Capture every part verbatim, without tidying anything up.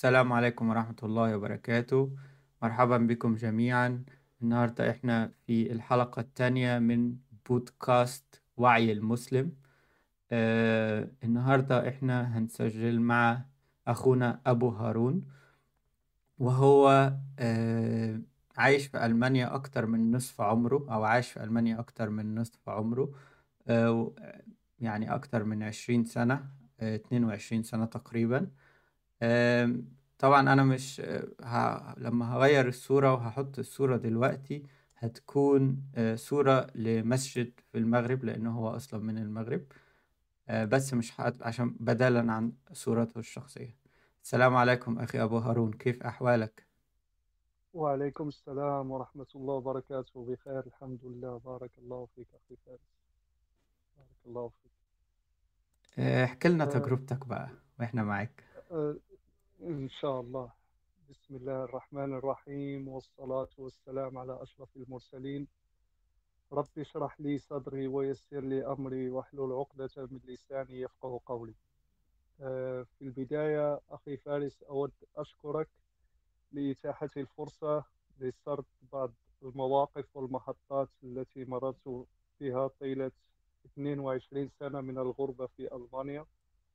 السلام عليكم ورحمة الله وبركاته. مرحبا بكم جميعا. النهاردة احنا في الحلقة الثانية من بودكاست وعي المسلم. آه النهاردة احنا هنسجل مع أخونا أبو هارون، وهو آه عايش في ألمانيا أكتر من نصف عمره، أو عاش في ألمانيا أكتر من نصف عمره. آه يعني أكتر من عشرين سنة، آه اتنين وعشرين سنة تقريبا. آم، طبعا انا مش آه، ه... لما هغير الصورة وهحط الصورة دلوقتي هتكون آه، صورة لمسجد في المغرب، لانه هو اصلا من المغرب. آه، بس مش هت... عشان بدلا عن صورته الشخصية. السلام عليكم اخي ابو هارون، كيف احوالك؟ وعليكم السلام ورحمة الله وبركاته. بخير الحمد لله. بارك الله فيك أخي فارس. بارك الله فيك. آه، احكي لنا أه تجربتك بقى واحنا معاك. أه إن شاء الله. بسم الله الرحمن الرحيم، والصلاة والسلام على أشرف المرسلين. رب اشرح لي صدري ويسر لي أمري واحلل عقدة من لساني يفقه قولي. أه في البداية أخي فارس، أود أشكرك لإتاحة الفرصة لسرد بعض المواقف والمحطات التي مررت بها طيلة اثنين وعشرين سنة من الغربة في ألمانيا.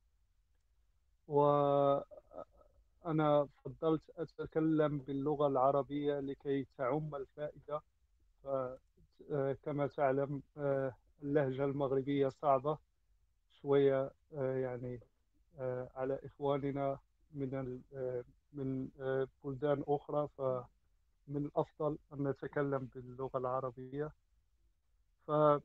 وأنا فضلت أتكلم باللغة العربية لكي تعم الفائدة. فكما تعلم، آه، اللهجة المغربية صعبة شوية، آه، يعني آه، على إخواننا من ال- آه، من آه، بلدان أخرى. من الأفضل أن نتكلم باللغة العربية. ففي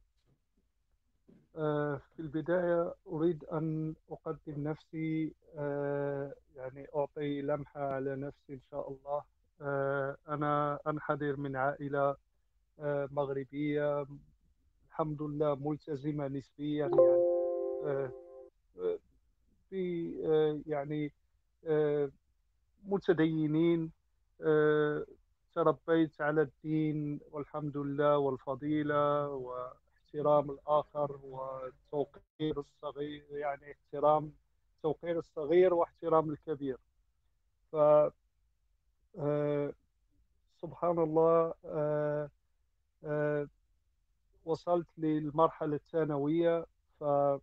البداية أريد أن أقدم نفسي، آه، يعني أعطي لمحة على نفسي إن شاء الله. آه، أنا أنحدر من عائلة آه، مغربية، الحمد لله ملتزمة نسبيا، يعني آه، آه، في آه، يعني آه، متدينين. آه، تربيت على الدين والحمد لله، والفضيلة واحترام الآخر وتوقير الصغير، يعني احترام توقير الصغير واحترام الكبير. ف آه، سبحان الله. آه، آه، وصلت للمرحلة الثانوية. فقدر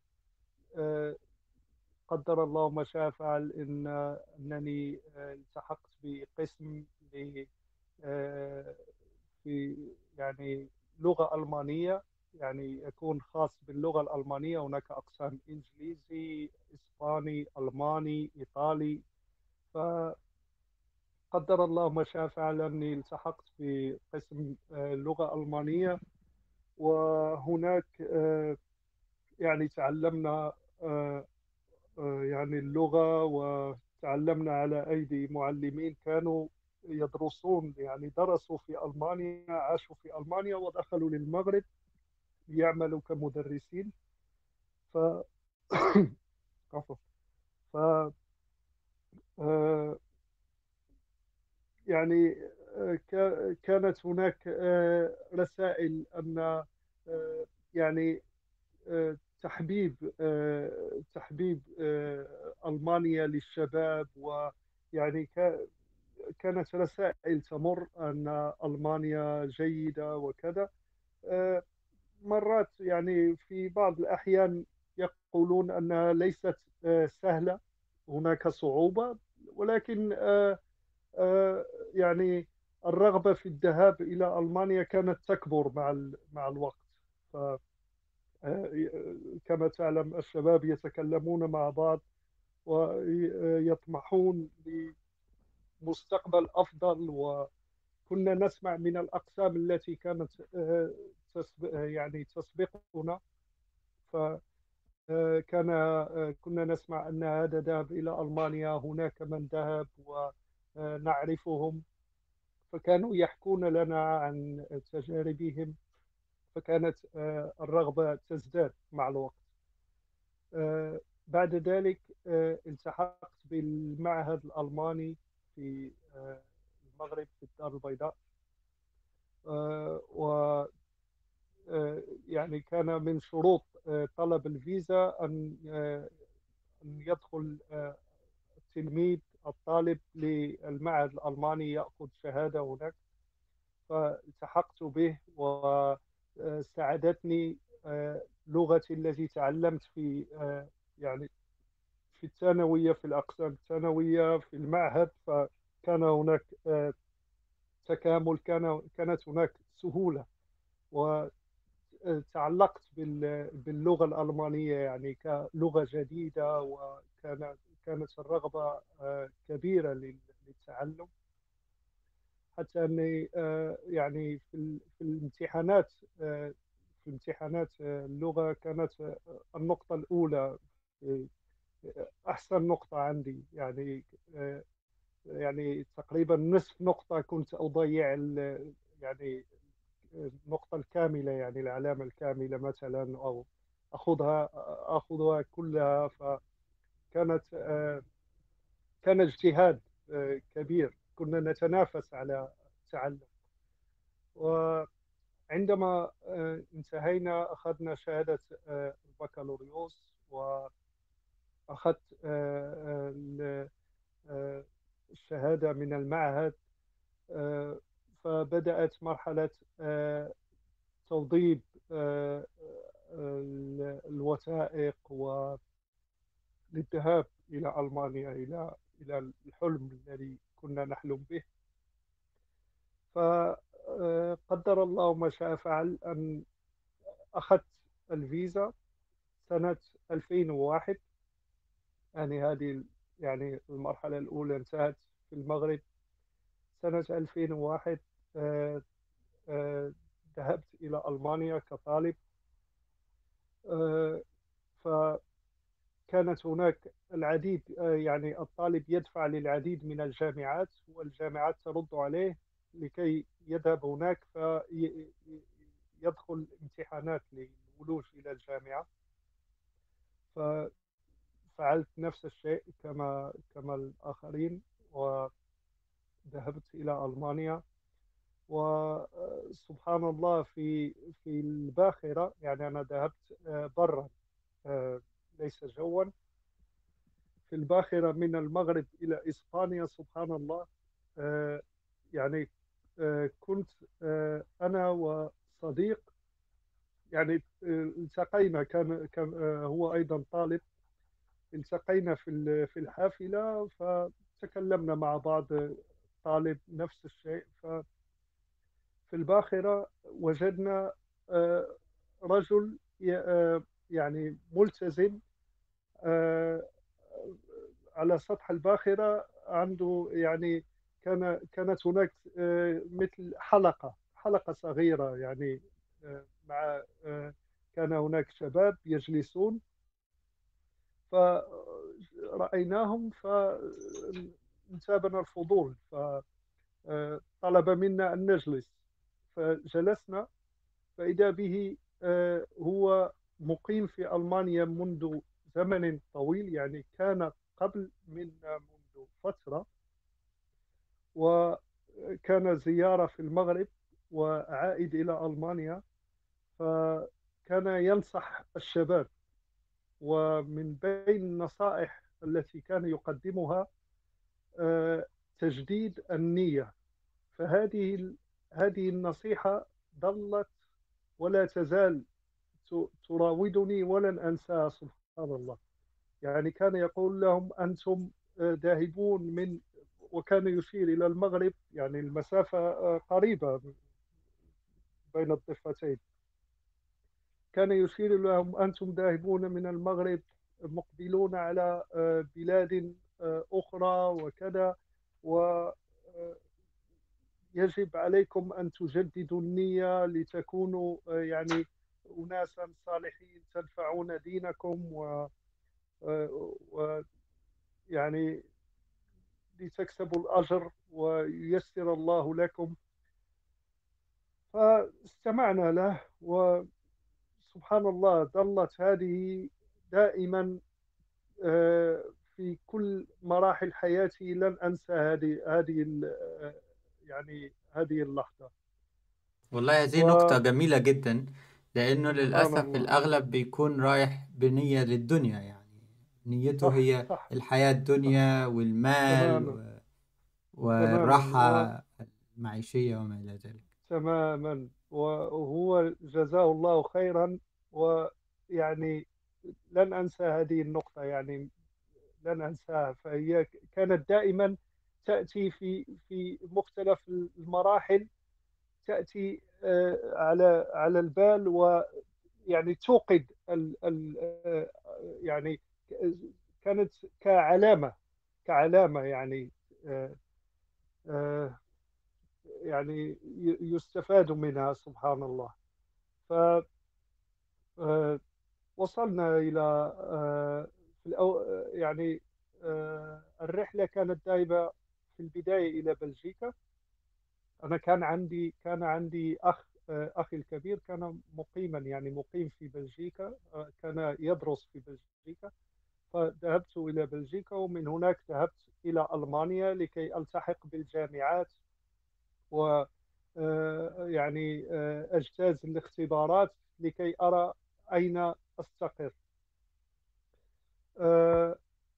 الله ما شاء فعل، إن أنني آه، التحقت بقسم آه، في يعني لغة ألمانية، يعني يكون خاص باللغة الألمانية. هناك أقسام إنجليزي، إسباني، ألماني، إيطالي. فقدر الله ما شاء فعل أني التحقت في قسم آه، اللغة الألمانية. وهناك آه، يعني تعلمنا آه، آه، يعني اللغة، وتعلمنا على أيدي معلمين كانوا يدرسون، يعني درسوا في ألمانيا، عاشوا في ألمانيا ودخلوا للمغرب يعملوا كمدرسين. ف عفوا. ف آه، يعني آه، كا- كانت هناك آه، رسائل أن آه، يعني آه، تحبيب آه، تحبيب آه، ألمانيا للشباب. ويعني ك- كانت رسائل تمر أن ألمانيا جيدة وكذا. آه، مرات يعني في بعض الأحيان يقولون أنها ليست آه، سهلة، هناك صعوبة. ولكن آه، آه، يعني الرغبة في الذهاب إلى ألمانيا كانت تكبر مع ال- مع الوقت. ف آه، كما تعلم، الشباب يتكلمون مع بعض ويطمحون لمستقبل أفضل. وكنا نسمع من الأقسام التي كانت آه، تسب- آه، يعني تسبقنا. فكان آه، كنا نسمع أن هذا ذهب إلى ألمانيا، هناك من ذهب ونعرفهم، فكانوا يحكون لنا عن تجاربهم. فكانت آه، الرغبة تزداد مع الوقت. آه، بعد ذلك آه، التحقت بالمعهد الألماني في آه، المغرب في الدار البيضاء. آه، و آه، يعني كان من شروط آه، طلب الفيزا أن آه، أن يدخل آه، التلميذ الطالب للمعهد الألماني يأخذ شهادة هناك. فالتحقت به وساعدتني لغتي التي تعلمت في آه، يعني في الثانوية، في الأقسام الثانوية في المعهد. فكان هناك آه، تكامل، كان كانت هناك سهولة، وتعلقت بال- باللغة الألمانية يعني كلغة جديدة، وكانت كانت الرغبة آه، كبيرة لل- للتعلم. حتى أني آه، يعني في ال- في الامتحانات آه، في امتحانات آه، اللغة كانت آه، النقطة الأولى، آه، أحسن نقطة عندي يعني. آه، يعني تقريبا نصف نقطة كنت أضيع ال- يعني النقطة الكاملة، يعني العلامة الكاملة مثلا، أو أخذها أخذها كلها. فكانت آه، كان اجتهاد آه، كبير، كنا نتنافس على التعلم. وعندما آه، انتهينا أخذنا شهادة آه، البكالوريوس، وأخذت آه، ال- آه، الشهادة من المعهد. آه، فبدأت مرحلة آه، توضيب آه، ال- الوثائق والذهاب إلى ألمانيا، إلى إلى الحلم الذي كنا نحلم به. فقدر الله ما شاء فعل أن أخذت الفيزا سنة ألفين وواحد. يعني هذه ال- يعني المرحلة الأولى انتهت في المغرب سنة ألفين وواحد. آه، آه، ذهبت إلى ألمانيا كطالب. آه، فكانت هناك العديد، آه، يعني الطالب يدفع للعديد من الجامعات، والجامعات ترد عليه لكي يذهب هناك فيدخل امتحانات للولوج إلى الجامعة. ففعلت نفس الشيء كما كما الآخرين، وذهبت إلى ألمانيا. وسبحان الله، في في الباخرة، يعني أنا ذهبت آه، برا، آه، ليس جوا. في الباخرة من المغرب إلى إسبانيا، سبحان الله. آه، يعني آه، كنت آه، أنا وصديق، يعني آه، التقينا، كان كان آه، هو أيضا طالب. التقينا في ال- في الحافلة، فتكلمنا مع بعض، آه، طالب نفس الشيء. ففي الباخرة وجدنا آه، رجل ي- آه، يعني ملتزم، آه، على سطح الباخرة عنده، يعني كان كانت هناك آه، مثل حلقة حلقة صغيرة، يعني آه، مع آه، كان هناك شباب يجلسون. فرأيناهم فانتابنا الفضول، فطلب منا أن نجلس. فجلسنا، فإذا به آه، هو مقيم في ألمانيا منذ زمن طويل، يعني كان قبل منا منذ فترة، وكان زيارة في المغرب وعائد إلى ألمانيا. فكان ينصح الشباب، ومن بين النصائح التي كان يقدمها آه، تجديد النية. فهذه هذه النصيحة ظلت ولا تزال ت- تراودني، ولن أنساها. سبحان الله، يعني كان يقول لهم أنتم آه، ذاهبون من، وكان يشير إلى المغرب، يعني المسافة آه، قريبة بين الضفتين. كان يشير لهم أنتم ذاهبون من المغرب مقبلون على آه، بلاد آه، أخرى وكذا، ويجب عليكم أن تجددوا النية لتكونوا آه، يعني أناسا صالحين تنفعون دينكم، و آه، ويعني لتكسبوا الأجر وييسر الله لكم. فاستمعنا له، وسبحان الله ظلت هذه دائما آه، في كل مراحل حياتي. لن أنسى هذه هذه ال- آه، يعني هذه اللحظة. والله هذه نقطة وسبحان جميلة جدا، لأنه للأسف الله. الأغلب بيكون رايح بنية للدنيا يعني. نيته صح هي صح الحياة صح الدنيا والمال تماما و- تماما والراحة المعيشية وما إلى ذلك. وتماما وهو جزاه الله خيرا. ويعني لن أنسى هذه النقطة، يعني لن أنساها. فهي كانت دائما تأتي في في مختلف المراحل، تأتي آه، على على البال، ويعني توقد ال ال آه، يعني كانت كعلامة كعلامة يعني آه، آه، يعني ي- يستفاد منها سبحان الله. فوصلنا إلى آه، في الأو يعني آه، الرحلة كانت دائما في البداية إلى بلجيكا. أنا كان عندي كان عندي أخ آه، أخي الكبير كان مقيما، يعني مقيم في بلجيكا، آه، كان يدرس في بلجيكا. فذهبت إلى بلجيكا، ومن هناك ذهبت إلى ألمانيا لكي ألتحق بالجامعات، و آه، يعني آه، أجتاز الاختبارات لكي أرى أين أستقر. آه،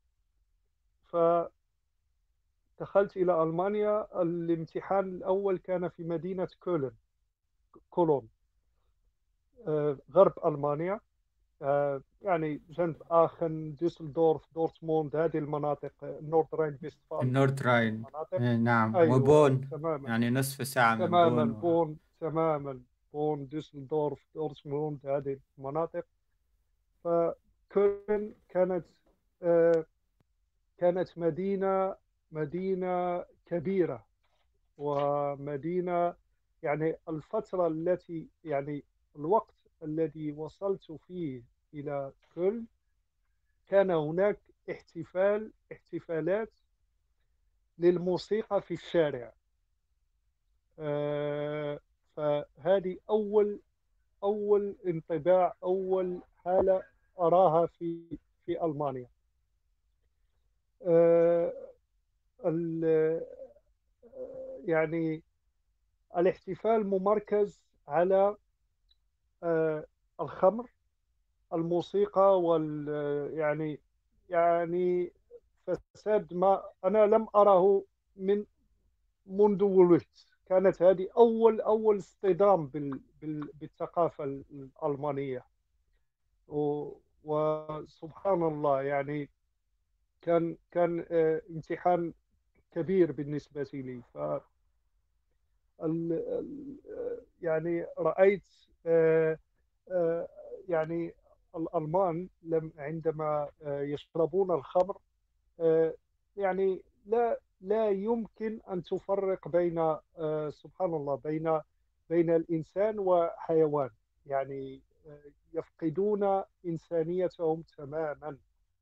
فدخلت إلى ألمانيا. الامتحان الأول كان في مدينة كولن كولون، آه، غرب ألمانيا، آه، يعني جنب آخن، دوسلدورف، دورتموند، هذه المناطق، نورد راين فيستفال، النورد هذه راين. المناطق. آه، نعم، أيوة وبون، تماما يعني نصف ساعة من تماما بون و... بون تماما بون، دوسلدورف، دورتموند، هذه المناطق. فكولن كانت آه، كانت مدينة مدينة كبيرة، ومدينة يعني الفترة التي يعني الوقت الذي وصلت فيه إلى كولن كان هناك احتفال احتفالات للموسيقى في الشارع. آه، فهذه أول أول انطباع، أول حالة أراها في في ألمانيا. آه، ال- يعني الاحتفال ممركز على آه، الخمر، الموسيقى، وال يعني يعني فساد ما أنا لم أره من منذ ولدت. كانت هذه أول أول اصطدام بال بال بالثقافة الألمانية. و- وسبحان الله، يعني كان كان آه، امتحان كبير بالنسبة لي. ف ال- ال- يعني رأيت آه، آه، يعني الألمان لم عندما آه، يشربون الخمر، آه، يعني لا لا يمكن أن تفرق بين آه، سبحان الله بين بين الإنسان وحيوان. يعني آه، يفقدون إنسانيتهم تماما.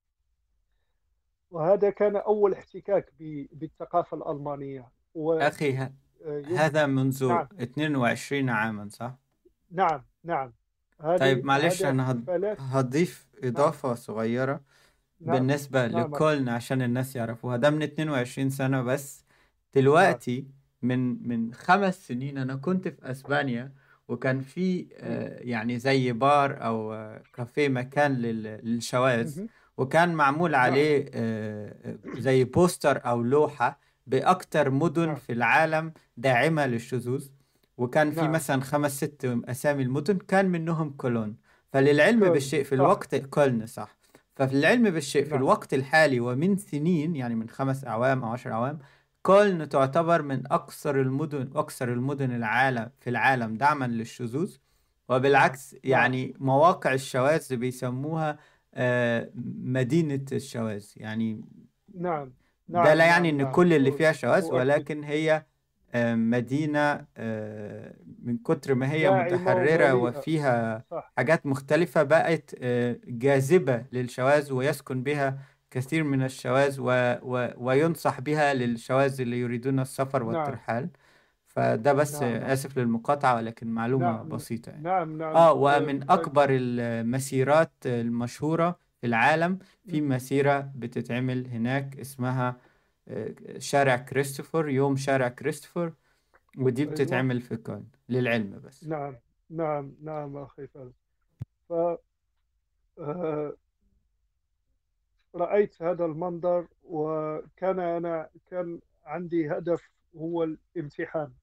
وهذا كان أول احتكاك ب- بالثقافة الألمانية. ويم أخي، ه... هذا منذ نعم اثنين وعشرين عاما، صح؟ نعم نعم هذه طيب معلش، هذه أنا هض- احتفالات. هضيف نعم إضافة صغيرة نعم بالنسبة نعم أخي. لكولن عشان الناس يعرفوها. ده من اثنين وعشرين سنة بس. نعم. دلوقتي من من خمس سنين أنا كنت في أسبانيا، وكان في مم. آه، يعني زي بار أو آه، كافيه، مكان لل- للشواذ. مهم. وكان معمول نعم عليه آه، آه، زي بوستر أو لوحة بأكتر مدن نعم في العالم داعمة للشذوذ. وكان في نعم مثلا خمس ست أسامي المدن، كان منهم كولون. فللعلم كولن بالشيء في صح. الوقت كولن، صح. ففي العلم بالشيء في نعم الوقت الحالي ومن سنين، يعني من خمس أعوام أو عشر أعوام، كولن تعتبر من أكثر المدن أكثر المدن العالم في العالم دعما للشذوذ. نعم وبالعكس، نعم يعني مواقع الشواذ بيسموها آه، مدينة الشواذ يعني. نعم ده لا نعم يعني نعم إن نعم كل اللي أ- فيها شواذ، أؤكد. ولكن هي آه، مدينة آه، من كتر ما هي داعمة متحررة ومليئة. وفيها صح. حاجات مختلفة، بقت آه، جاذبة للشواذ، ويسكن بها كثير من الشواذ و... و... وينصح بها للشواذ اللي يريدون السفر نعم والترحال. فده بس، نعم آه، أخي. آسف للمقاطعة، ولكن معلومة نعم بسيطة يعني. نعم نعم آه أ- ومن أكبر المسيرات المشهورة في العالم، في مسيرة بتتعمل هناك اسمها آه، شارع كريستوفر، يوم شارع كريستوفر. ودي أيوة. بتتعمل في كون للعلم بس. نعم نعم نعم أخي فارس. ف آه، رأيت هذا المنظر، وكان أنا كان عندي هدف هو الامتحان.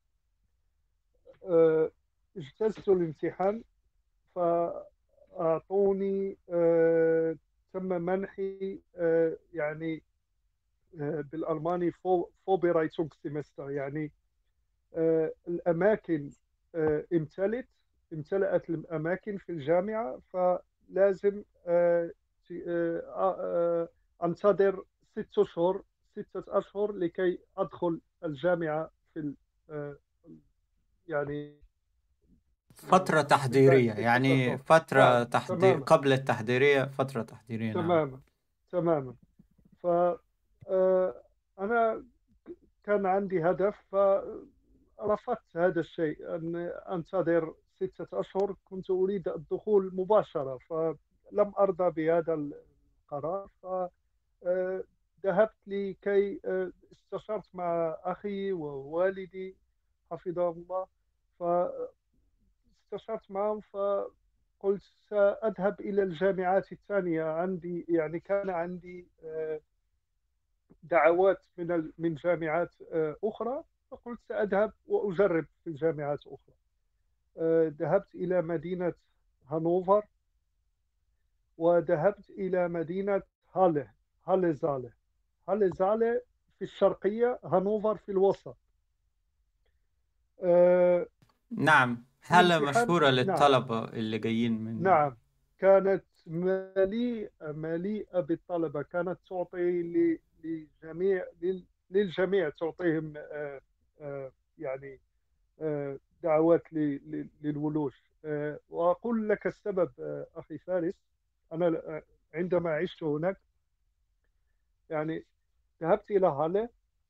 آه، اجتزت الامتحان، فأعطوني آه، تم منحي آه، يعني آه، بالألماني فوبيرايتونغ سيمستر، يعني آه، الأماكن آه، امتلت امتلأت الأماكن في الجامعة، فلازم آه، ت- آه، آه، أنتظر ست أشهر ستة أشهر لكي أدخل الجامعة في ال- آه، يعني آه، فترة من بعد تحضيرية، ستة يعني أشهر نعم، فترة تحضير تماما قبل التحضيرية، فترة تحضيرية، نعم. تماما تماما. ف آه، أنا كان عندي هدف، فرفضت هذا الشيء، أن أنتظر ستة أشهر. كنت أريد الدخول مباشرة، فلم أرضى بهذا القرار. فذهبت لكي آه، استشرت مع أخي ووالدي حفظهم الله. فاستشرت معهم، فقلت سأذهب إلى الجامعات الثانية. عندي يعني كان عندي آه، دعوات من ال- من جامعات آه، أخرى، فقلت سأذهب وأجرب في الجامعات أخرى. آه، ذهبت إلى مدينة هانوفر، وذهبت إلى مدينة هاله هاله زاله هاله زاله في الشرقية، هانوفر في الوسط. آه، نعم، حالة الامتحان مشهورة نعم للطلبة اللي جايين من. نعم كانت مليئة مليئة بالطلبة. كانت تعطي ل- لجميع لل- للجميع، تعطيهم آه، آه، يعني آه، دعوات ل- ل- للولوج. آه، وأقول لك السبب آه، أخي فارس. أنا ل- عندما عشت هناك، يعني ذهبت إلى هالة،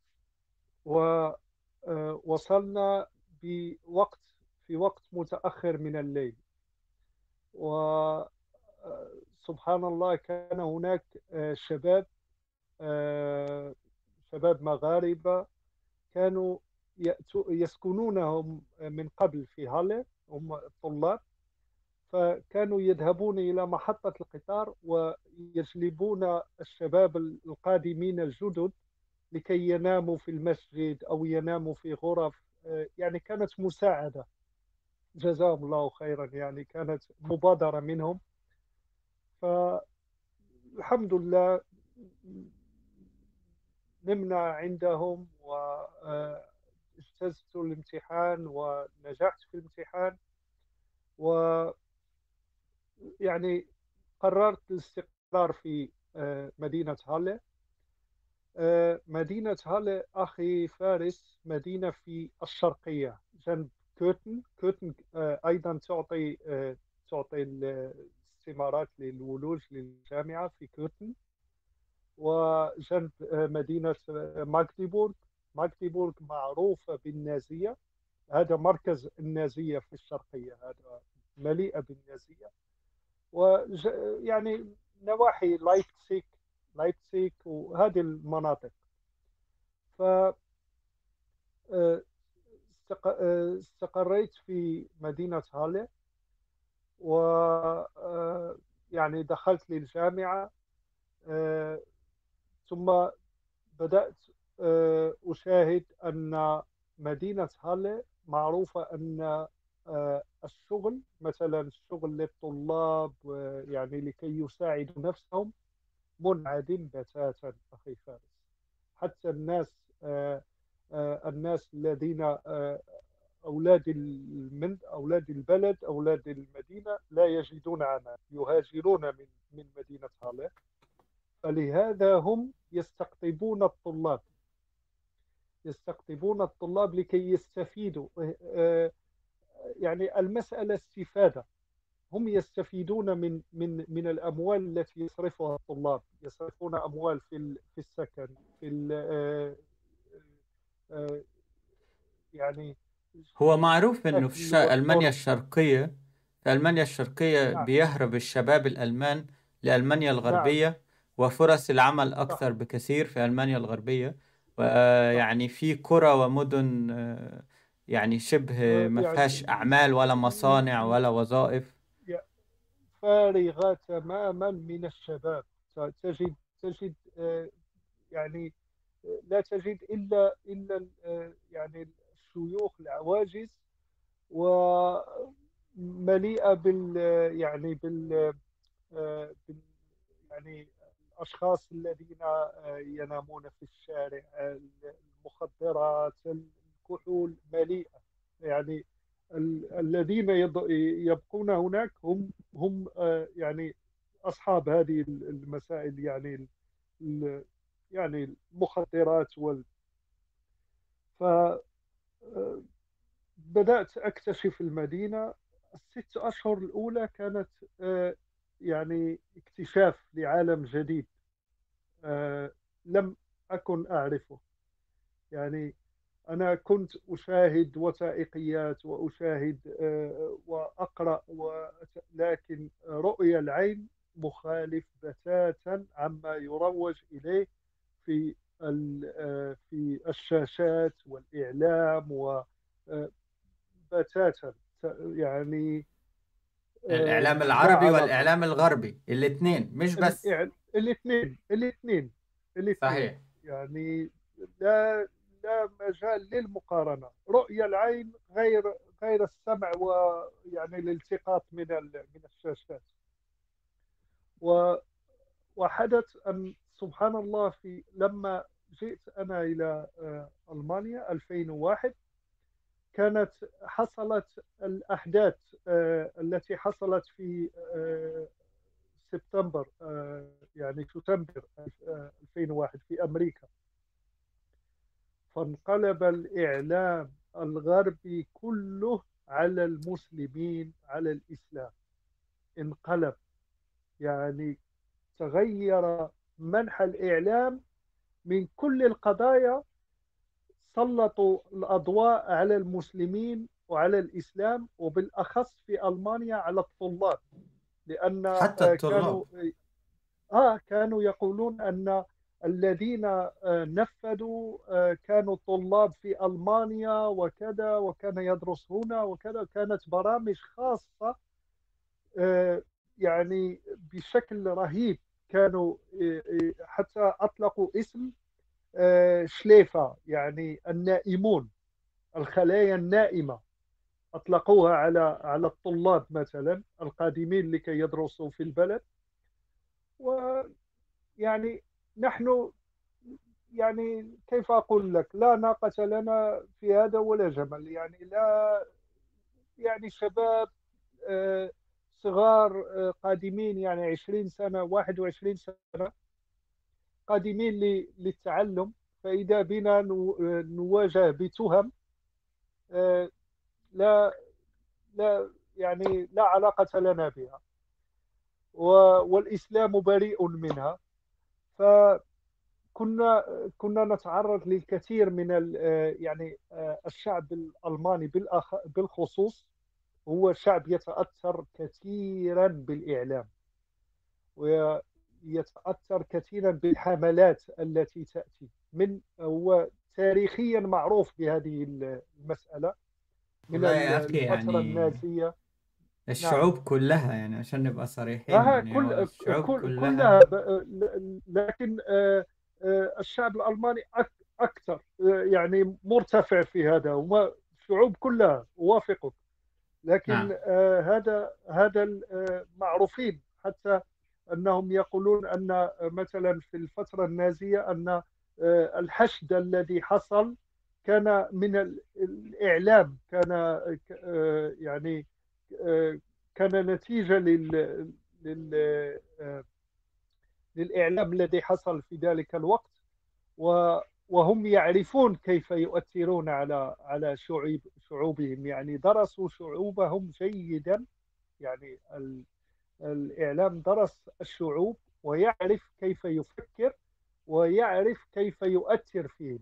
ووصلنا بوقت في وقت متأخر من الليل. وسبحان الله كان هناك آه، شباب آه، شباب مغاربة كانوا يأتوا يسكنونهم من قبل في هالة، هم الطلاب. فكانوا يذهبون إلى محطة القطار ويجلبون الشباب القادمين الجدد لكي يناموا في المسجد أو يناموا في غرف. آه، يعني كانت مساعدة، جزاهم الله خيرا، يعني كانت مبادرة منهم. فالحمد لله نمنا عندهم، واجتزت الامتحان ونجحت في الامتحان. ويعني قررت الاستقرار في آه، مدينة هالة. آه، مدينة هالة أخي فارس مدينة في الشرقية جنب كوتن كوتن آه، أيضا تعطي آه، تعطي الاستمارات للولوج للجامعة في كوتن، وجنب آه، مدينة آه، ماغديبورغ. ماغديبورغ معروفة بالنازية، هذا مركز النازية في الشرقية، هذا مليئة بالنازية. ويعني نواحي لايبتسيك لايبتسيك وهذه المناطق. ف آه، استق- آه، استقريت في مدينة هالة، و آه، يعني دخلت للجامعة. آه، ثم بدأت آه، أشاهد أن مدينة هالة معروفة أن آه، الشغل، مثلا الشغل للطلاب آه، يعني لكي يساعدوا نفسهم، منعدم بتاتا أخي فارس. حتى الناس آه، آه، الناس الذين آه، أولاد المن أولاد البلد، أولاد المدينة، لا يجدون عمل، يهاجرون من من مدينة هالة. فلهذا هم يستقطبون الطلاب يستقطبون الطلاب لكي يستفيدوا. آه، آه، يعني المسألة استفادة. هم يستفيدون من من من الأموال التي يصرفها الطلاب. يصرفون أموال في ال- في السكن، في ال- آه، آه، يعني هو معروف إنه في الش... الأكل ألمانيا والشرب. الشرقية في ألمانيا الشرقية نعم بيهرب الشباب الألمان لألمانيا نعم الغربية، وفرص العمل صح. أكثر بكثير في ألمانيا الغربية. صح. ويعني في قرى ومدن آه، يعني شبه آه، ما يعني فيهاش أعمال ولا مصانع ولا وظائف. فارغة تماما من الشباب، تجد تجد آه، يعني لا تجد إلا إلا آه، يعني الشيوخ العواجز، ومليئة بال يعني بال آه، بال يعني الأشخاص الذين آه، ينامون في الشارع، المخدرات، الكحول مليئة. يعني ال- الذين يض- يبقون هناك هم هم آه، يعني أصحاب هذه المسائل، يعني ال- ال- يعني المخدرات وال فبدأت أكتشف المدينة. الست أشهر الأولى كانت آه، يعني اكتشاف لعالم جديد، آه، لم أكن أعرفه. يعني أنا كنت أشاهد وثائقيات وأشاهد آه، وأقرأ و... لكن رؤية العين مخالف بتاتا عما يروج إليه في ال... آه، في الشاشات والإعلام، وبتاتا يعني آه، الإعلام لا العربي علاقة. والإعلام الغربي الاثنين مش بس. الاثنين الاثنين الاثنين صحيح. يعني لا لا مجال للمقارنة. رؤية العين غير غير السمع، ويعني الالتقاط من ال- من الشاشات. و- وحدث أن سبحان الله، في لما جئت أنا إلى آه، ألمانيا ألفين وواحد، كانت حصلت الأحداث آه، التي حصلت في آه، سبتمبر، آه، يعني سبتمبر آه، ألفين وواحد في أمريكا. فانقلب الإعلام الغربي كله على المسلمين، على الإسلام. انقلب، يعني تغير منحى الإعلام من كل القضايا. سلطوا الأضواء على المسلمين وعلى الإسلام، وبالأخص في ألمانيا على الطلاب. لأن حتى آه، الطلاب. كانوا آه كانوا يقولون أن الذين آه، نفذوا آه، كانوا طلاب في ألمانيا وكذا، وكان يدرس هنا وكذا. كانت برامج خاصة آه، يعني بشكل رهيب. كانوا آه، آه، حتى أطلقوا اسم آه، شليفة، يعني النائمون، الخلايا النائمة. أطلقوها على على الطلاب مثلا القادمين لكي يدرسوا في البلد. ويعني نحن، يعني كيف أقول لك، لا ناقة لنا في هذا ولا جمل. يعني لا، يعني شباب آه، صغار آه، قادمين، يعني عشرين سنة واحد وعشرين سنة، قادمين ل- للتعلم. فإذا بنا نو- آه، نواجه بتهم آه، لا لا يعني لا علاقة لنا بها، و- والإسلام بريء منها. كنا كنا نتعرض للكثير من ال- آه، يعني آه، الشعب الألماني بالأخ- بالخصوص هو شعب يتأثر كثيرا بالإعلام، ويتأثر كثيرا بالحملات التي تأتي من. هو تاريخيا معروف بهذه المسألة من والله يا أخي الفترة يعني النازية. نعم. الشعوب كلها، يعني عشان نبقى صريحين، آه يعني هو كل الشعوب كل كلها كلها. ب- لكن آه، آه، الشعب الألماني أك- أكثر آه، يعني مرتفع في هذا، وما الشعوب كلها وافقت. لكن نعم. آه، هذا هذا آه، معروفين، حتى أنهم يقولون أن آه، مثلا في الفترة النازية أن آه، الحشد الذي حصل كان من ال- الإعلام. كان آه، يعني آه، كان نتيجة لل لل آه، للإعلام الذي حصل في ذلك الوقت. و وهم يعرفون كيف يؤثرون على على شعوب شعوبهم، يعني درسوا شعوبهم جيدا. يعني ال- الإعلام درس الشعوب، ويعرف كيف يفكر، ويعرف كيف يؤثر فيهم.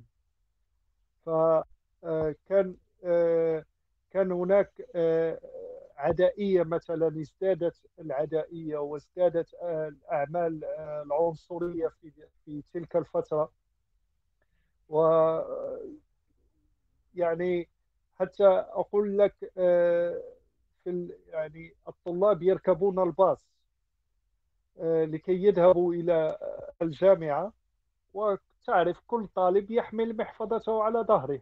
فكان كان هناك آه، عدائية مثلا. ازدادت العدائية، وازدادت آه، الأعمال آه، العنصرية في في تلك الفترة. و يعني حتى أقول لك آه، في ال- يعني الطلاب يركبون الباص آه، لكي يذهبوا إلى الجامعة. وتعرف كل طالب يحمل محفظته على ظهره.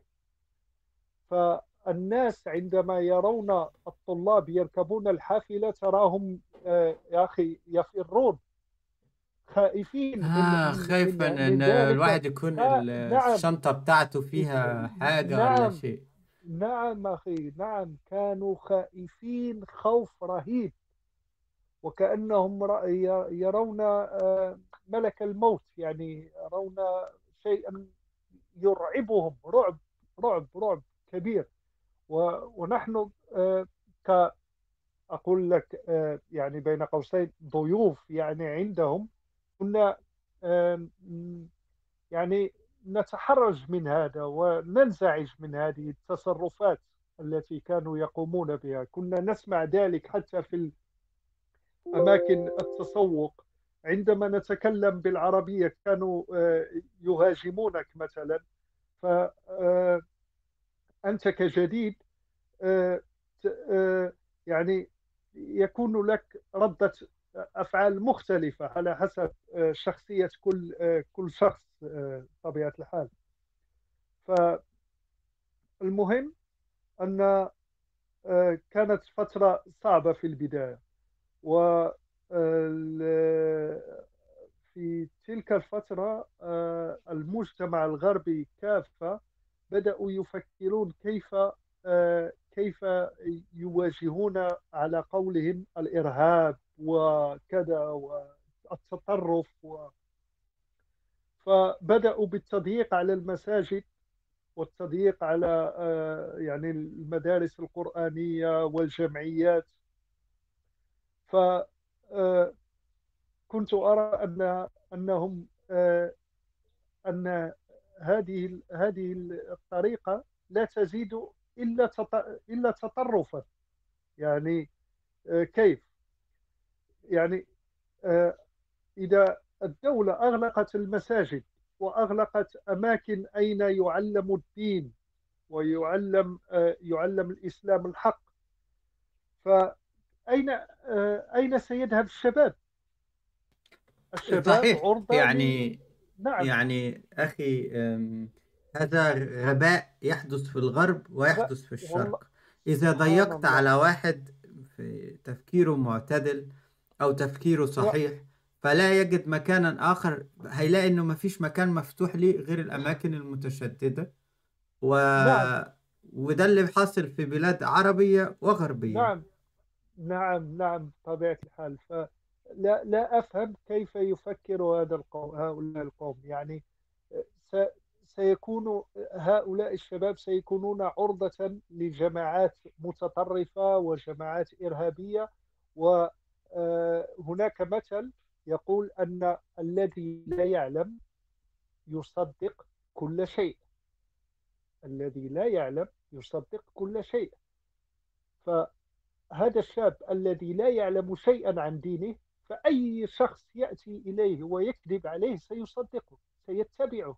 فالناس عندما يرون الطلاب يركبون الحافلة تراهم آه، يا أخي يفرون، خائفين من آه من خايف ان من إن من ذلك. الواحد يكون آه، ال- نعم. الشنطة بتاعته فيها حاجة ولا نعم. شيء. نعم أخي، نعم، كانوا خائفين خوف رهيب، وكأنهم رأ- ي- يرون آه، ملك الموت، يعني يرون شيئا يرعبهم، رعب، رعب، رعب كبير. و- ونحن آه، ك أقول لك آه، يعني بين قوسين ضيوف يعني عندهم، كنا آم، يعني نتحرج من هذا وننزعج من هذه التصرفات التي كانوا يقومون بها. كنا نسمع ذلك حتى في أماكن التسوق. عندما نتكلم بالعربية كانوا آه، يهاجمونك مثلا. فأنت كجديد آه، ت- آه، يعني يكون لك ردة أفعال مختلفة على حسب آه، شخصية كل آه، كل شخص، آه، طبيعة الحال. فالمهم أن آه، كانت فترة صعبة في البداية. و ال- في تلك الفترة آه، المجتمع الغربي كافة بدأوا يفكرون كيف آه، كيف يواجهون على قولهم الإرهاب وكذا والتطرف و- فبدأوا بالتضييق على المساجد، والتضييق على آه، يعني المدارس القرآنية والجمعيات. فكنت أرى أن أنهم آه، أن هذه هذه الطريقة لا تزيد إلا تط- إلا تطرفا. يعني آه، كيف؟ يعني آه، إذا الدولة أغلقت المساجد وأغلقت أماكن أين يعلم الدين ويعلم آه، يعلم الإسلام الحق، فأين آه، أين سيذهب الشباب؟ الشباب صحيح عرضة ل... يعني. نعم. يعني أخي، أم، هذا غباء يحدث في الغرب غ... ويحدث في والله، الشرق. إذا سبحان ضيقت الله. على واحد في تفكيره معتدل أو تفكيره و... صحيح، فلا يجد مكانا آخر، هيلاقي إنه مفيش مكان مفتوح ليه غير الأماكن المتشددة. و... نعم. وده اللي حاصل في بلاد عربية وغربية. نعم. نعم. نعم، طبيعة الحال. فلا لا أفهم كيف يفكر هذا القوم، هؤلاء القوم. يعني س... سيكون هؤلاء الشباب سيكونون عرضة لجماعات متطرفة وجماعات إرهابية. وهناك مثل يقول أن الذي لا يعلم يصدق كل شيء. الذي لا يعلم يصدق كل شيء. فهذا الشاب الذي لا يعلم شيئا عن دينه، فأي شخص يأتي إليه ويكذب عليه سيصدقه، سيتبعه.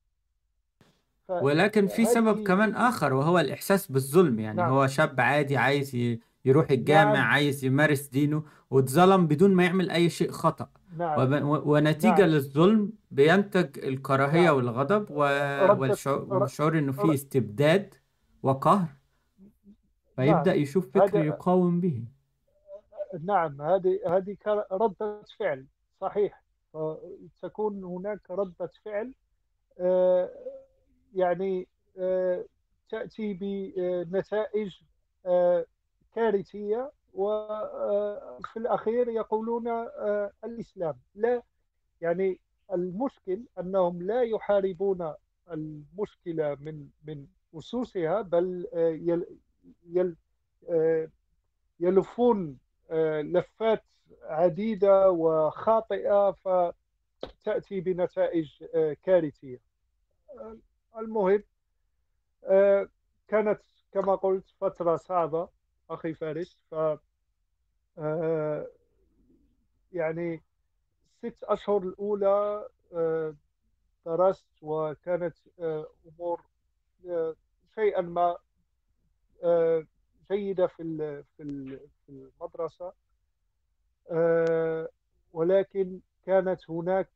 ولكن في سبب فهذه. كمان آخر، وهو الإحساس بالظلم. يعني نعم. هو شاب عادي عايز ي- يروح الجامع، نعم. عايز يمارس دينه، واتظلم بدون ما يعمل أي شيء خطأ. نعم. وب- و- ونتيجة نعم. للظلم بينتج الكراهية نعم. والغضب و- ردة والشعور ر... والشعور إنه ر... فيه استبداد وقهر، فيبدأ نعم. يشوف فكر هذا. يقاوم به. نعم، هذه هذه ك- ردة فعل. صحيح. تكون هناك ردة فعل آه، يعني آه، تأتي بنتائج آه، كارثية. وفي الأخير يقولون آه، الإسلام لا. يعني المشكل أنهم لا يحاربون المشكلة من من أسسها، بل آه، يل يل آه، يلفون آه، لفات عديدة وخاطئة، فتأتي بنتائج آه، كارثية. آه، المهم آه، كانت كما قلت فترة صعبة أخي فارس. ف آه، يعني ست أشهر الأولى آه، درست، وكانت آه، أمور آه، شيئا ما آه، جيدة في ال- في ال- في المدرسة. آه، ولكن كانت هناك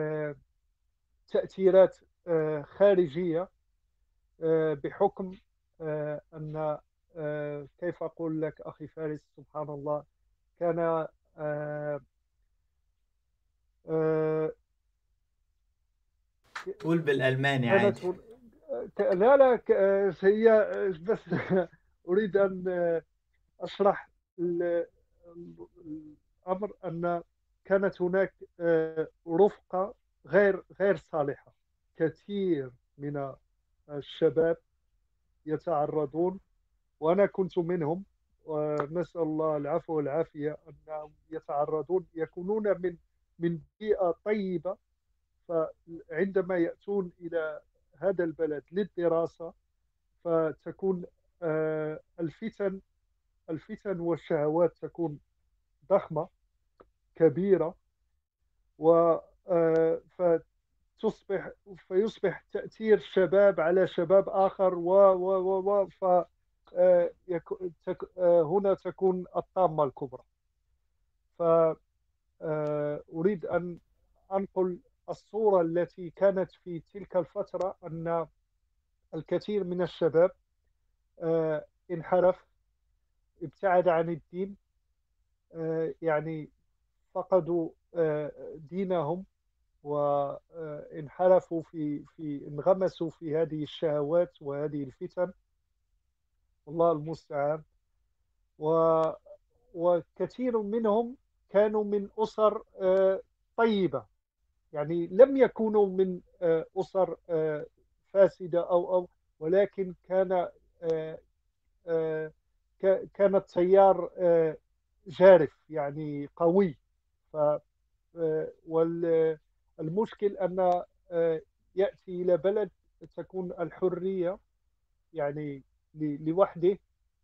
تأثيرات خارجية، بحكم أن، كيف أقول لك أخي فارس، سبحان الله، كان قول بالألماني عادي. كانت هن... ك- لا لا ك- هي بس أريد أن أشرح ال- الأمر، أن كانت هناك رفقة غير غير صالحة. كثير من الشباب يتعرضون، وأنا كنت منهم، ونسأل الله العفو والعافية، أنهم يتعرضون، يكونون من من بيئة طيبة، فعندما يأتون إلى هذا البلد للدراسة فتكون آه، الفتن الفتن والشهوات تكون ضخمة، كبيرة، و آه، فتصبح فيصبح تأثير شباب على شباب آخر، و و و و ف آه، يك- تك- آه، هنا تكون الطامة الكبرى. فأريد أن أنقل الصورة التي كانت في تلك الفترة، أن الكثير من الشباب آه، انحرف، ابتعد عن الدين، آه، يعني فقدوا آه، دينهم، وانحرفوا في في انغمسوا في هذه الشهوات وهذه الفتن، والله المستعان. و وكثير منهم كانوا من أسر آه، طيبة، يعني لم يكونوا من آه، أسر آه، فاسدة أو أو ولكن كان آه، آه، ك- كان التيار آه، جارف، يعني قوي. ف والمشكل أن آه، يأتي إلى بلد تكون الحرية، يعني ل- لوحده،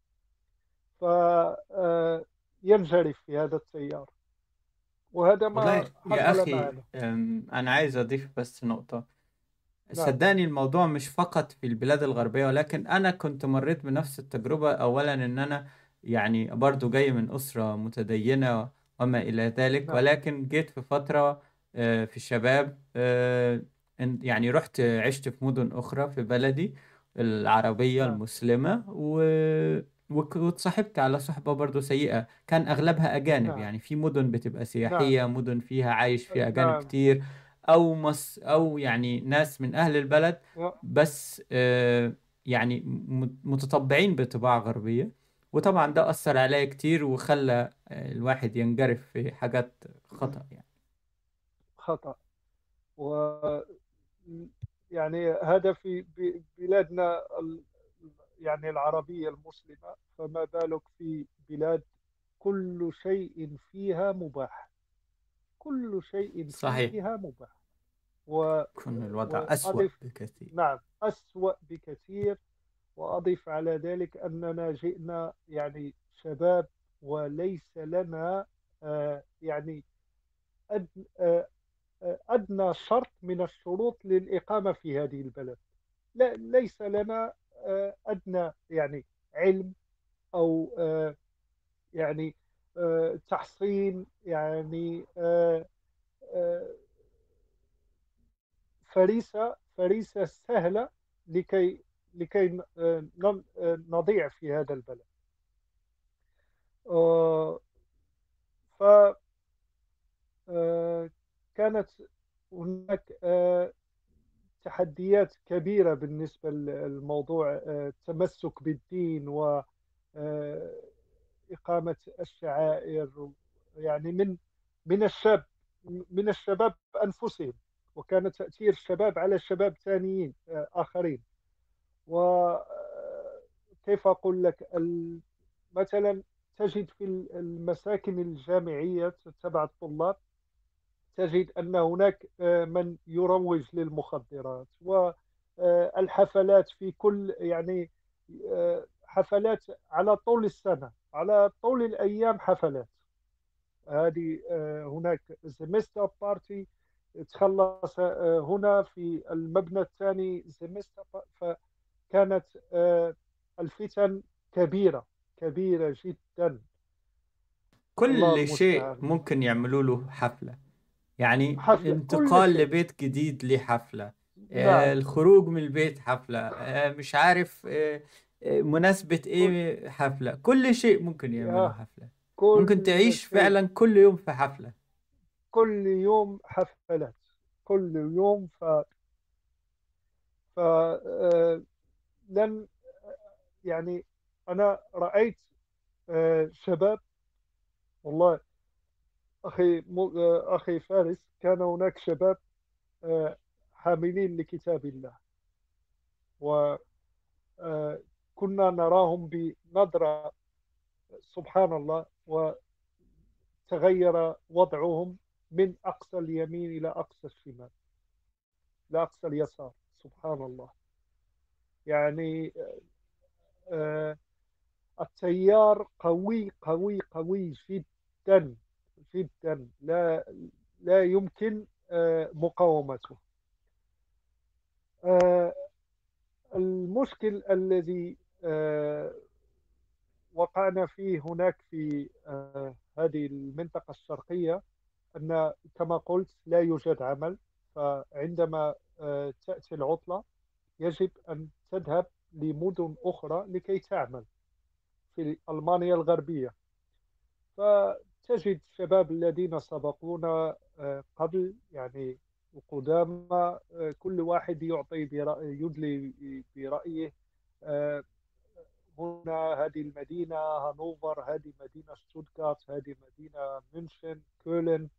فينجرف في هذا التيار، وهذا ما والله يا حصل أخي، معنا. أم، أنا عايز أضيف بس نقطة. نعم. صدقني الموضوع مش فقط في البلاد الغربية، ولكن أنا كنت مريت بنفس التجربة. أولا إن أنا يعني برضو جاي من أسرة متدينة وما إلى ذلك، نعم. ولكن جيت في فترة آه، في الشباب، آه، إن- يعني رحت عشت في مدن أخرى في بلدي العربية نعم. المسلمة، و وك- واتصاحبت على صحبة برضو سيئة، كان أغلبها أجانب. نعم. يعني في مدن بتبقى نعم. سياحية، مدن فيها عايش فيها أجانب نعم. كتير، او مص او يعني ناس من اهل البلد، بس آه، يعني م- متطبعين بطباع غربية. وطبعا ده اثر عليا كتير وخلى آه، الواحد ينجرف في حاجات خطأ يعني. خطأ. و يعني هذا في ب- بلادنا ال- يعني العربية المسلمة، فما بالك في بلاد كل شيء فيها مباح، كل شيء صحيح. فيها مباح. و... يكون الوضع أسوأ وأضف، بكثير. نعم، أسوأ بكثير. وأضف على ذلك أننا جئنا يعني شباب، وليس لنا آه، يعني أد... آه، آه، أدنى شرط من الشروط للإقامة في هذه البلد. لا، ليس لنا آه، أدنى يعني علم، أو آه، يعني آه، تحصين، يعني آه، آه، فريسة فريسة سهلة لكي لكي آه، نن- آه، نضيع في هذا البلد. آه، فكانت هناك آه، تحديات كبيرة بالنسبة للموضوع، آه، التمسك بالدين، و آه، إقامة الشعائر، يعني من من الشاب من الشباب أنفسهم، وكان تأثير الشباب على شباب ثانيين آه، آخرين. وكيف أقول لك، ال- مثلا تجد في المساكن الجامعية تبع الطلاب، تجد أن هناك آه، من يروج للمخدرات، والحفلات في كل، يعني آه، حفلات على طول السنة، على طول الأيام حفلات. هذه آه، هناك زمستر بارتي تخلص آه، هنا في المبنى الثاني زمستر. فكانت آه، الفتن كبيرة، كبيرة جدا. الله كل شيء المستعان. ممكن يعملوا له حفلة. يعني حفلة كل انتقال شيء. لبيت جديد ليه حفلة، آه، نعم. الخروج من البيت حفلة، آه، مش عارف، آه، آه، مناسبة كل ايه حفلة، كل شيء ممكن يعملوا يا حفلة. ممكن كل تعيش شيء. فعلا كل يوم في حفلة. كل يوم حفلات. كل يوم. ف ف آه، لن يعني أنا رأيت آه، شباب. والله أخي م- آه، أخي فارس، كان هناك شباب آه، حاملين لكتاب الله، وكنا نراهم بنظرة. سبحان الله. وتغير وضعهم من أقصى اليمين إلى أقصى الشمال، إلى أقصى اليسار. سبحان الله. يعني آه، التيار قوي قوي قوي جدا جدا. لا لا يمكن آه، مقاومته. آه، المشكل الذي آه، وقعنا فيه هناك في آه، هذه المنطقة الشرقية، أن كما قلت لا يوجد عمل. فعندما آه، تأتي العطلة يجب أن تذهب لمدن أخرى لكي تعمل في ألمانيا الغربية. فتجد الشباب الذين سبقونا آه، قبل، يعني القدامى، آه، كل واحد يعطي برأي، يدلي برأيه. آه، هنا هذه المدينة هانوفر، هذه مدينة شتوتغارت، هذه مدينة ميونخ، كولن.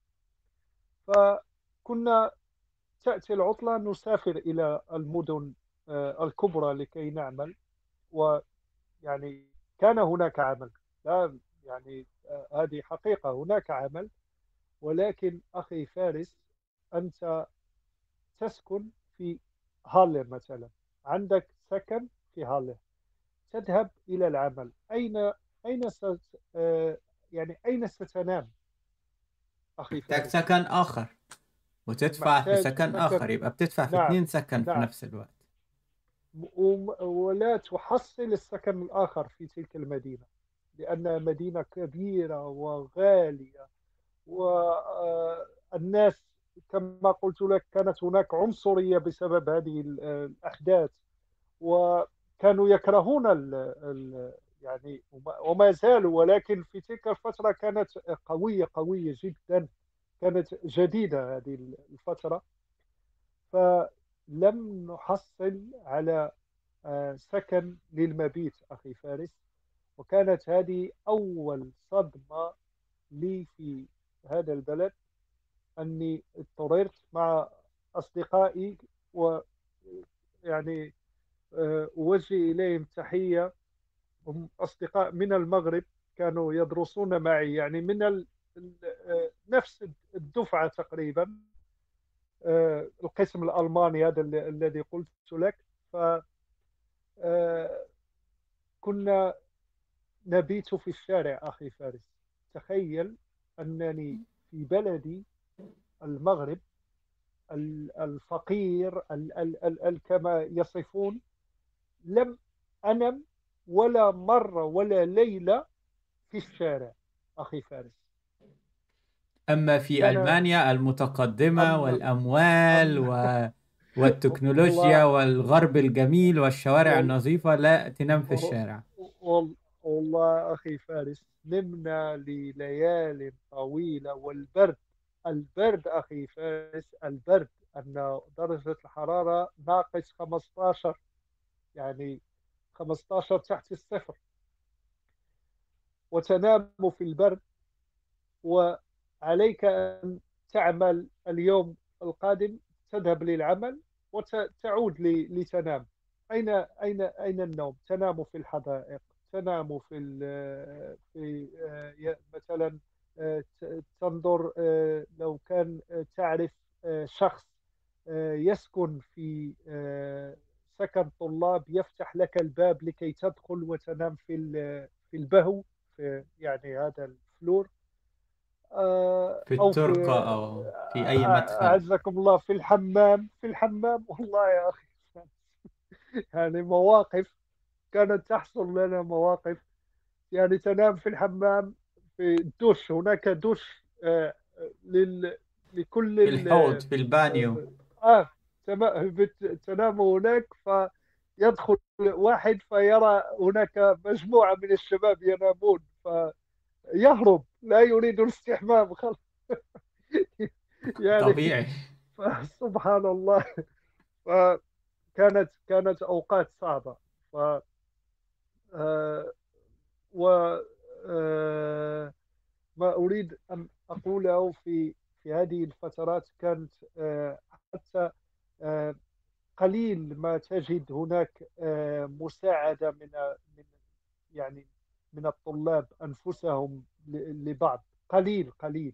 فكنا تأتي العطلة نسافر إلى المدن آه، الكبرى لكي نعمل. ويعني كان هناك عمل. لا يعني آه، هذه حقيقة، هناك عمل. ولكن أخي فارس، أنت تسكن في هالة مثلا، عندك سكن في هالة، تذهب إلى العمل. أين أين ست آه، يعني أين ستنام أخي محتاج فارس؟ سكن آخر، وتدفع في محتاج سكن سكن. آخر، يبقى بتدفع في نعم. اتنين سكن في نعم. نفس الوقت. وم- ولا تحصل السكن الآخر في تلك المدينة، لأنها مدينة كبيرة وغالية. والناس كما قلت لك كانت هناك عنصرية بسبب هذه ال- الأحداث. وكانوا يكرهون ال ال يعني وما وما زالوا، ولكن في تلك الفترة كانت قوية قوية جدا. كانت جديدة هذه الفترة. فلم نحصل على آه، سكن للمبيت أخي فارس. وكانت هذه أول صدمة لي في هذا البلد، أني اضطررت مع أصدقائي، ويعني آه، أوجه إليهم تحية. هم أصدقاء من المغرب، كانوا يدرسون معي، يعني من ال... ال- آه، نفس الدفعة تقريبا. آه، القسم الألماني هذا ال- الذي قلت لك. فكنا نبيت في الشارع أخي فارس. تخيل أنني في بلدي المغرب ال- الفقير، ال- ال- ال- ال- كما يصفون، لم أنم ولا مرة ولا ليلة في الشارع أخي فارس. أما في كان ألمانيا المتقدمة أما والأموال أما و... والتكنولوجيا والله. والغرب الجميل والشوارع وال النظيفة، لا تنام في الشارع. وال والله أخي فارس، نمنا لليال طويلة. والبرد، البرد أخي فارس، البرد، أن درجة الحرارة ناقص خمسة عشر، يعني خمسة عشر تحت الصفر. وتنام في البرد، وعليك أن تعمل اليوم القادم، تذهب للعمل وتعود لتنام. أين أين أين النوم؟ تنام في الحدائق، تنام في ال- في آه، مثلا آه، ت- تنظر، آه، لو كان آه، تعرف آه، شخص آه، يسكن في آه، سكن طلاب، يفتح لك الباب لكي تدخل وتنام في ال- في البهو، في يعني هذا الفلور. آه، في أو في الطرقة أو في أي آه، مدخل. أعزكم الله في الحمام، في الحمام. والله يا أخي، يعني مواقف كانت تحصل لنا، مواقف. يعني تنام في الحمام، في الدش. هناك دش آه، لل- لكل في ال الحوض في البانيو. آه تما- بت- تنام هناك، فيدخل واحد فيرى هناك مجموعة من الشباب ينامون، فيهرب لا يريد الاستحمام خلاص. يعني طبيعي. سبحان الله. فكانت كانت أوقات صعبة. ف آه، و آه، ما أريد أن أقوله في في هذه الفترات كانت آه، حتى آه، قليل ما تجد هناك آه، مساعدة من من يعني من الطلاب أنفسهم ل- لبعض. قليل قليل.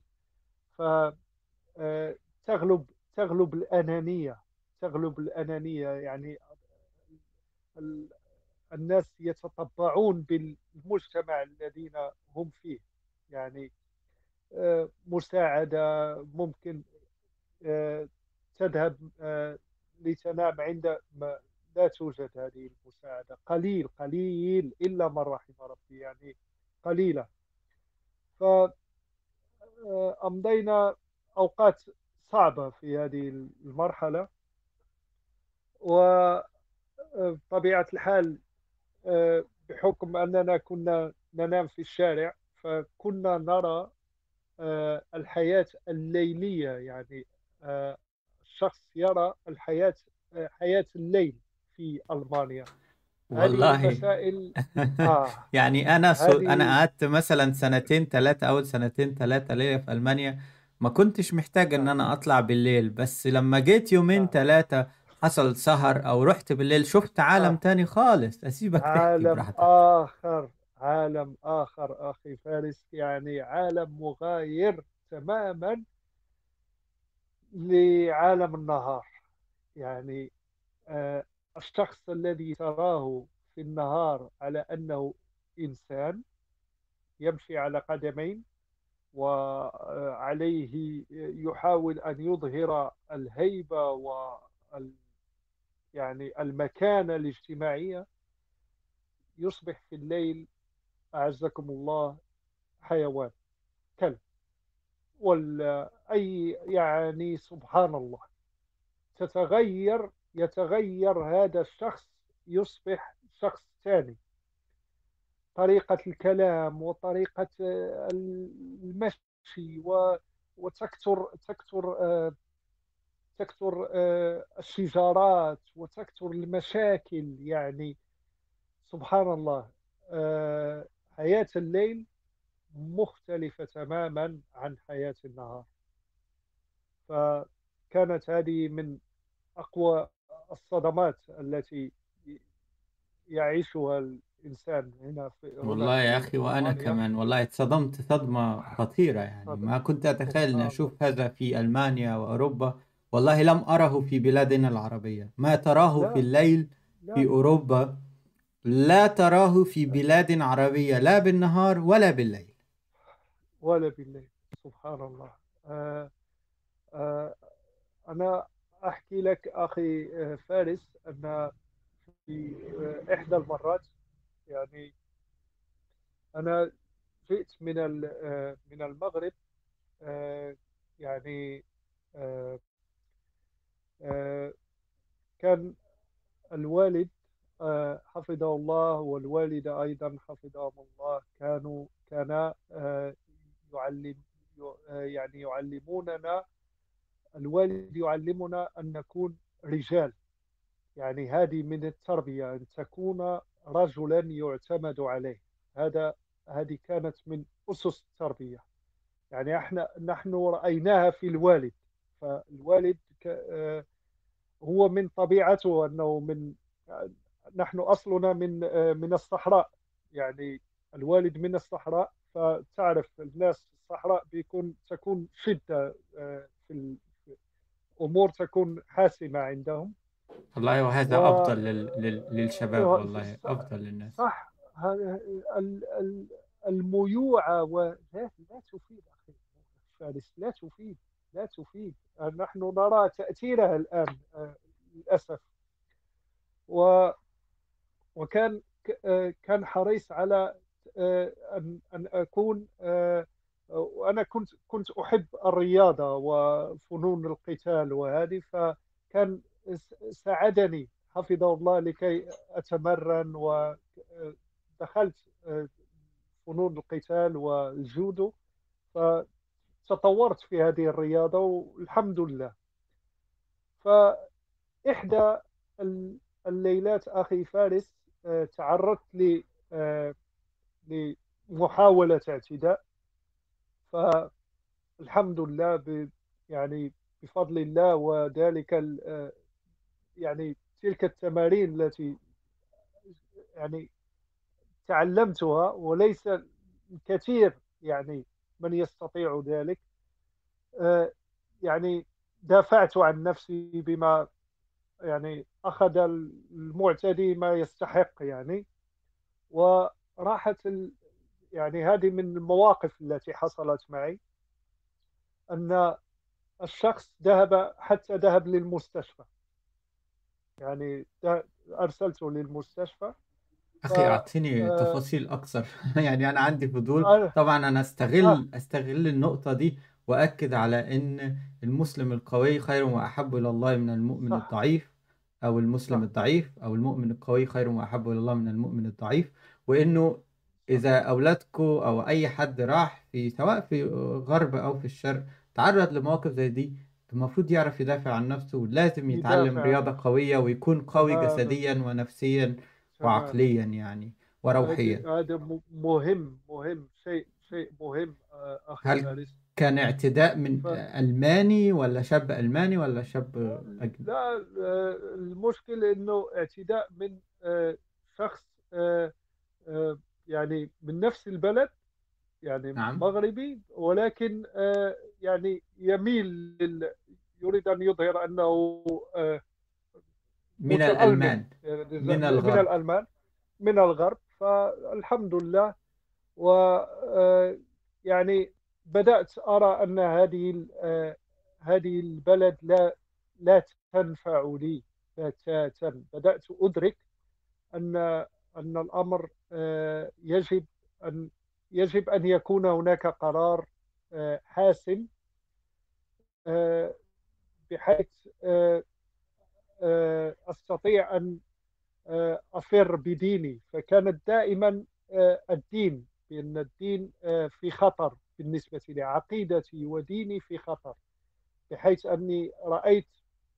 فتغلب تغلب الأنانية. تغلب الأنانية يعني ال- الناس يتطبعون بالمجتمع الذين هم فيه. يعني آه، مساعدة ممكن آه، تذهب آه، لتنام عند ما لا توجد هذه المساعدة. قليل قليل إلا من رحم ربي، يعني قليلة. فأمضينا أوقات صعبة في هذه المرحلة. وبطبيعة الحال آه، بحكم أننا كنا ننام في الشارع، فكنا نرى آه، الحياة الليلية. يعني آه، الشخص يرى الحياة آه، حياة الليل في ألمانيا. هذه والله المسائل آه يعني انا سو... انا هذه قعدت مثلا سنتين ثلاثة، اول سنتين ثلاثة ليا في المانيا، ما كنتش محتاج ان آه انا اطلع بالليل، بس لما جيت يومين آه ثلاثة حصل سهر او رحت بالليل شفت عالم آه تاني خالص. اسيبك تحكي عالم براحتك. آخر. عالم آخر أخي فارس، يعني عالم مغاير تماما لعالم النهار. يعني آه الشخص الذي تراه في النهار على أنه إنسان يمشي على قدمين، وعليه يحاول أن يظهر الهيبة وال يعني المكانة الاجتماعية، يصبح في الليل أعزكم الله حيوان، كلب، ولا أي يعني سبحان الله. تتغير يتغير هذا الشخص، يصبح شخص ثاني. طريقة الكلام وطريقة آه، المشي و- وتكثر تكثر آه، تكثر آه، الشجارات وتكثر المشاكل. يعني سبحان الله. آه، حياة الليل مختلفة تماما عن حياة النهار. فكانت هذه من أقوى الصدمات التي يعيشها الإنسان هنا في هنا والله يا في اخي وانا ألمانيا. كمان والله اتصدمت صدمة خطيرة، يعني صد- ما كنت اتخيل اني سبحان الله. اشوف هذا في المانيا واوروبا. والله لم اره في بلادنا العربية، ما تراه في لا الليل في لا اوروبا لا تراه في بلاد عربية، لا بالنهار ولا بالليل. ولا بالليل. سبحان الله. آه آه أنا أحكي لك أخي آه، فارس، أن في آه، إحدى المرات، يعني أنا جئت من ال- آه، من المغرب. آه، يعني آه، آه، كان الوالد آه، حفظه الله والوالدة أيضا حفظهم الله، كانوا كانا آه، يعلم يع- آه، يعني يعلموننا. الوالد يعلمنا أن نكون رجال. يعني هذه من التربية، أن تكون رجلا يعتمد عليه. هذا هذه كانت من أسس التربية. يعني احنا نحن رأيناها في الوالد. فالوالد ك- آه، هو من طبيعته أنه من نحن أصلنا من آه، من الصحراء. يعني الوالد من الصحراء، فتعرف الناس في الصحراء بيكون تكون شدة آه، في الأمور، تكون حاسمة عندهم. والله وهذا و أفضل لل... لل... للشباب، والله أفضل للناس. صح. هذا ال- ال- الميوعة ولا لا تفيد أخي فارس، لا تفيد. لا تفيد. نحن نرى تأثيرها الآن آه، للأسف. و وكان ك- آه، كان حريص على آه، أن أن أكون آه، وأنا كنت كنت أحب الرياضة وفنون القتال وهذه، فكان س- ساعدني حفظه الله لكي أتمرن، ودخلت فنون القتال والجودو، فتطورت في هذه الرياضة والحمد لله. فإحدى ال- الليلات أخي فارس، آه، تعرضت ل آه، لمحاولة اعتداء. فالحمد لله ب يعني بفضل الله وذلك ال- آه، يعني تلك التمارين التي يعني تعلمتها، وليس كثير يعني من يستطيع ذلك. آه، يعني دافعت عن نفسي بما يعني أخذ المعتدي ما يستحق يعني. وراحت ال... يعني هذه من المواقف التي حصلت معي، أن الشخص ذهب حتى ذهب للمستشفى، يعني ده- أرسلته للمستشفى. ف أخي أعطيني آه تفاصيل أكثر. يعني أنا عندي فضول آه طبعا. أنا آه أستغل أستغل النقطة دي وأكد على أن المسلم القوي خير وأحب إلى الله من المؤمن صح الضعيف، أو المسلم صح الضعيف أو المؤمن القوي خير وأحب إلى الله من المؤمن الضعيف. وإنه صح إذا أولادكم أو أي حد راح في، سواء في غرب أو في الشرق، تعرض لمواقف زي دي، المفروض يعرف يدافع عن نفسه، ولازم يتعلم يدافع عن رياضة نفسه. قوية ويكون قوي تماما جسديا ونفسيا تماما. وعقليا يعني، هذا وروحيا. هذا م- مهم مهم شيء شيء مهم، آه، أخي هل فارس. كان اعتداء من ألماني ولا شاب ألماني ولا شاب أجنبي؟ لا، آه، المشكلة انه اعتداء من آه، شخص آه، آه، يعني من نفس البلد، يعني نعم. مغربي، ولكن آه، يعني يميل لل... يريد ان يظهر انه آه، من متألمن الألمان. يعني من من الغرب. الألمان، من الغرب. فالحمد لله. و آه، يعني بدأت أرى أن هذه ال- آه، هذه البلد لا لا تنفع لي بتاتا. بدأت أدرك أن أن الأمر آه، يجب أن يجب أن يكون هناك قرار آه، حاسم، آه، بحيث آه، آه، أستطيع أن آه، أفر بديني. فكانت دائما آه، الدين، بأن الدين آه، في خطر بالنسبة لي، عقيدتي وديني في خطر. بحيث أني رأيت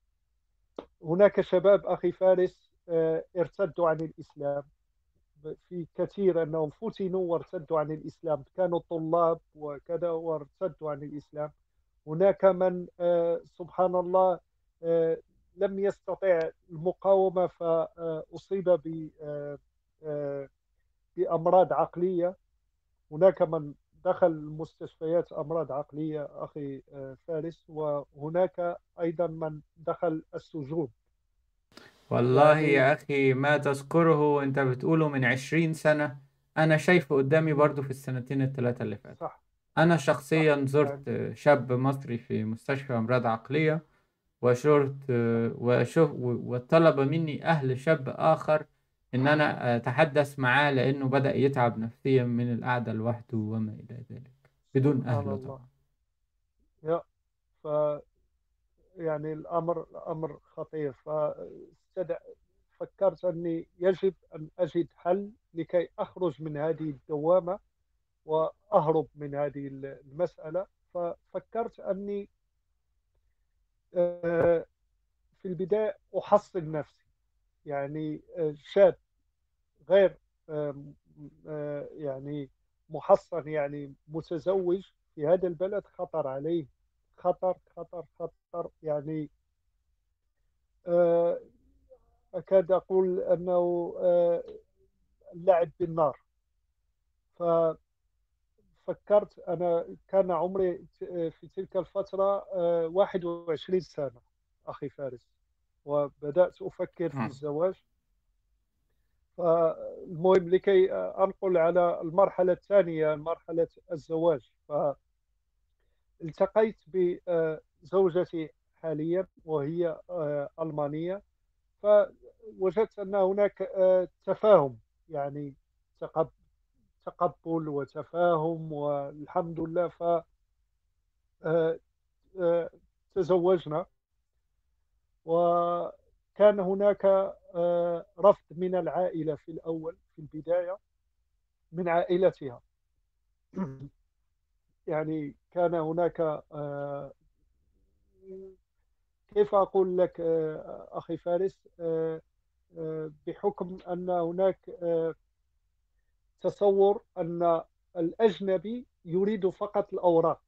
هناك شباب أخي فارس آه، ارتدوا عن الإسلام، في كثير أنهم فتنوا وارتدوا عن الإسلام، كانوا طلاب وكذا وارتدوا عن الإسلام. هناك من آه، سبحان الله آه، لم يستطع المقاومة فأصيب ب آه، آه، بأمراض عقلية. هناك من دخل المستشفيات أمراض عقلية أخي آه، فارس، وهناك أيضا من دخل السجون والله يعني. يا أخي ما تذكره وأنت بتقوله من عشرين سنة، أنا شايفه قدامي مم، برضو في السنتين الثلاثة اللي فاتوا. صح أنا صح شخصيا يعني زرت شاب مصري في مستشفى أمراض عقلية، وشرت صح وشوف وطلب مني أهل شاب آخر إن أنا أتحدث معاه، لأنه بدأ يتعب نفسيا من القعدة لوحده وما إلى ذلك، بدون سبحان أهله الله. طبعا. يا ف يعني الأمر الأمر خطير. فاستدع فكرت أني يجب أن أجد حل لكي أخرج من هذه الدوامة وأهرب من هذه المسألة. ففكرت أني آه، في البداية أحصن نفسي، يعني آه، شاب غير آم، آه، يعني محصن، يعني متزوج في هذا البلد خطر عليه، خطر خطر خطر يعني. آه، أكاد أقول أنه آه، اللعب بالنار. ففكرت أنا كان عمري ت- في تلك الفترة آه، واحد وعشرين سنة أخي فارس، وبدأت أفكر في آه. الزواج. فالمهم لكي أنقل على المرحلة الثانية، مرحلة الزواج، فالتقيت بزوجتي حاليا وهي آه، ألمانية. فوجدت أن هناك آه، تفاهم، يعني تقب- تقبل وتفاهم، والحمد لله. ف آه، آه، تزوجنا، وكان هناك آه، رفض من العائلة في الأول، في البداية، من عائلتها. يعني كان هناك آه، كيف أقول لك آه، أخي فارس، آه، آه، بحكم أن هناك آه، تصور أن الأجنبي يريد فقط الأوراق.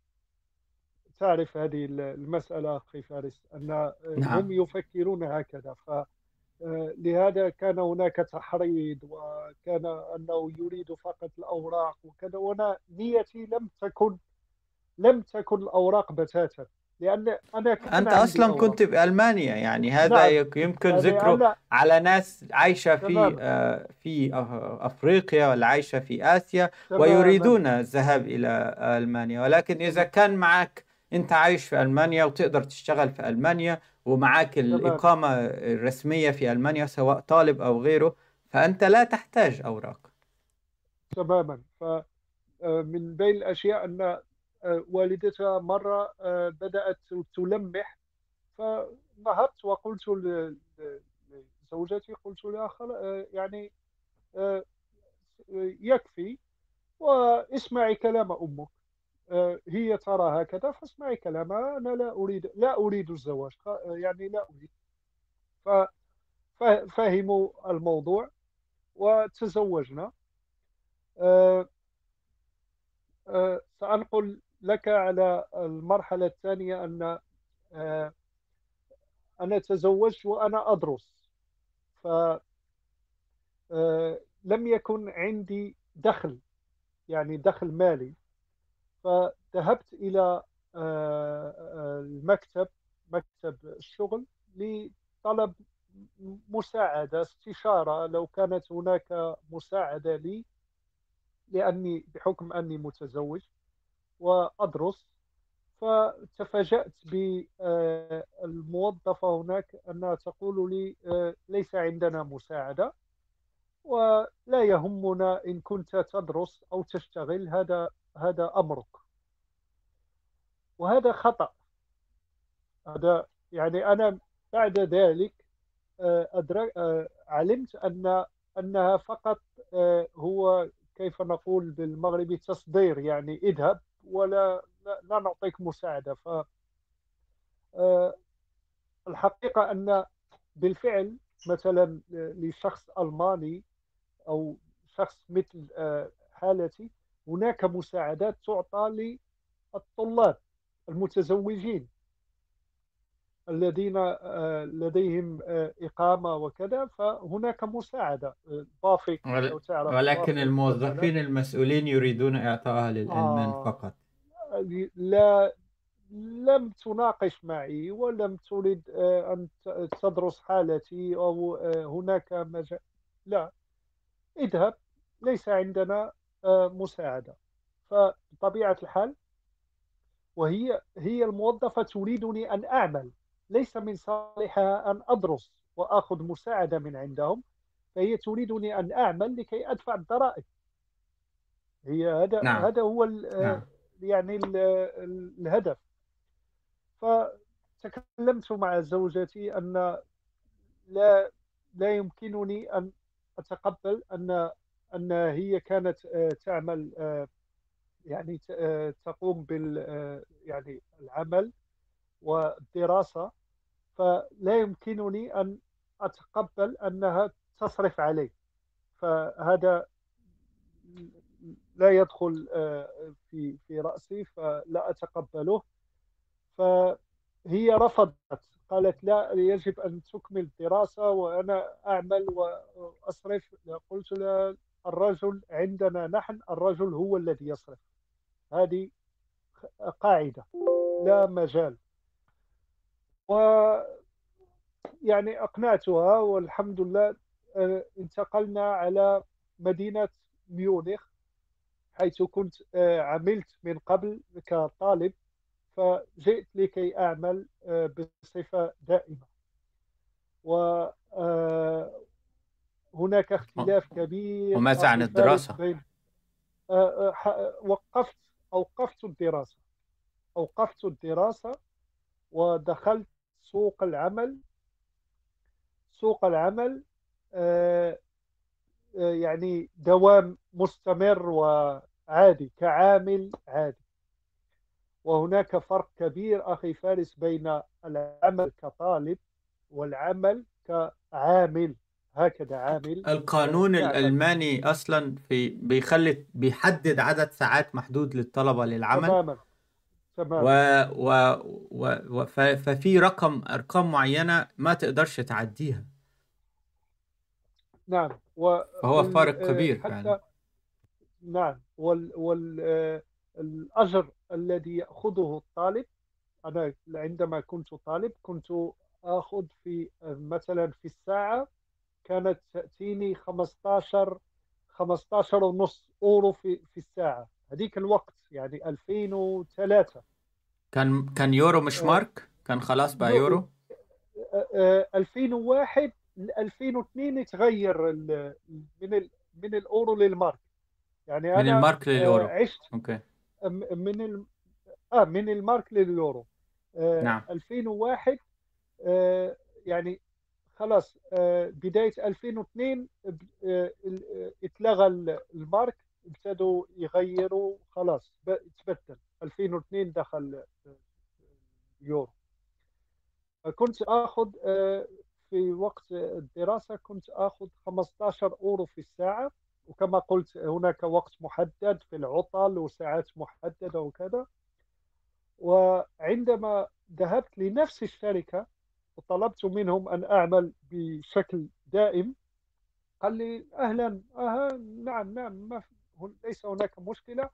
تعرف هذه المسألة أخي فارس، أن آه، هم نعم. يفكرون هكذا. فلهذا كان هناك تحريض، وكان أنه يريد فقط الأوراق وكذا. وأنا نيتي لم تكن لم تكن الأوراق بتاتا، لأن أنا كان أنت عندي أصلا أوراق. كنت بألمانيا، يعني هذا نعم، يك- يمكن يعني ذكره أنا على ناس عايشة في تماما آه، في أف- أفريقيا، ولا عايشة في آسيا تماما ويريدون الذهاب إلى ألمانيا. ولكن إذا تماما كان معك، أنت عايش في ألمانيا وتقدر تشتغل في ألمانيا ومعك تماما الإقامة الرسمية في ألمانيا سواء طالب أو غيره، فأنت لا تحتاج أوراق. تماما. فمن بين الأشياء أن آه، والدتها مرة آه، بدأت تلمح، فنهضت وقلت ل- ل- لزوجتي، قلت لها خل... آه، يعني آه، يكفي، واسمعي كلام أمك. آه، هي ترى هكذا، فاسمعي كلامها. أنا لا أريد لا أريد الزواج، خ- آه، يعني لا أريد. ففهموا الموضوع وتزوجنا. آه، آه، سأنقل لك على المرحلة الثانية، أن آه، أنا تزوجت وأنا أدرس. فلم يكن عندي دخل، يعني دخل مالي. فذهبت إلى آه، آه، المكتب، مكتب الشغل، لطلب مساعدة، استشارة، لو كانت هناك مساعدة لي، لأني بحكم أني متزوج وأدرس. فتفاجأت بالموظفة هناك أنها تقول لي آه، ليس عندنا مساعدة، ولا يهمنا إن كنت تدرس أو تشتغل، هذا هذا أمرك. وهذا خطأ. هذا يعني أنا بعد ذلك آه، أدرك آه، علمت أن أنها فقط آه، هو كيف نقول بالمغربي تصدير، يعني اذهب ولا لا, لا نعطيك مساعدة. ف آه، الحقيقة أن بالفعل مثلا لشخص ألماني أو شخص مثل آه، حالتي، هناك مساعدات تعطى للطلاب المتزوجين الذين آه، لديهم آه، إقامة وكذا. فهناك مساعدة آه، بافيك، ول- لو تعرف ولكن بافيك مثلا. الموظفين المسؤولين يريدون إعطائها للألمان آه فقط. لا، لم تناقش معي ولم تريد آه، أن ت- تدرس حالتي، أو آه، هناك مجال. لا، اذهب، ليس عندنا آه، مساعدة. فبطبيعة الحال، وهي هي الموظفة تريدني أن أعمل، ليس من صالحها أن أدرس وآخذ مساعدة من عندهم. فهي تريدني أن أعمل لكي أدفع الضرائب. هي هذا نعم. هذا هو ال- آه، نعم. يعني ال- ال- الهدف. فتكلمت مع زوجتي أن لا لا يمكنني أن أتقبل أن أن هي كانت آه، تعمل، آه، يعني ت- آه، تقوم بال آه، يعني العمل والدراسة. فلا يمكنني أن أتقبل أنها تصرف علي. فهذا لا يدخل آه، في في رأسي، فلا أتقبله. فهي رفضت، قالت لا، يجب أن تكمل الدراسة وأنا أعمل وأصرف. قلت لها الرجل عندنا، نحن الرجل هو الذي يصرف، هذه قاعدة، لا مجال. ويعني أقنعتها، والحمد لله. آه، انتقلنا على مدينة ميونخ، حيث كنت آه، عملت من قبل كطالب. فجئت لكي أعمل آه، بصفة دائمة. وهناك اختلاف كبير وماذا عن أخي فارس الدراسة؟ بين آه، ح- وقفت أوقفت الدراسة أوقفت الدراسة ودخلت سوق العمل سوق العمل آه، آه، يعني دوام مستمر وعادي كعامل عادي. وهناك فرق كبير أخي فارس بين العمل كطالب والعمل كعامل، هكذا عامل آه، القانون يعمل. الألماني أصلا في بيخلي بيحدد عدد ساعات محدود للطلبة للعمل. تماما و... تماما. و... و... و... ف... ففي رقم أرقام معينة ما تقدرش تعديها. نعم فهو فارق كبير فعلا. وحتى نعم وال وال آه، الأجر الذي يأخذه الطالب. أنا عندما كنت طالب كنت آخذ في آه، مثلا في الساعة كانت تأتيني خمستاشر خمستاشر ونص أورو في في الساعة هذيك الوقت، يعني ألفين وثلاثة. كان كان يورو مش آه، مارك، كان خلاص بقى يو- يورو. آه، آه، ألفين وواحد ل ألفين واثنين تغير ال- من ال- من الأورو للمارك. يعني من أنا المارك آه، لليورو. عشت اوكي. م- من ال... آه من المارك لليورو. آه نعم. ألفين وواحد آه يعني خلاص. آه بداية ألفين واثنين آه ال- آه، اتلغى ال- المارك، ابتدوا يغيروا خلاص ب- تبدل. ألفين واثنين دخل آه، يورو. كنت آخذ آه في وقت الدراسة كنت آخذ خمستاشر أورو في الساعة. وكما قلت هناك وقت محدد في العطل وساعات محددة وكذا. وعندما ذهبت لنفس الشركة وطلبت منهم أن أعمل بشكل دائم، قال لي أهلا أها نعم نعم ما في هن- ليس هناك مشكلة.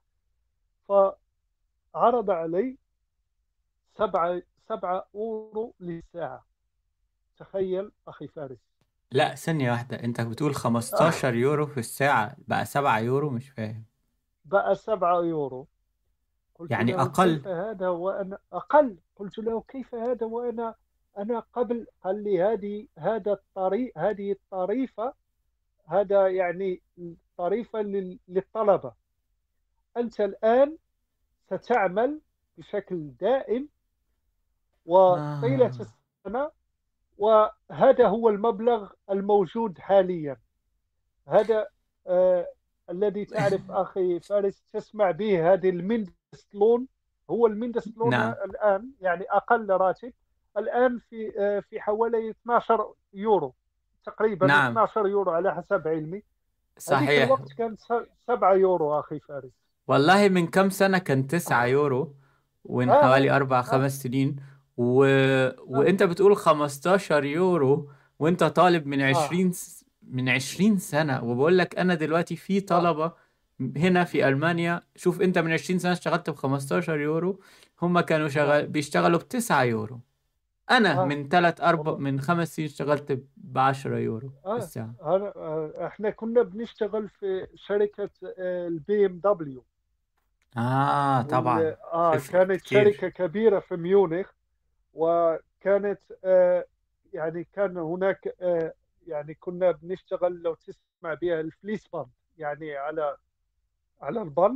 فعرض علي سبعة سبعة أورو للساعة. تخيل أخي فارس. لا، ثانية واحدة، انت بتقول خمستاشر يورو في الساعة بقى سبعة يورو؟ مش فاهم. بقى سبعة يورو. قلت يعني له أقل. كيف هذا وأنا أقل؟ قلت له كيف هذا وأنا أنا قبل. قال لي هذه هذا الطريق هذه الطريفة، هذا يعني طريفة لل- للطلبة. أنت الآن ستعمل بشكل دائم وطيلة آه. السنة، وهذا هو المبلغ الموجود حاليا. هذا آه الذي تعرف أخي فارس تسمع به، هذه الميندستلون. هو الميندستلون نعم. الآن يعني أقل راتب الآن في آه في حوالي اثناشر يورو، تقريبا نعم. اثناشر يورو على حسب علمي. هذيك صحيح. الوقت كان سبعة يورو أخي فارس. والله من كام سنة كان تسعة يورو، ومن آه حوالي أربع آه خمس سنين و... آه وأنت بتقول خمستاشر يورو، وأنت طالب من آه عشرين س... من عشرين سنة. وبقول لك أنا دلوقتي في آه طلبة هنا في ألمانيا، شوف أنت من عشرين سنة اشتغلت بخمستاشر يورو، هما كانوا نعم شغال بيشتغلوا بتسعة يورو. أنا آه من تلات أربع والله. من خمس سنين اشتغلت بعشرة يورو في آه الساعة. أنا آه إحنا كنا بنشتغل في شركة آه البي ام دبليو. آه وال طبعا. آه تفرق كانت شركة كتير. كبيرة في ميونخ. وكانت آه يعني كان هناك آه يعني كنا بنشتغل لو تسمع بها الفليس باند، يعني على على البند.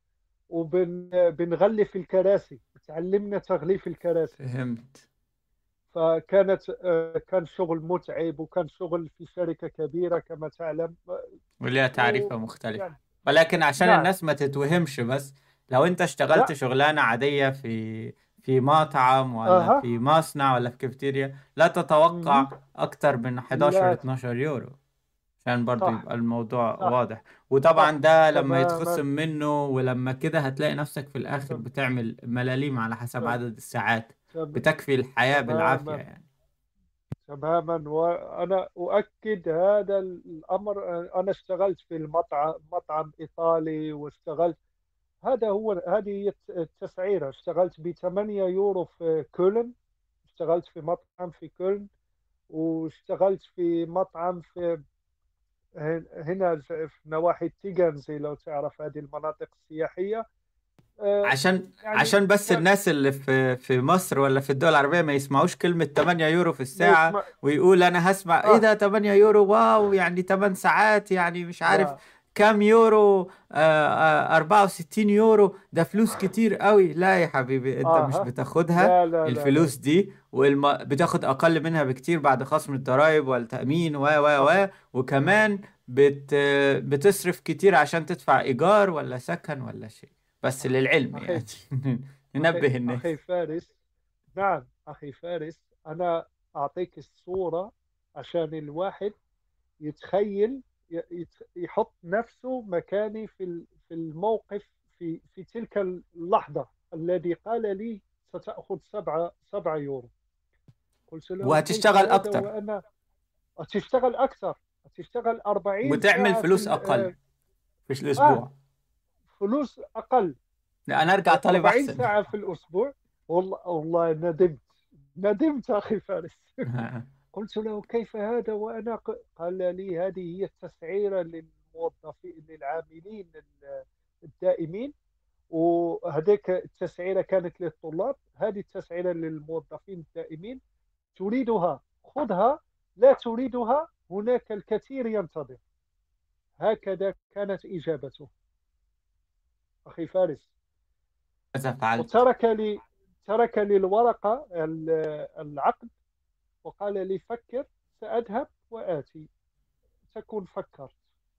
وبنغلف الكراسي، تعلمنا تغليف الكراسي. فهمت. فكانت آه، كان شغل متعب وكان شغل في شركة كبيرة كما تعلم. وليها تعريفة مختلفة. ويعني ولكن عشان نعم. الناس ما تتوهمش، بس لو انت اشتغلت لا. شغلانة عادية في في مطعم ولا اها. في مصنع ولا في كافيتيريا، لا مهم. تتوقع اكتر من حداشر لا. اتناشر يورو، عشان برضو صح يبقى الموضوع صح واضح. وطبعا صح ده لما تماما. يتخصم منه، ولما كده هتلاقي نفسك في الاخر تم- بتعمل ملاليم على حسب تم- عدد الساعات، تم- بتكفي الحياة بالعافية تماما يعني. تماما. وانا اؤكد هذا الامر. انا اشتغلت في المطعم مطعم ايطالي واشتغلت. هذا هو هذه هي التسعيره. اشتغلت ب ثمانية يورو في كولن. اشتغلت في مطعم في كولن. واشتغلت في مطعم في هنا في نواحي تيغانزي، لو تعرف هذه المناطق السياحيه. آه، عشان يعني عشان بس كان الناس اللي في في مصر ولا في الدول العربية ما يسمعوش كلمة تمانية يورو في ما الساعة يسمع. ويقول أنا هسمع إيه اه ده تمانية يورو، واو يعني تمن ساعات، يعني مش عارف لا كام يورو؟ آه آه أربعة وستين يورو، ده فلوس كتير قوي. لا يا حبيبي، انت مش اها. بتاخدها لا لا لا لا. الفلوس دي، والم... بتاخد اقل منها بكتير بعد خصم الضرائب والتأمين و و صحيح. و وكمان بت... بتصرف كتير عشان تدفع ايجار ولا سكن ولا شيء. بس أخ- للعلم أخي يعني. أخي ننبه أخي الناس. فارس. نعم أخي فارس، أنا أعطيك الصورة عشان الواحد يتخيل، ي- يت- يحط نفسه مكاني في ال- في الموقف، في في تلك اللحظة الذي قال لي ستأخذ سبعة سبعة يورو. قلت له كيف وهتشتغل هذا اكتر وأنا تشتغل أكثر، تشتغل أربعين وتعمل ساعة في فلوس ال- اقل آه في آه، الاسبوع. فلوس أقل. لا، انا ارجع طالب أربعين احسن. ساعة في الأسبوع. والله والله ندمت، ندمت أخي فارس. قلت له كيف هذا وأنا ق- قال لي هذه هي التسعيرة للموظفين للعاملين ال- الدائمين، وهذيك التسعيرة كانت للطلاب، هذه التسعيرة للموظفين الدائمين، تريدها خذها، لا تريدها هناك الكثير ينتظر. هكذا كانت إجابته أخي فارس. ماذا فعلت؟ وترك لي ترك لي الورقة ال- العقد، وقال لي فكر، سأذهب وآتي، تكون فكرت.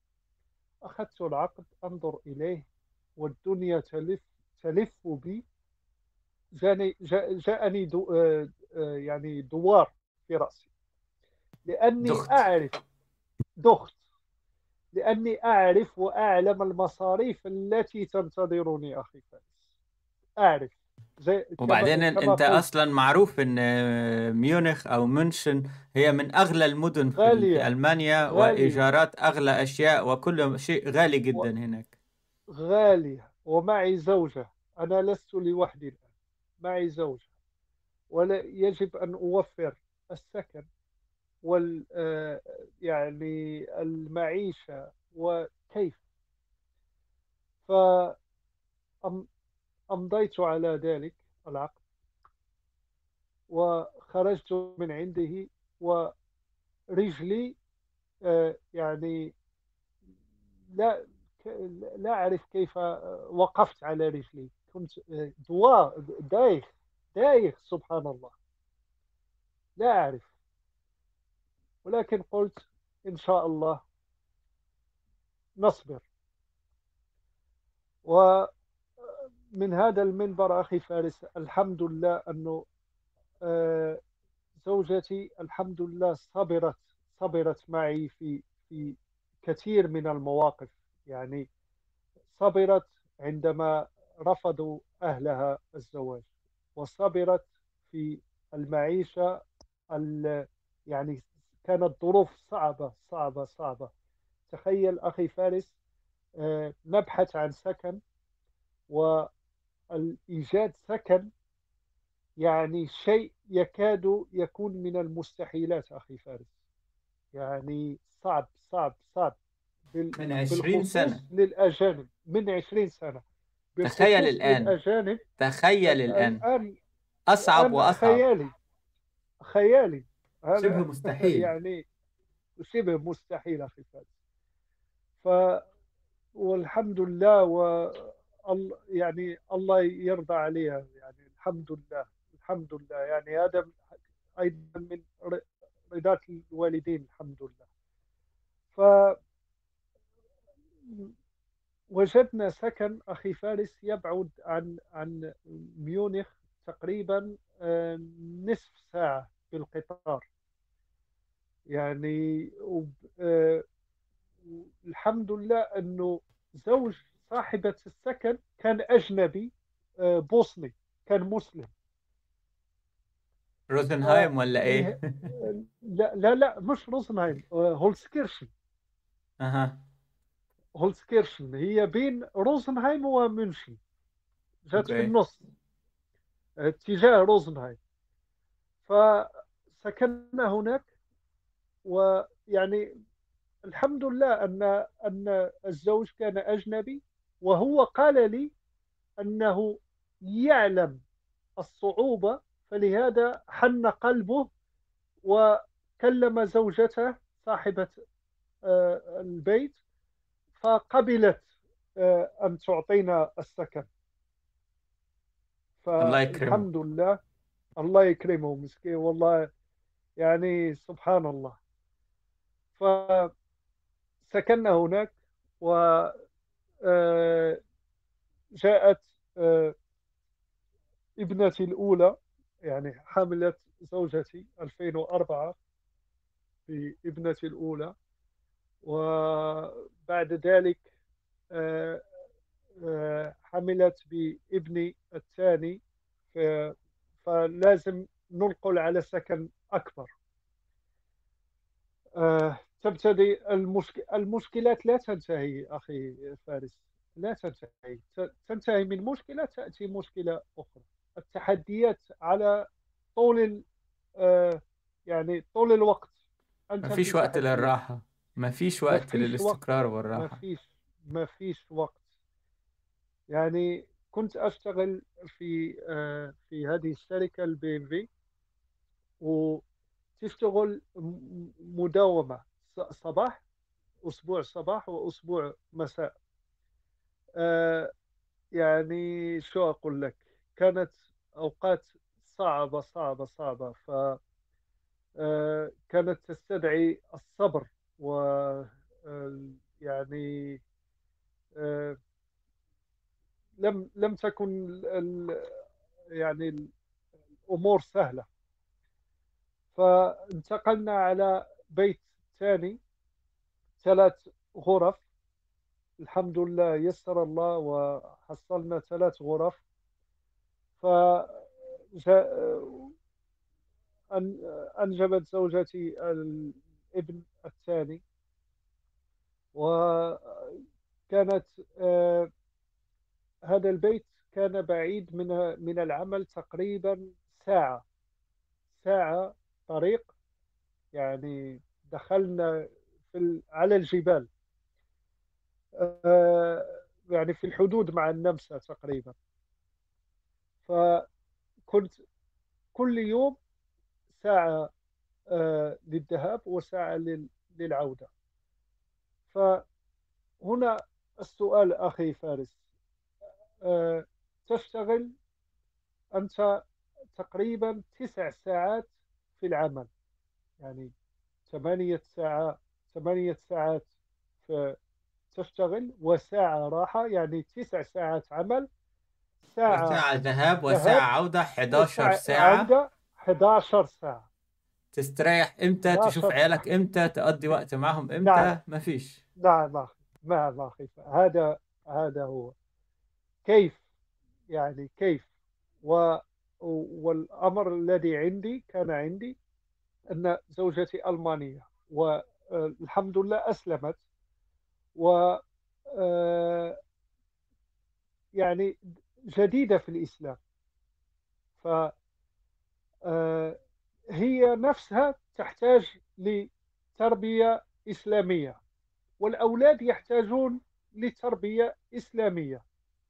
أخذت العقد أنظر إليه، والدنيا تلف تلف بي. جاني جاء جاءني دو آه، آه، يعني دوار في رأسي، لأني دخت. أعرف. دخت، لأني أعرف وأعلم المصاريف التي تنتظرني أخي فارس. أعرف، زي وبعدين كما ال- كما انت قلت. اصلا معروف ان ميونخ او منشن هي من اغلى المدن في ال- في غالية، المانيا، غالية، وايجارات اغلى اشياء، وكل شيء غالي جدا هناك. وغالية، ومعي زوجة. أنا لست لوحدي الآن، معي زوجة، ولا يجب أن أوفر السكن وال آه، يعني المعيشة، وكيف. فأمضيت على ذلك العقد، وخرجت من عنده، ورجلي آه، يعني لا لا أعرف كيف وقفت على رجلي. كنت آه، دواء دايخ، دايخ سبحان الله. لا أعرف، ولكن قلت إن شاء الله نصبر. ومن هذا المنبر أخي فارس، الحمد لله أنه آه، زوجتي الحمد لله صبرت، صبرت معي في في كثير من المواقف. يعني صبرت عندما رفضوا أهلها الزواج، وصبرت في المعيشة ال- يعني كانت ظروف صعبة صعبة صعبة. تخيل أخي فارس، آه، نبحث عن سكن، والإيجاد سكن يعني شيء يكاد يكون من المستحيلات أخي فارس. يعني صعب صعب صعب، بال- من عشرين سنة. بالخصوص للأجانب، من عشرين سنة تخيل بالخصوص الآن، للأجانب. تخيل ال- الآن، الآن أصعب الآن وأصعب. خيالي، خيالي شبه هذا. مستحيل. يعني شبه مستحيل أخي فارس. ف والحمد لله، و ال- يعني الله يرضى عليها، يعني الحمد لله، الحمد لله. يعني هذا أيضا من ر- رضاة الوالدين الحمد لله. فوجدنا سكن أخي فارس يبعد عن عن ميونخ تقريبا آه، نصف ساعة بالقطار. يعني وب- آه، الحمد لله أنه زوج صاحبة السكن كان أجنبي، آه، بوسني، كان مسلم. روزنهايم ولا فليه إيه؟ لا لا لا، مش روزنهايم، آه، هولسكيرشن. أها. هولسكيرشن هي بين روزنهايم ومنشن، جات في أوكي. النص، آه، اتجاه روزنهايم. فسكننا هناك، ويعني الحمد لله أن أن الزوج كان أجنبي، وهو قال لي أنه يعلم الصعوبة، فلهذا حن قلبه وكلم زوجته صاحبة آه، البيت، فقبلت آه، أن تعطينا السكن. الله يكرمه. فالحمد لله. الله يكرمه مسكين والله، يعني سبحان الله. فسكننا هناك، وجاءت ابنتي الأولى، يعني حملت زوجتي ألفين وأربعة بابنتي الأولى. وبعد ذلك آه، آه، حملت بابني الثاني. ف- فلازم ننقل على سكن أكبر. آه، تبتدي المشك... المشكلات لا تنتهي أخي فارس، لا تنتهي. ت- تنتهي من مشكلة تأتي مشكلة أخرى. التحديات على طول ال... آه، يعني طول الوقت أنت في مفيش وقت تحديات. للراحة، مفيش ما وقت فيش وقت، للاستقرار ما والراحة. فيش ما فيش وقت. يعني كنت أشتغل في آه، في هذه الشركة البي ام في، وتشتغل م- مداومة، ص- صباح، أسبوع صباح وأسبوع مساء. آه، يعني شو أقول لك، كانت أوقات صعبة صعبة صعبة. فكانت تستدعي الصبر، و آه، يعني آه، لم لم تكن ال- ال- يعني الأمور سهلة. فانتقلنا على بيت ثاني، ثلاث غرف. الحمد لله يسر الله وحصلنا ثلاث غرف. فأنجبت زوجتي الابن الثاني. وكانت آه، هذا البيت كان بعيد من من العمل تقريبا ساعة، ساعة طريق. يعني دخلنا في ال- على الجبال، آه، يعني في الحدود مع النمسا تقريبا. فكنت كل يوم ساعة آه، للذهاب وساعة لل- للعودة. فهنا السؤال أخي فارس، آه، تشتغل أنت تقريبا تسع ساعات في العمل، يعني ثمانية ساعات، ثمانية ساعات في تشتغل وساعة راحة، يعني تسع ساعات عمل، ساعة وساعة ذهاب ذهاب وساعة عودة، حداشر وساعة ساعة. عودة، إحدى عشرة ساعة. تستريح امتى؟ تشوف إحدى عشرة عيالك ساعة. امتى؟ تقضي وقت معهم نعم، امتى؟ مفيش. نعم أخي، نعم أخي، هذا هذا هو. كيف؟ يعني كيف؟ و والأمر الذي عندي كان عندي أن زوجتي ألمانية، والحمد لله أسلمت. و آه، يعني جديدة في الإسلام. فهي نفسها تحتاج لتربية إسلامية، والأولاد يحتاجون لتربية إسلامية.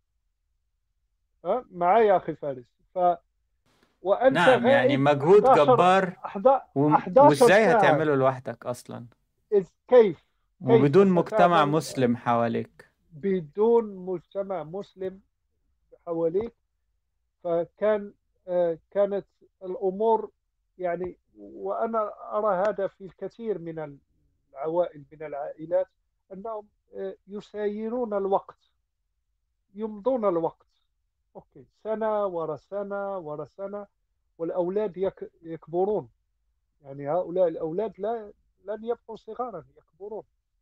أه؟ معايا أخي فارس. ف وأنت نعم، يعني غائب مجهود إحدى عشرة، جبار. و... إحدى عشرة وازاي ساعة. هتعمله لوحدك اصلا؟ إذ كيف كيف وبدون مجتمع ستعمل مسلم حواليك؟ بدون مجتمع مسلم حواليك؟ فكان آه، كانت الأمور، يعني وأنا أرى هذا في الكثير من العوائل، من العائلات، أنهم آه، يسايرون الوقت، يمضون الوقت. أوكي، سنة ورا سنة ورا سنة، والأولاد يك يكبرون. يعني هؤلاء الأولاد لا لن يبقوا صغارا، يكبرون.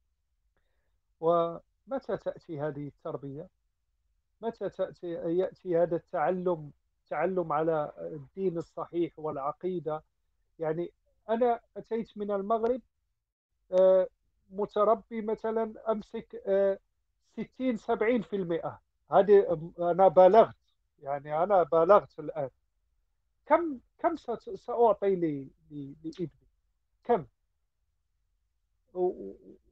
ومتى تأتي هذه التربية؟ متى تأتي يأتي هذا التعلم، تعلم على الدين الصحيح والعقيدة؟ يعني أنا أتيت من المغرب آه، متربي مثلا أمسك آه، ستين سبعين في المئة. هذه أنا بالغت، يعني أنا بالغت الآن. كم كم ست- سأعطي لي- لي- لابني؟ كم؟ و-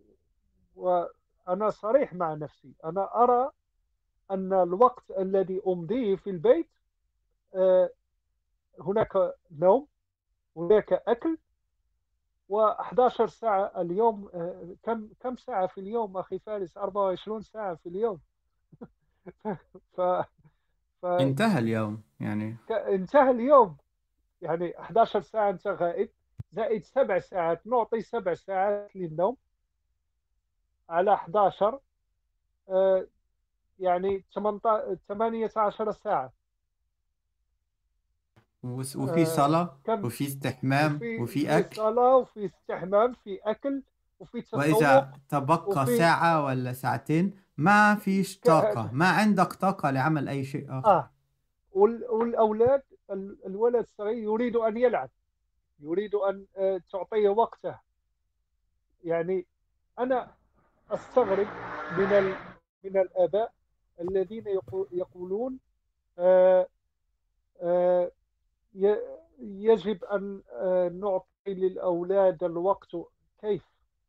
وأنا صريح مع نفسي، أنا أرى أن الوقت الذي أمضيه في البيت، آه، هناك نوم، هناك أكل، و11 ساعة اليوم. آه، كم كم ساعة في اليوم أخي فارس؟ أربعة وعشرين ساعة في اليوم. ف انتهى اليوم يعني. فانتهى اليوم. يعني 11 ساعة أنت غائب، زائد سبع ساعات، نعطي سبع ساعات للنوم على احداشر، آه، يعني ثمانية عشر ساعة. وس- وفي آه، صلاة كم؟ وفي استحمام وفي وفي في أكل. صلاة، وفي استحمام، في أكل، وفي وإذا تسوق، تبقى وفي ساعة ولا ساعتين ما فيش ك... طاقة، ما عندك طاقة لعمل أي شيء آخر. آه وال- والأولاد، ال- الولد الصغير يريد أن يلعب، يريد أن آه، تعطيه وقته. يعني أنا أستغرب من ال... من الآباء الذين يقو- يقولون آه، آه، ي- يجب أن آه، نعطي للأولاد الوقت. كيف؟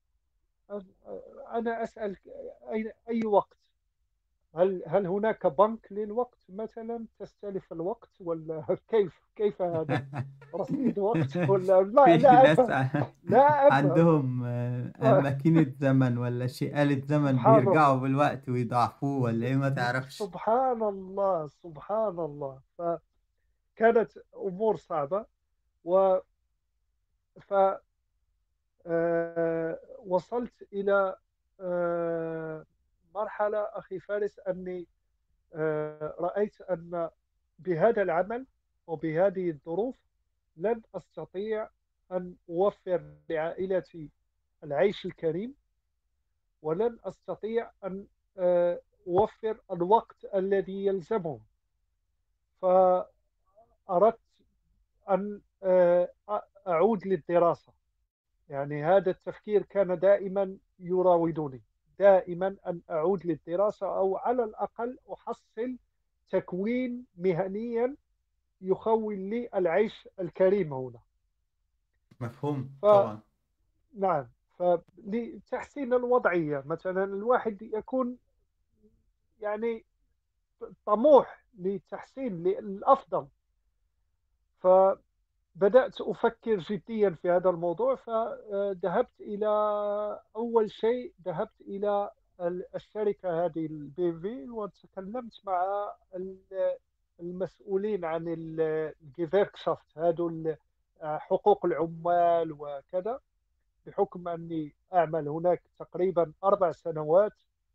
أنا أسأل، أين أي وقت؟ هل هل هناك بنك للوقت مثلا تستلف الوقت، ولا كيف كيف هذا؟ رصيد وقت ولا لا؟ في لا ناس أفهم، ع- لا أفهم. عندهم آه، ماكينة زمن ولا شيء آلة زمن، سبحان بيرجعوا الله، بالوقت ويضعفوه ولا إيه، ما تعرفش. سبحان الله، سبحان الله. فكانت أمور صعبة. و ف آه، وصلت إلى آه، مرحلة أخي فارس أني آه، رأيت أن بهذا العمل وبهذه الظروف لن أستطيع أن أوفر لعائلتي العيش الكريم، ولن أستطيع أن آه، أوفر الوقت الذي يلزمهم. فأردت أن آه، أعود للدراسة. يعني هذا التفكير كان دائما يراودني، دائما أن أعود للدراسة، أو على الأقل أحصل تكوين مهنيا يخول لي العيش الكريم هنا. مفهوم طبعا. فنعم، فلتحسين الوضعية مثلا الواحد يكون يعني طموح لتحسين للأفضل. فبدأت أفكر جديا في هذا الموضوع، فذهبت إلى أول شيء ذهبت إلى الشركة هذه البي في، وتكلمت مع ال- المسؤولين عن الجيفيركشافت، هذو حقوق العمال وكذا، بحكم أني أعمل هناك تقريبا أربع سنوات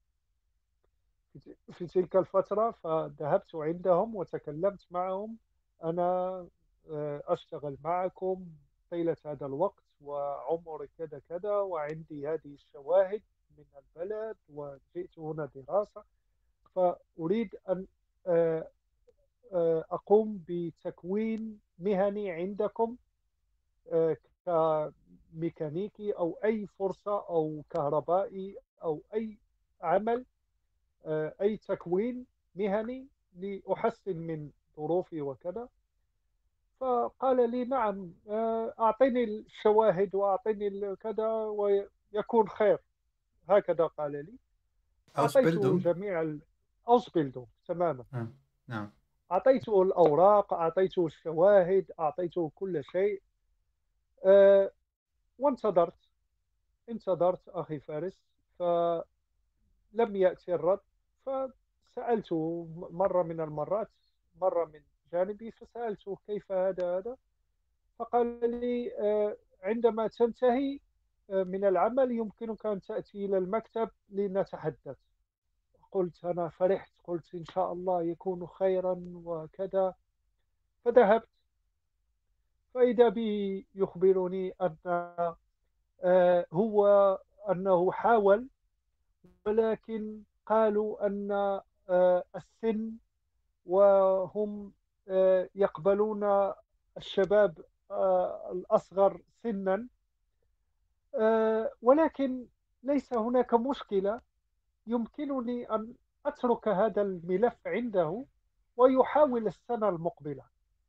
في في تلك الفترة. فذهبت عندهم وتكلمت معهم: أنا آه، أشتغل معكم طيلة هذا الوقت، وعمري كذا كذا، وعندي هذه الشواهد من البلد، وجئت هنا دراسة، فأريد أن آه، آه، أقوم بتكوين مهني عندكم، آه، كميكانيكي أو أي فرصة، أو كهربائي، أو أي عمل، آه، أي تكوين مهني لأحسن من ظروفي وكذا. فقال لي: نعم، آه، أعطني الشواهد وأعطني ال- كذا ويكون خير. هكذا قال لي. أعطيته Ausbildung. جميع ال- أوسبيلدو تماما. آه. نعم. أعطيته الأوراق، أعطيته الشواهد، أعطيته كل شيء. آه، وانتظرت، انتظرت أخي فارس، فلم يأتي الرد. فسألته مرة من المرات، مرة من جانبي، فسألته: كيف هذا هذا؟ فقال لي: آه، عندما تنتهي آه، من العمل يمكنك أن تأتي إلى المكتب لنتحدث. قلت أنا فرحت، قلت إن شاء الله يكون خيرا وكذا. فذهبت، فإذا به يخبرني أن آه، هو أنه حاول، ولكن قالوا أن آه، السن، وهم آه، يقبلون الشباب آه، الأصغر سنا، آه، ولكن ليس هناك مشكلة، يمكنني أن أترك هذا الملف عنده ويحاول السنة المقبلة.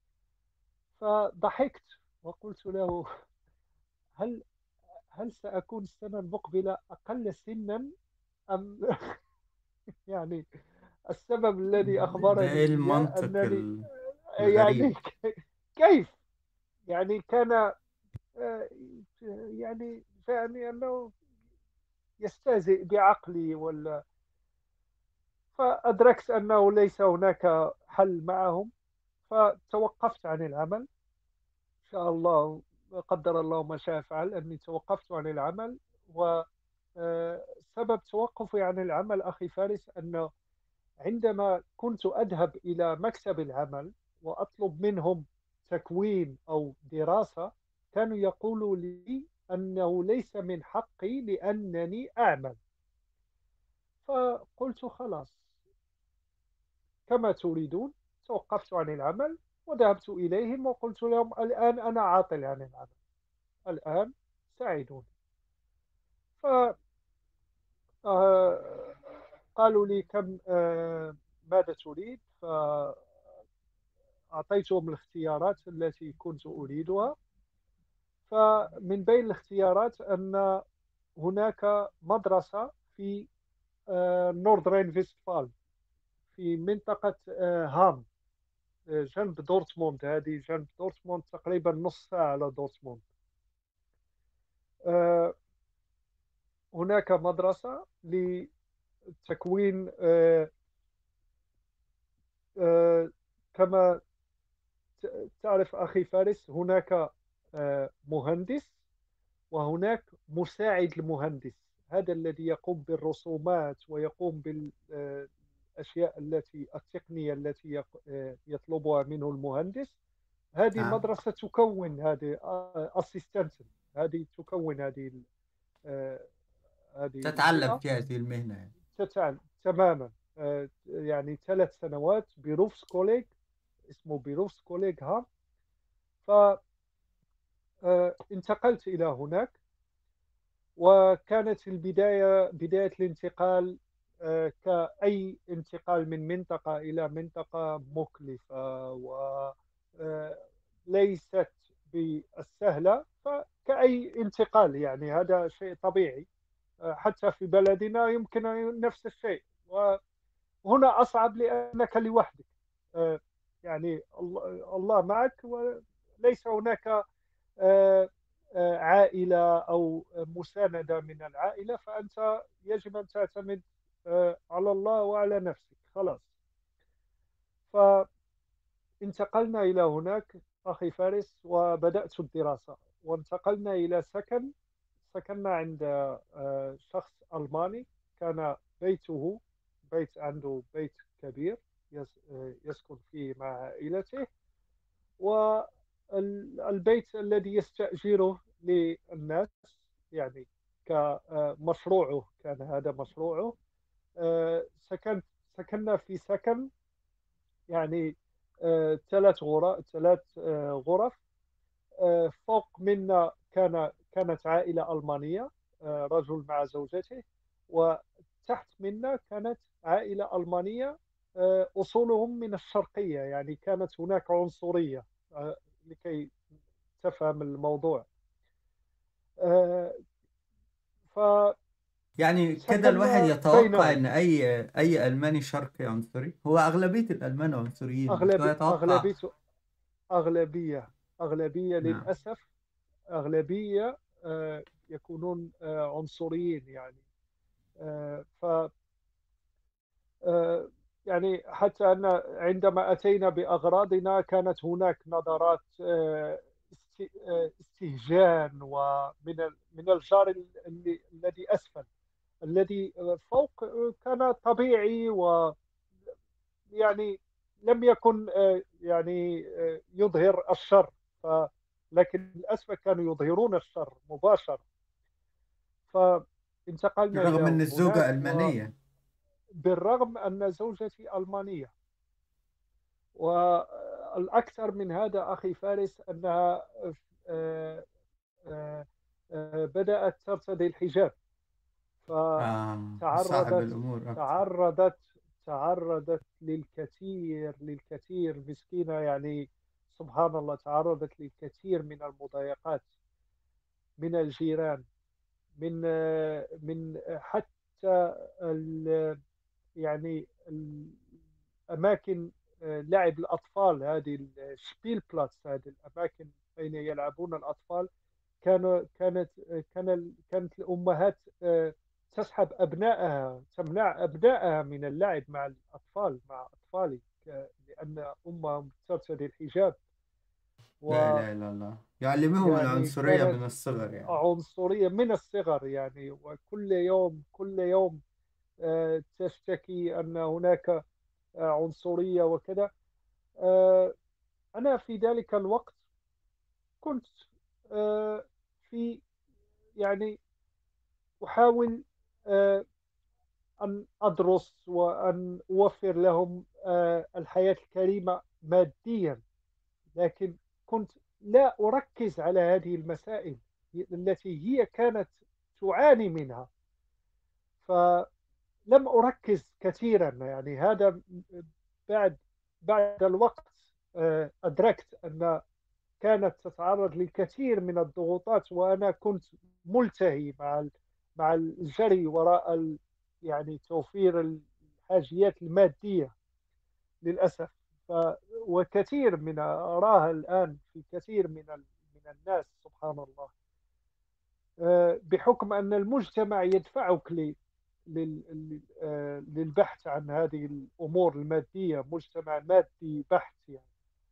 فضحكت وقلت له: هل هل سأكون السنة المقبلة أقل سنا أم يعني السبب الذي ده أخبرني إيه إياه المنطق أنني ال- يعني الغريب؟ كيف؟ يعني كان آه، يعني جاءني أنه يستهزئ بعقلي ولا. فأدركت أنه ليس هناك حل معهم، فتوقفت عن العمل. إن شاء الله، قدر الله ما شاء فعل، أني توقفت عن العمل. وسبب توقفي عن العمل أخي فارس أن عندما كنت أذهب إلى مكتب العمل وأطلب منهم تكوين أو دراسة، كانوا يقولوا لي أنه ليس من حقي لأنني أعمل. فقلت خلاص، كما تريدون. توقفت عن العمل وذهبت إليهم وقلت لهم الآن أنا عاطل عن العمل، الآن ساعدوني. فقالوا لي كم آه، ماذا تريد؟ فأعطيتهم الاختيارات التي كنت أريدها. فمن بين الاختيارات أن هناك مدرسة في آه، نوردرين فيستفال، في منطقة آه، هام، آه، جنب دورتموند. هذه جنب دورتموند تقريبا نص ساعة على دورتموند. آه، هناك مدرسة لتكوين آه، آه، كما ت- تعرف أخي فارس، هناك آه، مهندس وهناك مساعد المهندس. هذا الذي يقوم بالرسومات ويقوم بالأشياء التي التقنية التي يق- آه، يطلبها منه المهندس. هذه نعم. مدرسة تكون هذه أسيستنت، هذه تكون هذه ال- آه، هذه تتعلم الفئة. في هذه المهنة يعني. تتعلم تماما. آه، يعني ثلاث سنوات بروفس كوليج، اسمه بروفس كوليج ها. فانتقلت إلى هناك، وكانت البداية بداية الانتقال آه، كأي انتقال من منطقة إلى منطقة مكلفة وليست بالسهلة. فكأي انتقال يعني هذا شيء طبيعي. آه، حتى في بلدنا يمكن نفس الشيء، وهنا أصعب لأنك لوحدك. آه، يعني الله الله معك، وليس هناك آه، آه، عائلة أو مساندة من العائلة، فأنت يجب أن تعتمد آه، على الله وعلى نفسك خلاص. فانتقلنا إلى هناك أخي فارس وبدأت الدراسة، وانتقلنا إلى سكن. سكننا عند آه، شخص ألماني، كان بيته بيت عنده بيت كبير يس- آه، يسكن فيه مع عائلته. والبيت الذي يستأجره للناس يعني كمشروعه، كان هذا مشروعه. آه، سكنت سكننا في سكن يعني آه، ثلاث غرف ثلاث آه، غرف. آه، فوق منا كان كانت عائلة ألمانية، آه، رجل مع زوجته. وتحت منا كانت عائلة ألمانية، آه، أصولهم من الشرقية، يعني كانت هناك عنصرية. آه، لكي تفهم الموضوع. آه، يعني كده الواحد فسكننا يتوقع بينهم. ان اي اي الماني شرقي عنصري. هو اغلبيه الالمان عنصريين، بس هو أغلب يتوقع. أغلبية أغلبية أغلبية نعم. للأسف. أغلبية آه، يكونون آه، عنصريين يعني. آه، ف آه، يعني حتى أن عندما أتينا بأغراضنا كانت هناك نظرات آه، است- آه، استهجان، ومن ال- من الجار ال- اللي- الذي أسفل. الذي فوق آه، كان طبيعي، ويعني لم يكن آه، يعني آه، يظهر الشر. ف لكن الأسفل كانوا يظهرون الشر مباشرة. فانتقلنا رغم ان إلى هناك، الزوجه المانيه. وبالرغم أن زوجتي ألمانية. والأكثر من هذا أخي فارس أنها آه، آه، آه، بدأت ترتدي الحجاب. اه، صاحب فتعرضت الامور اكثر. تعرضت تعرضت للكثير للكثير مسكينة يعني. سبحان الله، تعرضت للكثير من المضايقات من الجيران، من آه، من حتى ال- يعني الأماكن آه، لعب الأطفال، هذه الشبيل بلاتس، هذه الأماكن أين يلعبون الأطفال. كان كانت كان كانت الأمهات آه، تسحب أبنائها، تمنع أبنائها من اللعب مع الأطفال مع أطفالي، ك- لأن أمهم ترتدي الحجاب. لا إله إلا الله، يعلمهم ويعني العنصرية كانت من الصغر يعني. عنصرية من الصغر يعني، وكل يوم كل يوم آه، تشتكي أن هناك آه، عنصرية وكذا. آه، أنا في ذلك الوقت كنت آه، في يعني أحاول آه، أن أدرس وأن أوفر لهم آه، الحياة الكريمة ماديا، لكن كنت لا أركز على هذه المسائل التي هي كانت تعاني منها. فلم أركز كثيرا يعني. هذا بعد بعد الوقت آه، أدركت أن كانت تتعرض للكثير من الضغوطات، وأنا كنت ملتهي مع ال- مع الجري وراء ال- يعني توفير الحاجيات المادية للأسف. ف وكثير من أراها الآن في كثير من ال- من الناس، سبحان الله، آه، بحكم أن المجتمع يدفعك ل- لل- لل- آه، للبحث عن هذه الأمور المادية، مجتمع مادي بحت يعني.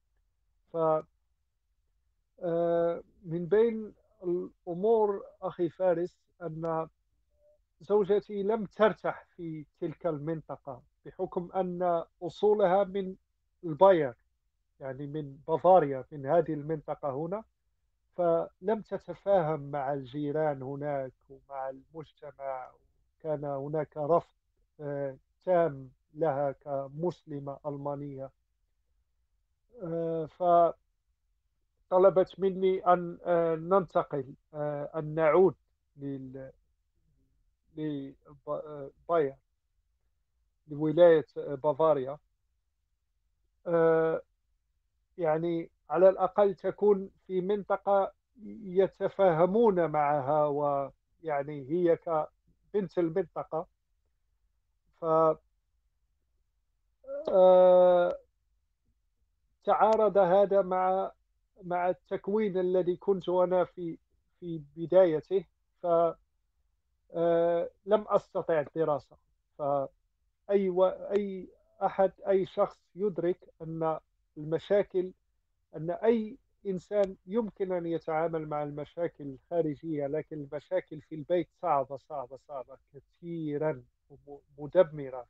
آه، من بين الأمور أخي فارس أن زوجتي لم ترتاح في تلك المنطقة، بحكم أن أصولها من الباير، يعني من بافاريا، من هذه المنطقة هنا. فلم تتفاهم مع الجيران هناك ومع المجتمع. كان هناك رفض آه، تام لها كمسلمة ألمانية. آه، طلبت مني أن آه، ننتقل، آه، أن نعود لل- لبايرن، لولاية بافاريا. آه، يعني على الأقل تكون في منطقة يتفاهمون معها، ويعني هي كبنت المنطقة. فتعارض هذا مع مع التكوين الذي كنت أنا في في بدايته. ف آه، لم أستطع الدراسة. فأي و... أي أحد أي شخص يدرك أن المشاكل، أن أي إنسان يمكن أن يتعامل مع المشاكل الخارجية، لكن المشاكل في البيت صعبة صعبة صعبة كثيرا ومدمرة.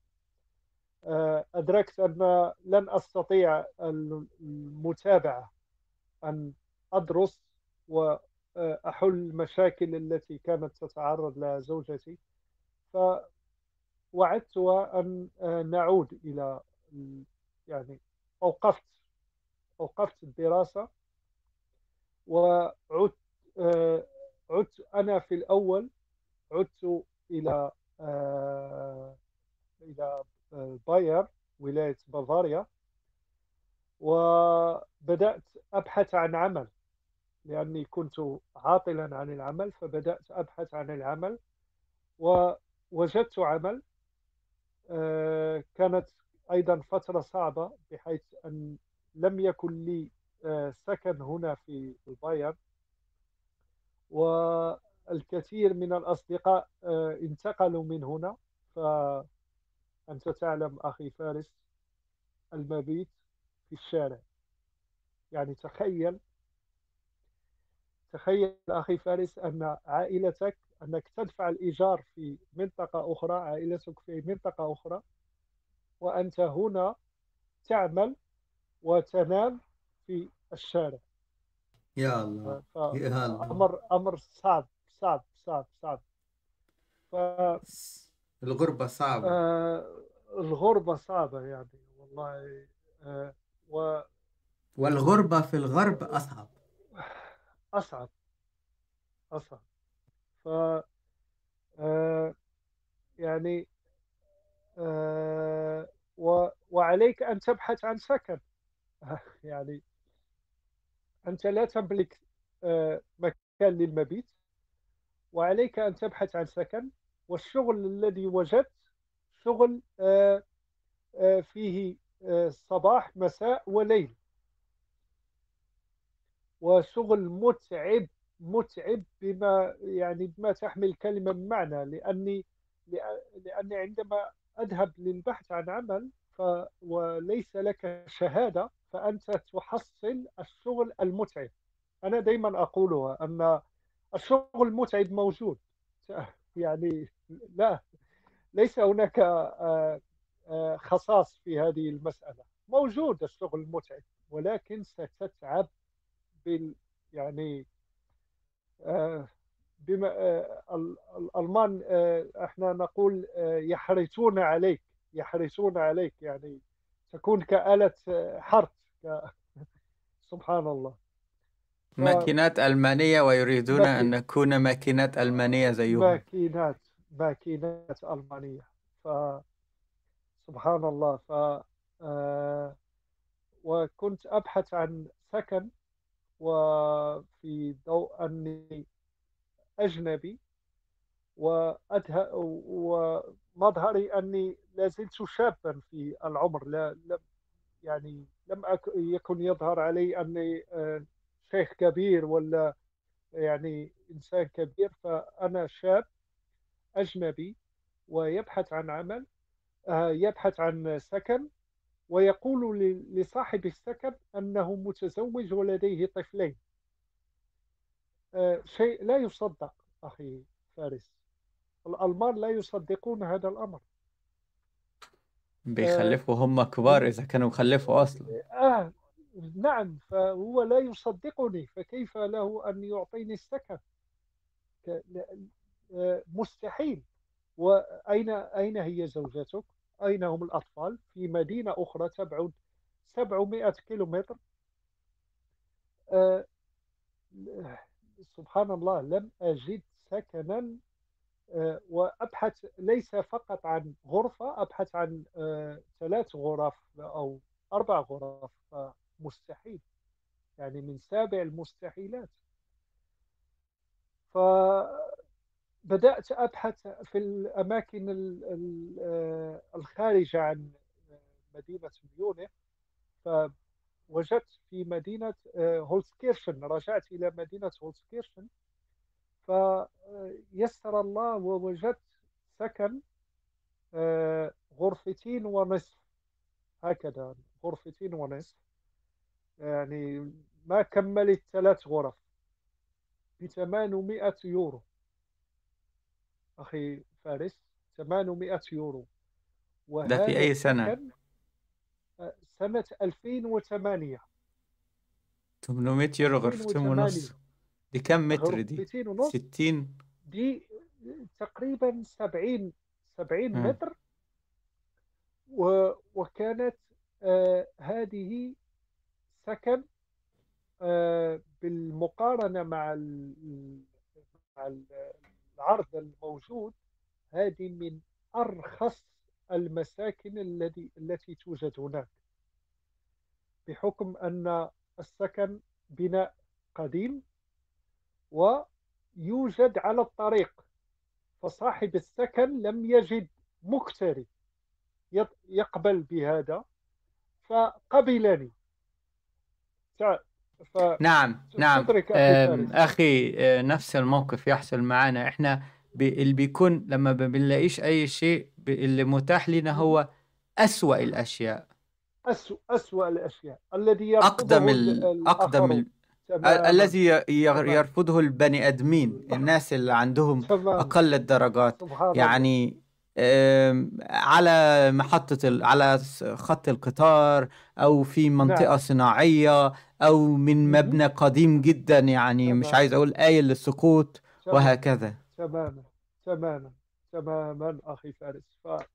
فأدركت أن لن أستطيع المتابعة، أن أدرس وأحل المشاكل التي كانت تتعرض لها زوجتي. فوعدتها أن نعود إلى، يعني أوقفت أوقفت الدراسة وعدت. عدت أنا في الأول، عدت إلى إلى باير، ولاية بافاريا، وبدأت أبحث عن عمل، لأني كنت عاطلا عن العمل. فبدأت أبحث عن العمل ووجدت عمل. آه، كانت أيضا فترة صعبة، بحيث أن لم يكن لي آه، سكن هنا في الباير، والكثير من الأصدقاء آه، انتقلوا من هنا. فأنت تعلم أخي فارس، المبيت في الشارع. يعني تخيل تخيل أخي فارس أن عائلتك، أنك تدفع الإيجار في منطقة أخرى، عائلتك في منطقة أخرى، وأنت هنا تعمل وتنام في الشارع. يا الله، يا الله. فأمر أمر صعب صعب صعب صعب. الغربة صعبة. فالغربة صعبة يعني، والله. آه، والغربة في الغرب أصعب. وأصعب أصعب. ف آه، يعني آه، و- وعليك أن تبحث عن سكن. يعني أنت لا تملك آه، مكان للمبيت، وعليك أن تبحث عن سكن. والشغل الذي وجدت شغل آه، آه، فيه آه، صباح مساء وليل، وشغل متعب متعب بما يعني بما تحمل الكلمة من معنى، لأني لأ- لأني عندما أذهب للبحث عن عمل ف وليس لك شهادة، فأنت تحصل الشغل المتعب. أنا دائما أقولها أن الشغل المتعب موجود. يعني لا، ليس هناك آه، آه، خصاص في هذه المسألة. موجود الشغل المتعب، ولكن ستتعب بال يعني آه، بما آه، ال- الألمان، آه، احنا نقول آه، يحرسون عليك. يحرسون عليك يعني تكون كآلة آه، حرث. ك- سبحان الله. ماكينات ألمانية ويريدون أن فماكينات نكون ماكينات ألمانية زيهم. ماكينات ماكينات ألمانية. فسبحان الله. ف آه، وكنت أبحث عن سكن، وفي ضوء أني أجنبي، وأده ومظهري أني لا زلت شابا في العمر. لا لم يعني لم أك يكن يظهر علي أني آه، شيخ كبير ولا يعني إنسان كبير. فأنا شاب أجنبي ويبحث عن عمل، آه، يبحث عن سكن، ويقول ل- لصاحب السكن أنه متزوج ولديه طفلين. آه، شيء لا يصدق أخي فارس. الألمان لا يصدقون هذا الأمر. آه، بيخلفوا هم كبار هم إذا كانوا خلفوا أصلا. آه نعم، فهو لا يصدقني، فكيف له أن يعطيني السكن؟ ك- لا- آه، مستحيل. وأين أين هي زوجتك؟ أين هم الأطفال؟ في مدينة أخرى تبعد سبعمائة كيلومتر. آه، سبحان الله، لم أجد سكنا. آه، وأبحث ليس فقط عن غرفة، أبحث عن آه، ثلاث غرف أو أربع غرف. فمستحيل، يعني من سابع المستحيلات. فبدأت أبحث في الأماكن ال- ال- آه، الخارجة عن مدينة ميونخ. فوجدت في مدينة آه، هولسكيرشن. رجعت إلى مدينة هولسكيرشن، فيسر الله ووجدت سكن آه، غرفتين ونصف. هكذا، غرفتين ونصف، يعني ما كملت ثلاث غرف، ب ثمانمائة يورو أخي فارس. ثمانمائة يورو. ده في وهذا أي سنة؟ السكن آه، سنة ألفين وثمانية. ثمانمائة يورو غرفتين ألفين وثمانية، ونص؟ دي كم متر دي؟ غرفتين ونصف. ستين؟ دي تقريبا سبعين سبعين آه. متر. و- وكانت آه، هذه سكن آه، بالمقارنة مع ال- مع ال- العرض الموجود، هذه من أرخص المساكن الذي التي توجد هناك، بحكم أن السكن بناء قديم ويوجد على الطريق. فصاحب السكن لم يجد مكتري يط- يقبل بهذا، فقبلني. تع- نعم نعم. فتدرك أخي أم، فارس. أخي، أه، نفس الموقف يحصل معنا إحنا. ب- اللي بيكون لما ما بنلاقيش أي شيء، ب- اللي متاح لنا هو أسوأ الأشياء. أسوأ أسوأ الأشياء الذي أقدم يرفضه ال- ال... أقدم الآخرون. ال... ال- تماما. الذي ي- ير- تماما. يرفضه البني آدمين، الناس اللي عندهم تماما. أقل الدرجات. سبحان الله. يعني آم، على محطة ال... على س- خط القطار، أو في نعم. منطقة صناعية، أو من مهم. مبنى قديم جدا، يعني مش عايز تماما. أقول آيل للسقوط، تماما. وهكذا. تماما. تماما. تماما أخي فارس.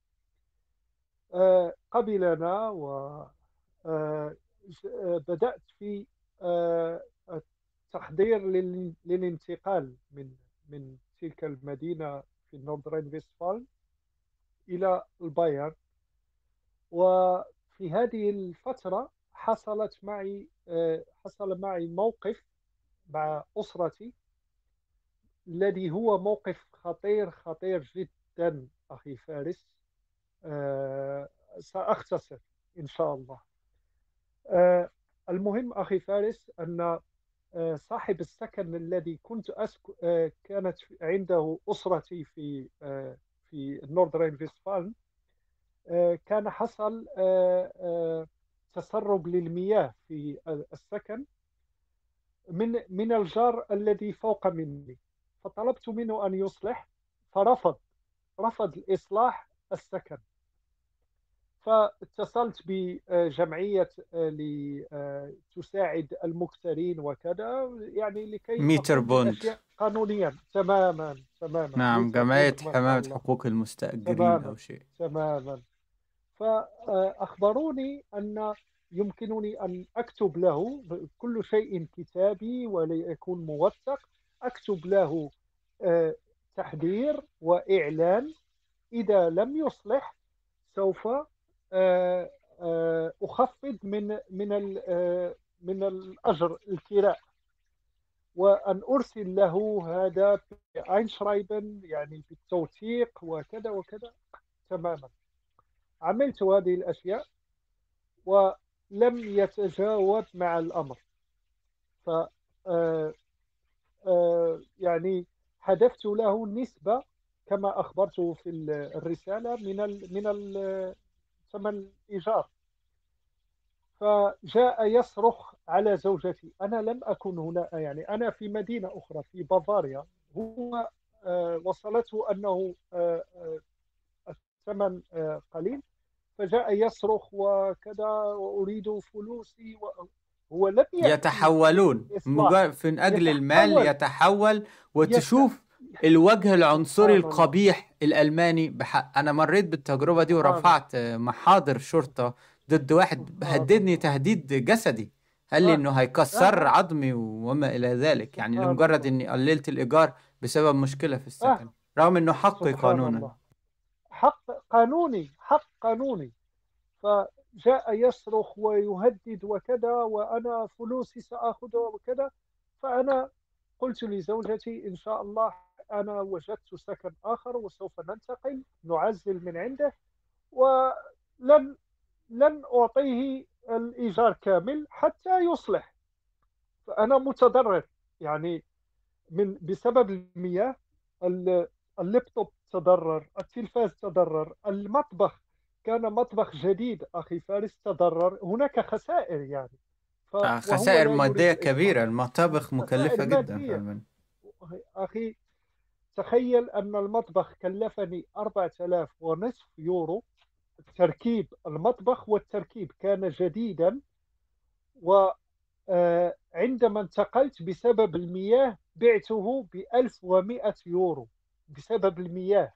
فقبلنا و آه، آه، بدأت في آه، التحضير لل- للانتقال من من تلك المدينة في نوردرين فيستفال إلى البايرن. وفي هذه الفترة حصلت معي آه، حصل معي موقف مع أسرتي، الذي هو موقف خطير خطير جدا أخي فارس. آه، سأختصر إن شاء الله. آه، المهم أخي فارس أن آه، صاحب السكن الذي كنت أسكن، كانت عنده أسرتي في آه، في نوردرين فيستفالن. آه، كان حصل آه، آه، تسرب للمياه في السكن من من الجار الذي فوق مني. فطلبت منه أن يصلح، فرفض رفض الإصلاح السكن. فاتصلت بجمعية لتساعد المكثرين وكذا، يعني لكي ميتر أقوم بوند. بالأشياء قانونيا. تماما تماما، نعم، متر جمعية بوند، ما شاء حماية الله. حقوق المستأجرين أو تماما شيء. تماما. فأخبروني أن يمكنني أن أكتب له كل شيء كتابي وليكون موثق. أكتب له آه، تحذير وإعلان. إذا لم يصلح سوف آه، آه، أخفض من من ال- آه، من الأجر الكراء، وأن أرسل له هذا بأينشرايبن، يعني بالتوثيق وكذا وكذا. تماما. عملت هذه الأشياء ولم يتجاوب مع الأمر. ف آه، آه، يعني حذفت له نسبة كما أخبرته في الرسالة من ال من ال ثمن الإيجار. فجاء يصرخ على زوجتي. أنا لم أكن هنا، يعني أنا في مدينة أخرى في بافاريا. هو آه، وصلته أنه آه، آه، الثمن آه، قليل، فجاء يصرخ وكذا وأريد فلوسي. وهو لم يأتي يتحولون للإصلاح. مجرد من أجل المال، يتحول. يتحول. يت... وتشوف الوجه العنصري سبحان الله. القبيح الألماني بحق. أنا مريت بالتجربة دي سبحان الله. ورفعت محاضر شرطة ضد واحد سبحان هددني الله. تهديد جسدي. قال لي آه إنه آه هيكسر آه. عظمي وما إلى ذلك، يعني سبحان لمجرد الله. إني قللت الإيجار بسبب مشكلة في آه السكن، رغم إنه حقي سبحان قانونا. الله. حق قانوني، حق قانوني. فجاء يصرخ ويهدد وكذا، وأنا فلوسي سأخذها وكذا. فأنا قلت لزوجتي: إن شاء الله أنا وجدت سكن آخر وسوف ننتقل، نعزل من عنده، ولن لن أعطيه الإيجار كامل حتى يصلح. فأنا متضرر، يعني من بسبب المياه. ال- اللابتوب تضرر، التلفاز تضرر، المطبخ كان مطبخ جديد أخي فارس تضرر. هناك خسائر يعني. ف آه، وهو خسائر لا يريد مادية كبيرة، الإصلاح. المطابخ مكلفة خسائر جدا مادية. فعلا. أخي، تخيل أن المطبخ كلفني أربعة آلاف ونصف يورو. تركيب المطبخ والتركيب كان جديدا. وعندما انتقلت بسبب المياه بعته ب ألف ومئة يورو بسبب المياه.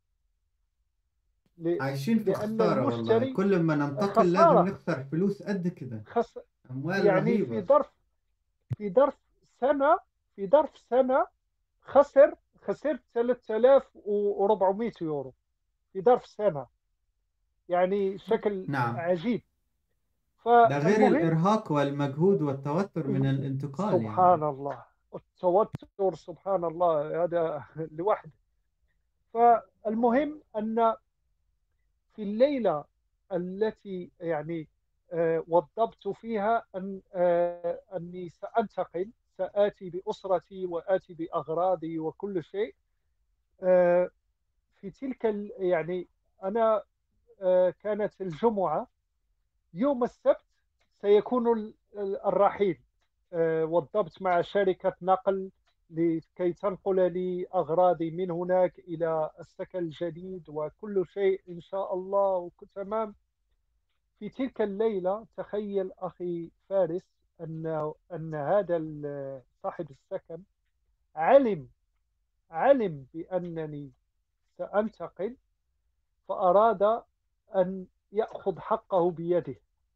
ل- عايشين في لأن خسارة والله، المشتري كل ما ننتقل لازم خسارة. نخسر فلوس قد كده. خس أموال يعني في رهيبة. ظرف في ظرف سنة في ظرف سنة خسر خسرت ثلاثة آلاف وأربعمئة يورو في ظرف سنة، يعني شكل نعم، عجيب. ده غير فالمهم، الإرهاق والمجهود والتوتر من الانتقال يعني. سبحان الله، التوتر، سبحان الله، هذا لوحده. فالمهم أن في الليلة التي يعني آه، وضبت فيها أن آه، أني سأنتقل، سآتي بأسرتي وآتي بأغراضي وكل شيء. آه، في تلك ال- يعني أنا آه، كانت الجمعة. يوم السبت سيكون ال- ال- الرحيل. آه، وضبط مع شركة نقل لكي تنقل لي أغراضي من هناك إلى السكن الجديد، وكل شيء إن شاء الله تمام. في تلك الليلة تخيل أخي فارس أن أن هذا ال- صاحب السكن علم علم بأنني سأنتقل، فأراد أن يأخذ حقه بيده.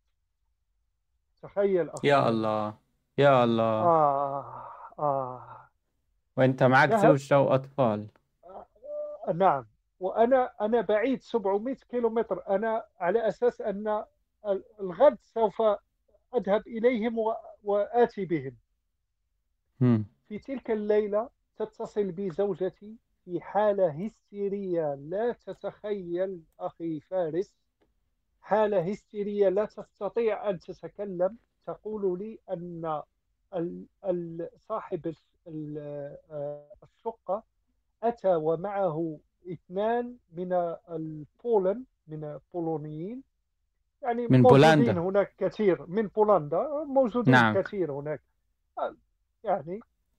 تخيل أخي يا فارس. الله، يا الله. آه آه وأنت معك ذهب. زوجة وأطفال. آه نعم. وأنا أنا بعيد سبعمئة كيلومتر. أنا على أساس أن الغد سوف أذهب إليهم و- وآتي بهم. هم. في تلك الليلة تتصل بي زوجتي في حالة هستيرية لا تتخيل أخي فارس. حالة هستيرية لا تستطيع أن تتكلم. تقول لي أن ال- ال- صاحب الش- ال- آه، الشقة أتى ومعه اثنان من البولن، من البولونيين، يعني من موجودين بولندا. هناك كثير من بولندا، موجودين نعم. كثير هناك يعني.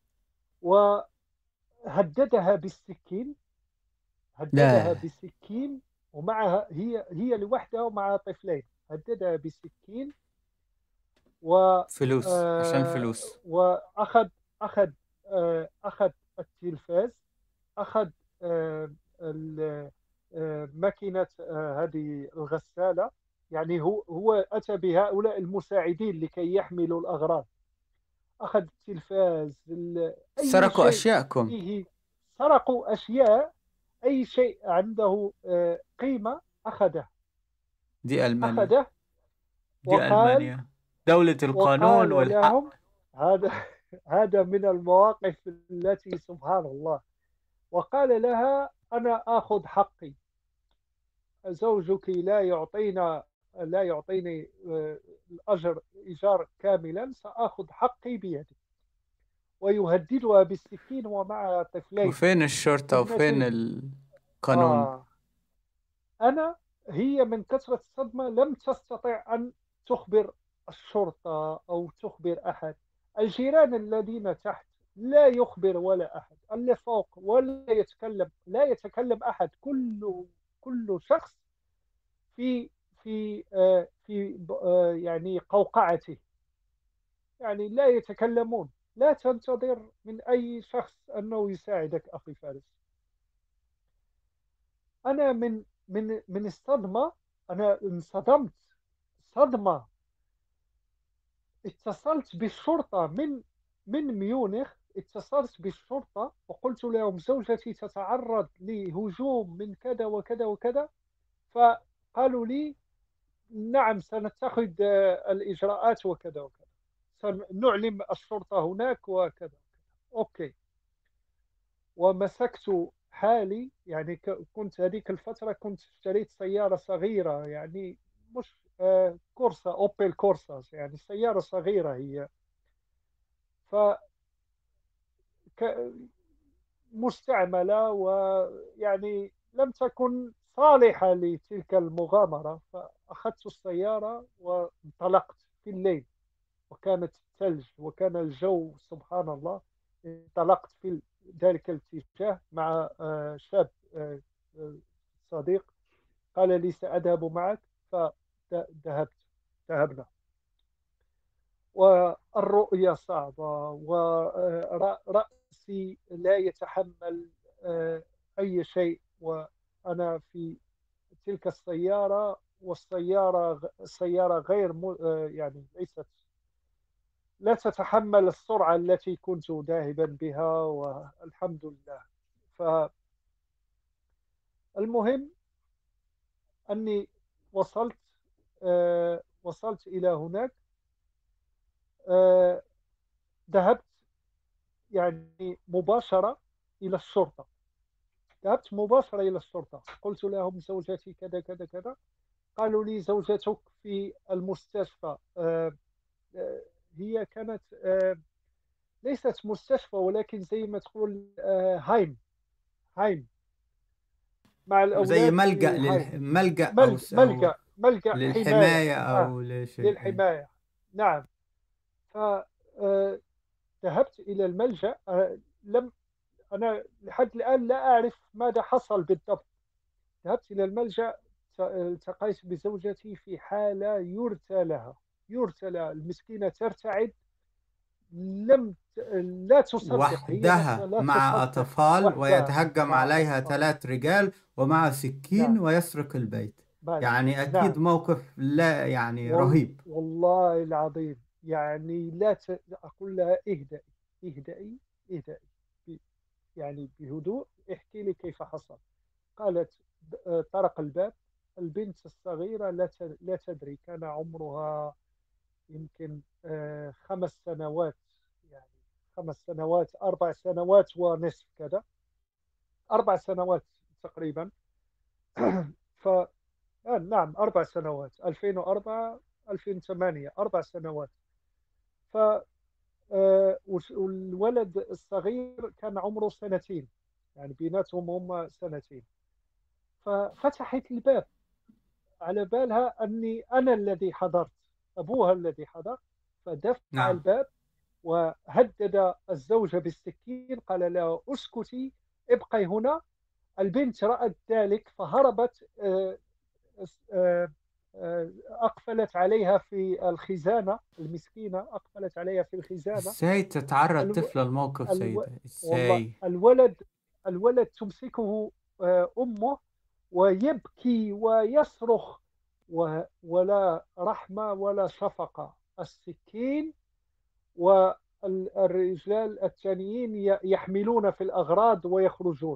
وهددها بالسكين، هددها لا، بسكين، ومعها هي هي لوحدها ومع طفلين. هددها بسكين و فلوس، عشان آه، فلوس. وأخذ أخذ آه، أخذ التلفاز، أخذ آه، ال- آه، ماكينة آه، هذه الغسالة. يعني هو هو أتى بهؤلاء المساعدين لكي يحملوا الأغراض. أخذ التلفاز، ال- أي سرقوا شيء أشياءكم. فيه. سرقوا أشياء، أي شيء عنده آه، قيمة أخذه. دي ألمانيا. أخذه دي وقال ألمانيا، دولة وقال القانون والحق. لهم هذا هذا من المواقف التي سبحان الله. وقال لها: أنا آخذ حقي، زوجك لا يعطينا لا يعطيني آه، الأجر إيجار كاملا، سآخذ حقي بيدي. ويهددها بالسكين ومعها طفلين، وفين الشرطة وفين ابنتين. القانون؟ آه أنا هي من كثرة الصدمة لم تستطع أن تخبر الشرطة أو تخبر أحد. الجيران الذين تحت لا يخبر ولا أحد، اللي فوق ولا يتكلم، لا يتكلم أحد. كل كل شخص في في آه، في ب- آه، يعني قوقعته، يعني لا يتكلمون. لا تنتظر من أي شخص أنه يساعدك أخي فارس. أنا من من من الصدمة، أنا انصدمت صدمة. اتصلت بالشرطة من من ميونخ، اتصلت بالشرطة وقلت لهم: زوجتي تتعرض لهجوم من كذا وكذا وكذا. فقالوا لي: نعم، سنتخذ آه، الإجراءات وكذا وكذا، سنعلم الشرطة هناك وكذا. أوكي. ومسكت حالي، يعني ك- كنت هذيك الفترة كنت اشتريت سيارة صغيرة، يعني مش آه، كورسا، أوبل كورسا، يعني سيارة صغيرة هي. فمستعملة، ويعني لم تكن صالحة لتلك المغامرة. فأخذت السيارة وانطلقت في الليل، وكانت الثلج وكان الجو سبحان الله. انطلقت في ذلك الاتجاه مع آه، شاب آه، آه، صديق. قال لي: سأذهب معك. فذهبت ذهبنا. والرؤية صعبة، ورأسي لا يتحمل آه، أي شيء، وأنا في تلك السيارة. والسيارة السيارة غير م... آه، يعني ليست لا تتحمل السرعة التي كنت ذاهبا بها، والحمد لله. فالمهم أني وصلت آه، وصلت إلى هناك. آه، ذهبت يعني مباشرة إلى الشرطة. ذهبت مباشرة إلى الشرطة، قلت لهم: زوجتي كذا كذا كذا. قالوا لي: زوجتك في المستشفى. آه، آه، هي كانت آه، ليست مستشفى، ولكن زي ما تقول آه، هايم هايم مع زي الأولاد ملجأ في للح... هايم. ملجأ أو ملجأ س... أو ملجأ ملجأ حماية. للحماية آه أو لشيء. أي. للحماية. نعم. فذهبت إلى الملجأ. آه، لم أنا لحد الآن لا أعرف ماذا حصل بالضبط. ذهبت إلى الملجأ، التقيت بزوجتي في حالة يرثى لها، يرثى لها. المسكينة ترتعد، لم ت- لا تصدق، هي نفسها وحدها لا مع تصدق. أطفال، وحدها ويتهجم مع عليها أطفال. ثلاث رجال ومع سكين نعم. ويسرق البيت. بعد. يعني أكيد نعم. موقف لا يعني وال... رهيب. والله العظيم، يعني لا ت... أقول لها: اهدئي، اهدئي، اهدئي، ب- يعني بهدوء، احكي لي كيف حصل. قالت: آه، طرق الباب. البنت الصغيرة لا ت... لا تدري، كان عمرها يمكن آه، خمس سنوات، يعني خمس سنوات، أربع سنوات ونصف كذا، أربع سنوات تقريبا. ف آه نعم، أربع سنوات، ألفين وأربعة ألفين وثمانية، أربع سنوات. آه، وش- والولد الصغير كان عمره سنتين، يعني بيناتهم هم سنتين. ففتحت الباب على بالها أني أنا الذي حضرت، أبوها الذي حضر. فدفع نعم. الباب وهدد الزوجة بالسكين، قال لها اسكتي، ابقي هنا. البنت رأت ذلك فهربت، آه، آه، آه، أقفلت عليها في الخزانة، المسكينة أقفلت عليها في الخزانة. ازاي تتعرض الو... طفل الموقف زي الو... ده؟ والله ازاي؟ الولد الولد تمسكه آه، أمه ويبكي ويصرخ، و... ولا رحمة ولا شفقة. السكين، والرجال الثانيين ي- يحملون في الأغراض ويخرجون.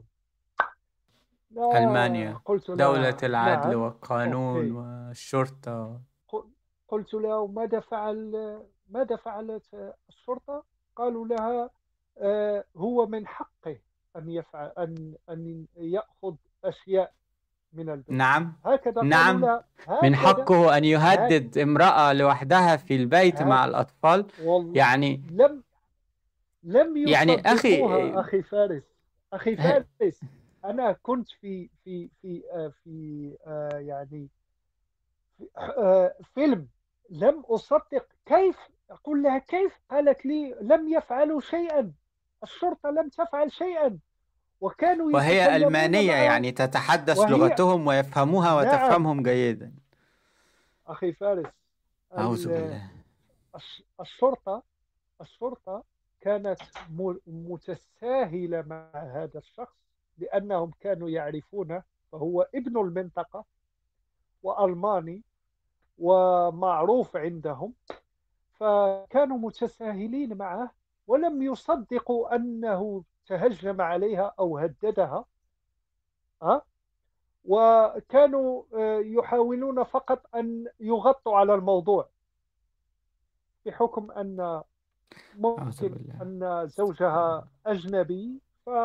لا، ألمانيا قلت دولة لا، العدل نعم، والقانون أوكي. والشرطة. ق- قلت له ماذا فعل ماذا فعلت الشرطة؟ قالوا لها آه، هو من حقه أن يفعل أن أن يأخذ أشياء من البيت. نعم. هكذا قالوا نعم. لها، من هكذا. حقه أن هك يهدد امرأة لوحدها في البيت هك مع الأطفال. والله يعني لم لم يعني يصدقوها أخي. أخي فارس. أخي فارس، أنا كنت في في في آه، في آه، يعني آه، فيلم. لم أصدق. كيف؟ أقول لها كيف؟ قالت لي لم يفعلوا شيئا، الشرطة لم تفعل شيئا، وكانوا وهي يتكلمون ألمانية معه. يعني تتحدث وهي، لغتهم ويفهموها نعم وتفهمهم جيدا. أخي فارس، أعوذ ال- بالله. الش- الشرطة الشرطة كانت م- متساهلة مع هذا الشخص، لأنهم كانوا يعرفونه، فهو ابن المنطقة وألماني ومعروف عندهم. فكانوا متساهلين معه، ولم يصدقوا أنه تهجم عليها أو هددها. أه؟ وكانوا آه، يحاولون فقط أن يغطوا على الموضوع، بحكم أن أعوذ ممكن بالله. أن زوجها أجنبي،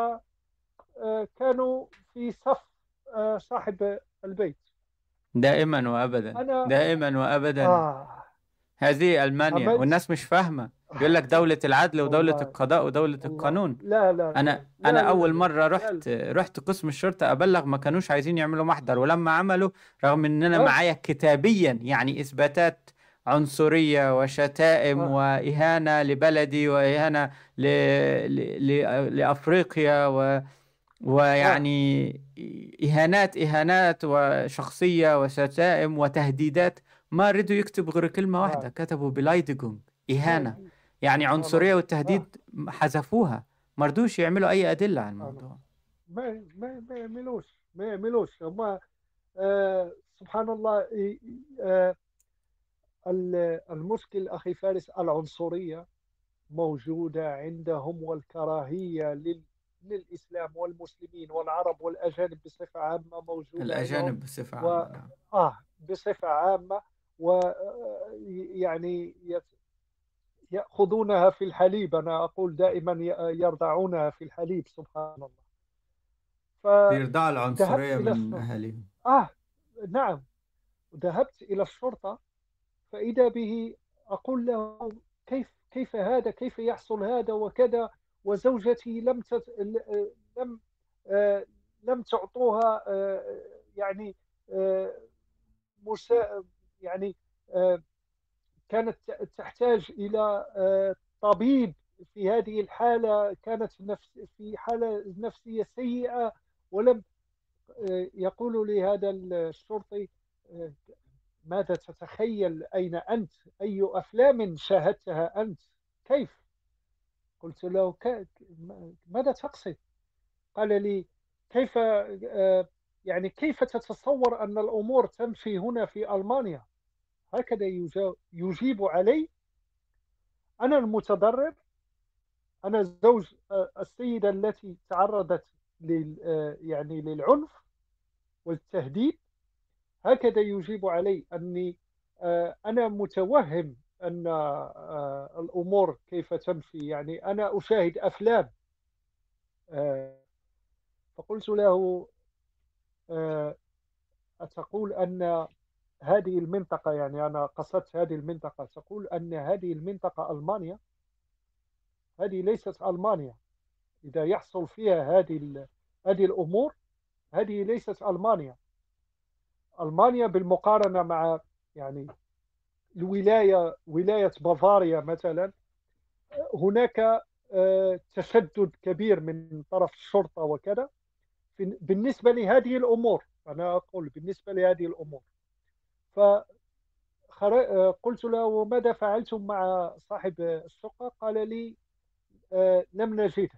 فكانوا في صف آه، صاحب البيت. دائما وأبدا، أنا دائما وأبدا. آه هذه ألمانيا عملت والناس مش فاهمة. يقول لك دولة العدل ودولة والله القضاء ودولة والله القانون. لا لا لا أنا أنا لا لا أول لا مرة لا لا. رحت رحت قسم الشرطة أبلغ، ما كانوش عايزين يعملوا محضر، ولما عملوا رغم إن أنا آه معايا كتابيا يعني إثباتات عنصرية وشتائم آه وإهانة لبلدي وإهانة ل... ل... ل... لأفريقيا و... آه ويعني إهانات إهانات وشخصية وشتائم وتهديدات، ما رضوا يكتبوا غير كلمة واحدة، نعم. كتبوا بلايدجونج، إهانة. ما- يعني سبحان عنصرية الله. آه والتهديد حذفوها، ما رضوش يعملوا أي أدلة عن سبحان الله. الموضوع. ما ما ما يعملوش ما يعملوش هم. آه سبحان الله. إي- إي- آه ال- المشكل أخي فارس، العنصرية موجودة عندهم، والكراهية لل للإسلام والمسلمين والعرب والأجانب بصفة عامة موجودة عندهم. الأجانب بصفة و عامة، نعم. آه بصفة عامة. ويعني يأخذونها في الحليب. أنا أقول دائما ي- يرضعونها في الحليب، سبحان الله. بيرضعوا فذهبت العنصرية إلى من الشرطة. أهاليهم. آه نعم، ذهبت إلى الشرطة، فإذا به أقول له كيف كيف هذا، كيف يحصل هذا وكذا، وزوجتي لم تت... لم آه، لم تعطوها آه، يعني آه، مسا... يعني آه، كانت تحتاج إلى آه، طبيب في هذه الحالة، كانت نفس في حالة نفسية سيئة، ولم آه، يقول لي هذا الشرطي آه، ماذا تتخيل؟ أين أنت؟ أي أفلام شاهدتها أنت؟ كيف؟ قلت له ك... ماذا تقصد؟ قال لي كيف آه، يعني كيف تتصور أن الأمور تمشي هنا في ألمانيا؟ هكذا يجا- يجيب علي. أنا المتضرر، أنا زوج آه، السيدة التي تعرضت لل آه، يعني للعنف والتهديد. هكذا يجيب علي أني آه، أنا متوهم أن آه، الأمور كيف تمشي، يعني أنا أشاهد أفلام. آه، فقلت له آه، أتقول أن هذه المنطقة، يعني أنا قصدت هذه المنطقة، تقول أن هذه المنطقة ألمانيا؟ هذه ليست ألمانيا. إذا يحصل فيها هذه هذه الأمور، هذه ليست ألمانيا. ألمانيا بالمقارنة مع يعني الولاية ولاية بافاريا مثلا، هناك آه، تشدد كبير من طرف الشرطة وكذا بالنسبة لهذه الأمور. أنا أقول بالنسبة لهذه الأمور. فقلت له: ماذا فعلتم مع صاحب الشقة؟ قال لي: آه، لم نجده.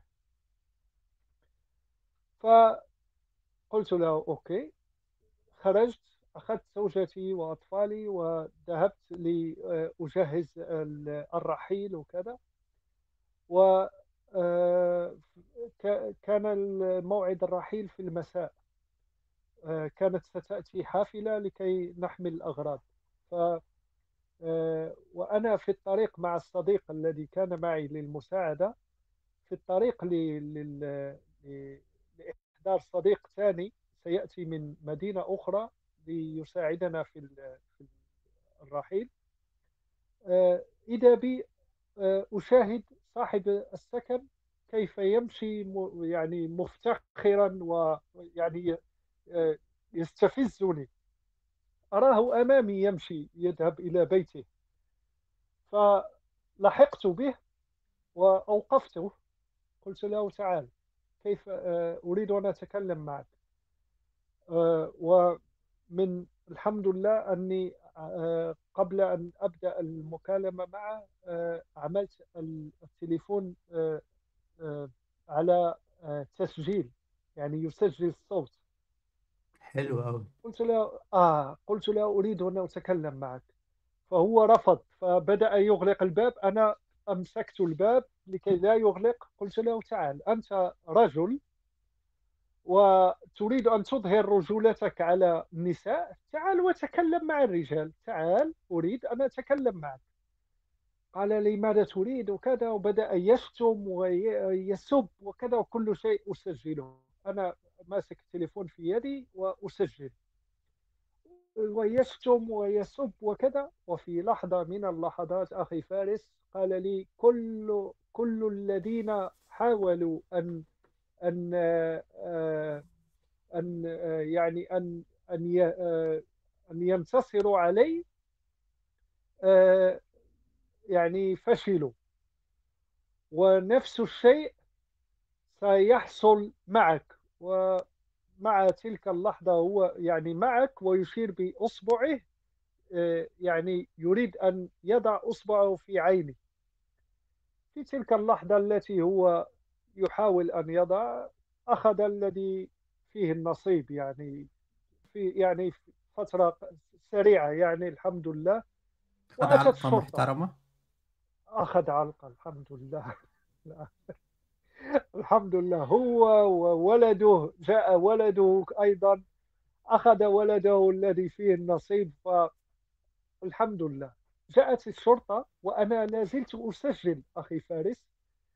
فقلت له: أوكي. خرجت، أخذت زوجتي وأطفالي وذهبت لأجهز الرحيل وكذا. و آه، ك- كان الموعد الرحيل في المساء. آه، كانت ستأتي حافلة لكي نحمل الأغراض. ف آه، وأنا في الطريق مع الصديق الذي كان معي للمساعدة، في الطريق ل- لل- ل- لإحضار صديق ثاني سيأتي من مدينة أخرى ليساعدنا في ال- في الرحيل. آه، إذا بي آه، أشاهد صاحب السكن كيف يمشي م- يعني مفتخرا، ويعني آه، يستفزني. أراه أمامي يمشي يذهب إلى بيته. فلحقت به وأوقفته. قلت له: تعال، كيف آه، أريد أن أتكلم معك. آه، ومن الحمد لله أني آه، قبل أن أبدأ المكالمة معه آه، عملت التليفون آه، آه، على آه، تسجيل، يعني يسجل الصوت. حلو أوي. قلت له آه قلت له: أريد أن أتكلم معك. فهو رفض، فبدأ يغلق الباب. أنا أمسكت الباب لكي لا يغلق. قلت له: تعال، أنت رجل وتريد أن تظهر رجولتك على النساء، تعال وتكلم مع الرجال. تعال، أريد أن أتكلم معك. قال لي: ماذا تريد وكذا، وبدأ يشتم ويسب وكذا، وكل شيء أسجله. أنا ماسك التليفون في يدي وأسجل، ويشتم ويسب وكذا. وفي لحظة من اللحظات أخي فارس قال لي: كل كل الذين حاولوا أن أن آه، أن آه، يعني أن أن ي- آه، أن ينتصروا علي آه، يعني فشلوا، ونفس الشيء سيحصل معك. ومع تلك اللحظة هو يعني معك ويشير بإصبعه، آه، يعني يريد أن يضع إصبعه في عيني. في تلك اللحظة التي هو يحاول أن يضع، أخذ الذي فيه النصيب، يعني في يعني في فترة سريعة، يعني الحمد لله. خد وأتت علقة الشرطة. محترمة. أخذ علقة الحمد لله. لا، الحمد لله. هو وولده، جاء ولده أيضا، أخذ ولده الذي فيه النصيب. فالحمد لله. جاءت الشرطة وأنا لا زلت أسجل أخي فارس.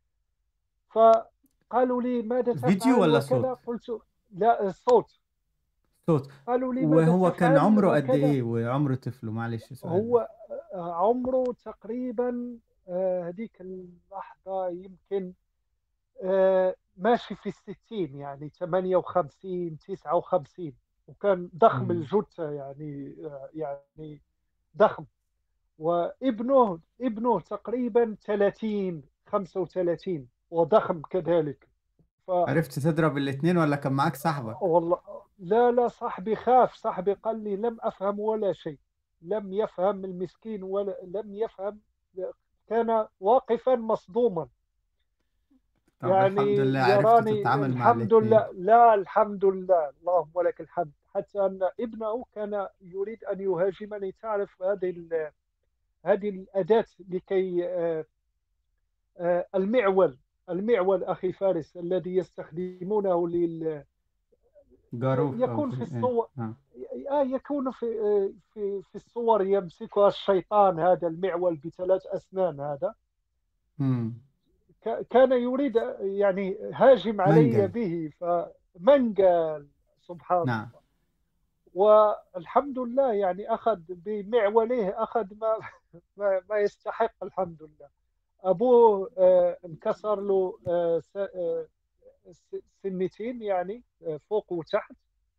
فقالوا لي: ماذا فيديو تفعل ولا وكذا. صوت؟ قلت: لا، الصوت. صوت. قالوا لي: ماذا وهو كان تفعل عمره قد وكذا. إيه؟ وعمره طفله؟ معلش سؤال بس. هو آه، عمره تقريبا آه، هذيك اللحظة يمكن آه، ماشي في الستين، يعني ثمانية وخمسين تسعة وخمسين. وكان ضخم مم. الجثة، يعني آه، يعني ضخم. وابنه ابنه تقريبا ثلاثين خمسة وثلاثين وضخم كذلك. ف عرفت تضرب الاتنين ولا كان معاك صاحبك؟ والله، لا لا، صاحبي خاف. صاحبي قال لي: لم أفهم ولا شيء. لم يفهم المسكين، ولا لم يفهم. كان واقفا مصدوما، طب الحمد يعني لله عرفت يراني. تتعامل مع الحمد الاتنين. لله. لا، الحمد لله، اللهم لك الحمد. حتى أن ابنه كان يريد أن يهاجمني. تعرف هذه ال- هذه الأداة لكي آه، آه، المعول. المعول أخي فارس الذي يستخدمونه لل جاروف أو يكون في في إيه؟ الصور. آه. آه يكون في آه، في في الصور يمسكها الشيطان، هذا المعول بثلاث أسنان هذا. مم. ك- كان يريد يعني هاجم علي منقل. به. فمنقل. سبحان نعم. الله. والحمد لله، يعني أخذ بمعوله، أخذ ما ما, ما يستحق الحمد لله. أبوه آه، انكسر له آه، س- آه، س- سنتين، يعني آه، فوق وتحت،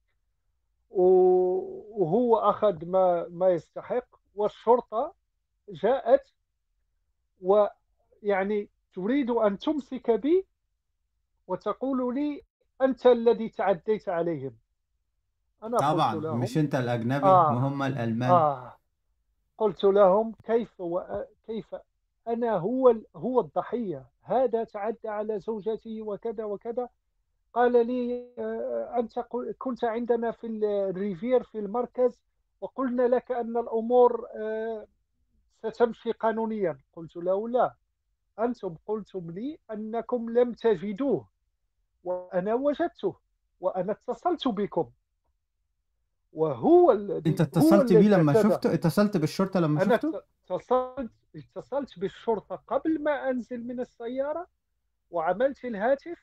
و- وهو أخذ ما ما يستحق. والشرطة جاءت ويعني تريد أن تمسك بي وتقول لي أنت الذي تعديت عليهم. أنا قلت طبعا مش لهم انت الاجنبي آه وهم الالمان. آه قلت لهم كيف وكيف أنا هو ال- هو الضحية، هذا تعدى على زوجتي وكذا وكذا. قال لي آه، أنت ق- كنت عندنا في الريفير في المركز وقلنا لك أن الأمور آه، ستمشي قانونيا. قلت له لا، أنتم قلتم لي أنكم لم تجدوه وأنا وجدته وأنا اتصلت بكم وهو انت الذي هو اتصلت بيه الذي لما اعتدى. شفته؟ اتصلت بالشرطة لما أنا شفته؟ ات- اتصلت اتصلت بالشرطة قبل ما أنزل من السيارة وعملت الهاتف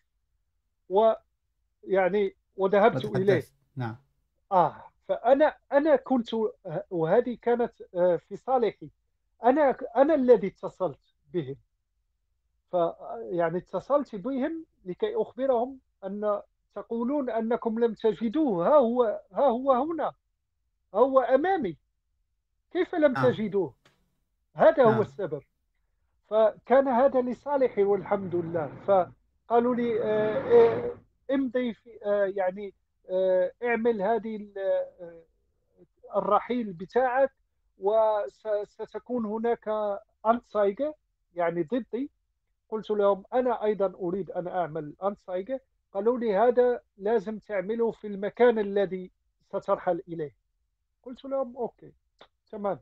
ويعني وذهبت إليه. وتحدثت، نعم. آه فأنا أنا كنت، وهذه كانت آه، في صالحي. أنا أنا الذي اتصلت بهم. فيعني اتصلت بهم لكي أخبرهم أن تقولون أنكم لم تجدوه، ها هو ها هو هنا، ها هو أمامي، كيف لم نعم. تجدوه؟ هذا هو نعم. السبب. فكان هذا لصالحي والحمد لله. فقالوا لي آه، آه، امضي في آه، يعني آه، اعمل هذه ال- آه، الرحيل بتاعك وستكون هناك أنصايجة، يعني ضدي. قلت لهم أنا أيضا أريد أن أعمل أنصايجة. قالوا لي هذا لازم تعمله في المكان الذي سترحل إليه. قلت لهم أوكي، تمام.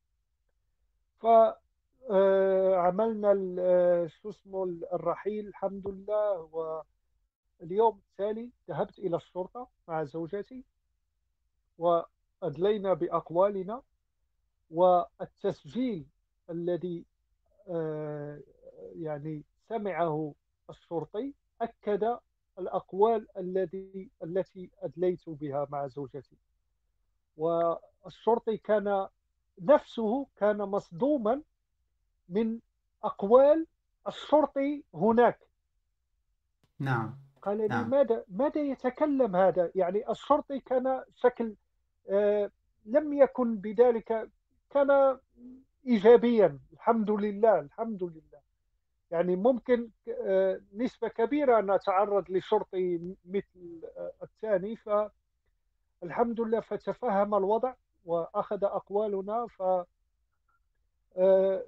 فعملنا شو اسمه الرحيل الحمد لله. واليوم التالي ذهبت إلى الشرطة مع زوجتي وأدلينا بأقوالنا، والتسجيل الذي آه، يعني سمعه الشرطي أكد الأقوال الذي التي أدليت بها مع زوجتي. والشرطي كان نفسه كان مصدوما من أقوال الشرطي هناك. نعم. قال لي نعم. ماذا ماذا يتكلم هذا؟ يعني الشرطي كان شكل آه، لم يكن بذلك، كان إيجابيا الحمد لله الحمد لله. يعني ممكن آه، نسبة كبيرة أن أتعرض لشرطي مثل آه، الثاني. فالحمد لله فتفهم الوضع وأخذ أقوالنا. ف آه،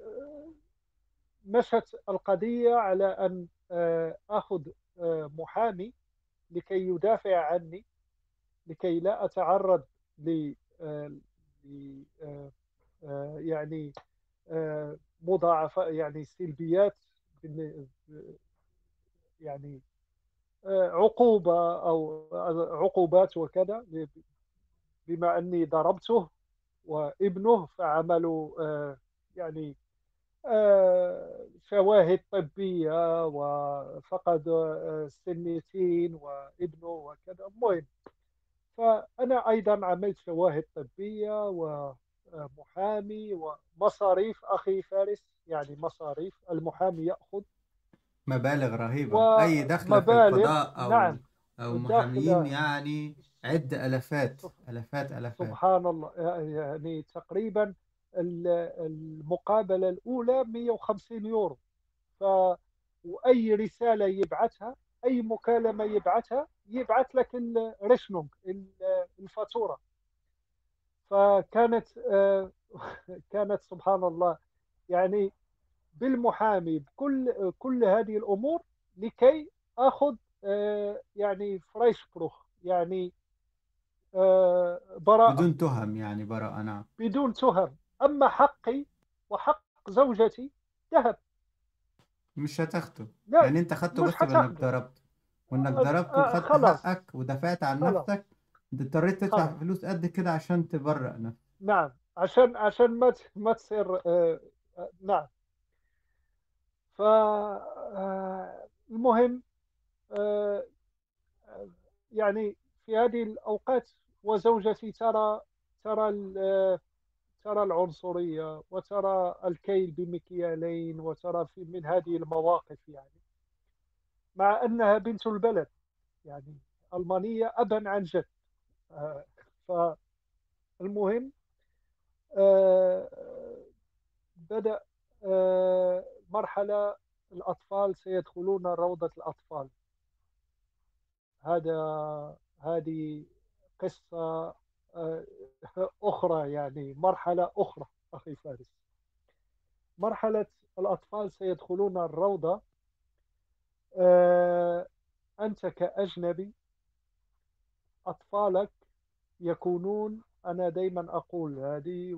مشت القضية على أن آه، أخذ آه، محامي لكي يدافع عني، لكي لا أتعرض ل آه، ل- آه، آه، يعني آه، مضاعفة، يعني سلبيات، بالن- يعني آه، عقوبة أو عقوبات وكذا، بما أني ضربته وابنه. فعملوا آه، يعني آه، شواهد طبية وفقد آه، سنتين وابنه وكذا. المهم فأنا أيضا عملت شواهد طبية ومحامي ومصاريف أخي فارس، يعني مصاريف المحامي يأخذ مبالغ رهيبة، أي دخلة في ومبالغ. القضاء أو نعم، أو محامين داخل يعني عد ألفات ألفات ألفات. سبحان الله. يعني تقريبا ال- المقابلة الأولى مئة وخمسين يورو. ف وأي رسالة يبعثها، أي مكالمة يبعثها، يبعث لك الرشنونج، الفاتورة. فكانت آه، كانت سبحان الله، يعني بالمحامي بكل كل هذه الأمور لكي أخذ آه، يعني فريش بروخ، يعني آه، براءة بدون تهم، يعني براءة، نعم. بدون تهم. أما حقي وحق زوجتي ذهب. مش هتاخده. لا، يعني أنت خدته مش بس بإنك هتاخده. ضربت، وإنك آه، ضربت آه، وخدت خلاص حقك ودافعت عن خلاص نفسك. أنت اضطريت تدفع خلاص. فلوس قد كده عشان تبرأ نفسك. نعم، عشان عشان ما ت- ما تصير آه، آه، نعم. ف آه، المهم آه، آه، يعني في هذه الأوقات وزوجتي ترى ترى ال- آه، ترى العنصرية وترى الكيل بمكيالين وترى في من هذه المواقف يعني، مع أنها بنت البلد يعني، ألمانية أبا عن جد. آه، فالمهم، آه، بدأ آه، مرحلة الأطفال سيدخلون روضة الأطفال. هذا هذه قصة آه، أخرى يعني، مرحلة أخرى أخي فارس. مرحلة الأطفال سيدخلون الروضة. آه، أنت كأجنبي، أطفالك يكونون، أنا دائما أقول هذه،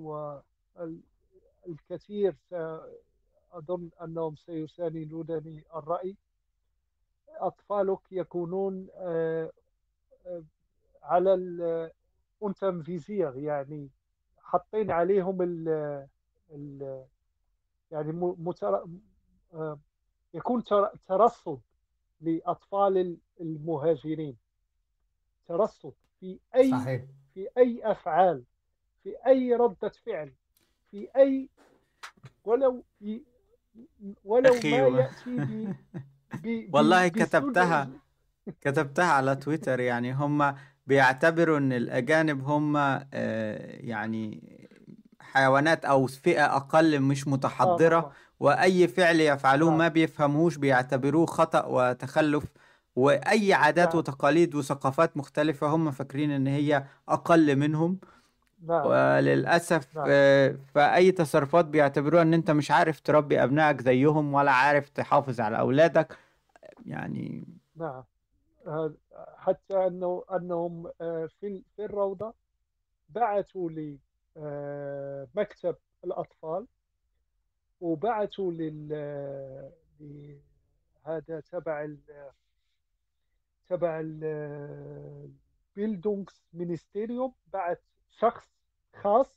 والكثير أظن أنهم سيساندونني الرأي، أطفالك يكونون آه، آه، على الأونتام فيزير يعني، حاطين عليهم ال ال يعني م- متر... آه، يكون تر- ترصد لأطفال المهاجرين، ترصد في أي صحيح. في أي أفعال، في أي ردة فعل، في أي، ولو ي- ولو أخي ما و... يأتي ب ب والله ب كتبتها بسل... كتبتها على تويتر. يعني هم بيعتبروا ان الاجانب هم آه، يعني حيوانات او فئة اقل مش آه متحضرة، نعم. واي فعل يفعلوه نعم. ما بيفهموش بيعتبروه خطأ وتخلف، واي عادات نعم. وتقاليد وثقافات مختلفة هم فاكرين ان هي اقل منهم. نعم. وللأسف نعم. آه، فأي تصرفات بيعتبروها ان انت مش عارف تربي ابنائك زيهم ولا عارف تحافظ على اولادك يعني. نعم. آه، حتى أنه أنهم آه، في في الروضة بعثوا لي آه، مكتب الأطفال، وبعثوا لل ل- هذا تبع ال تبع البيلدونغس مينستيريوم، بعث شخص خاص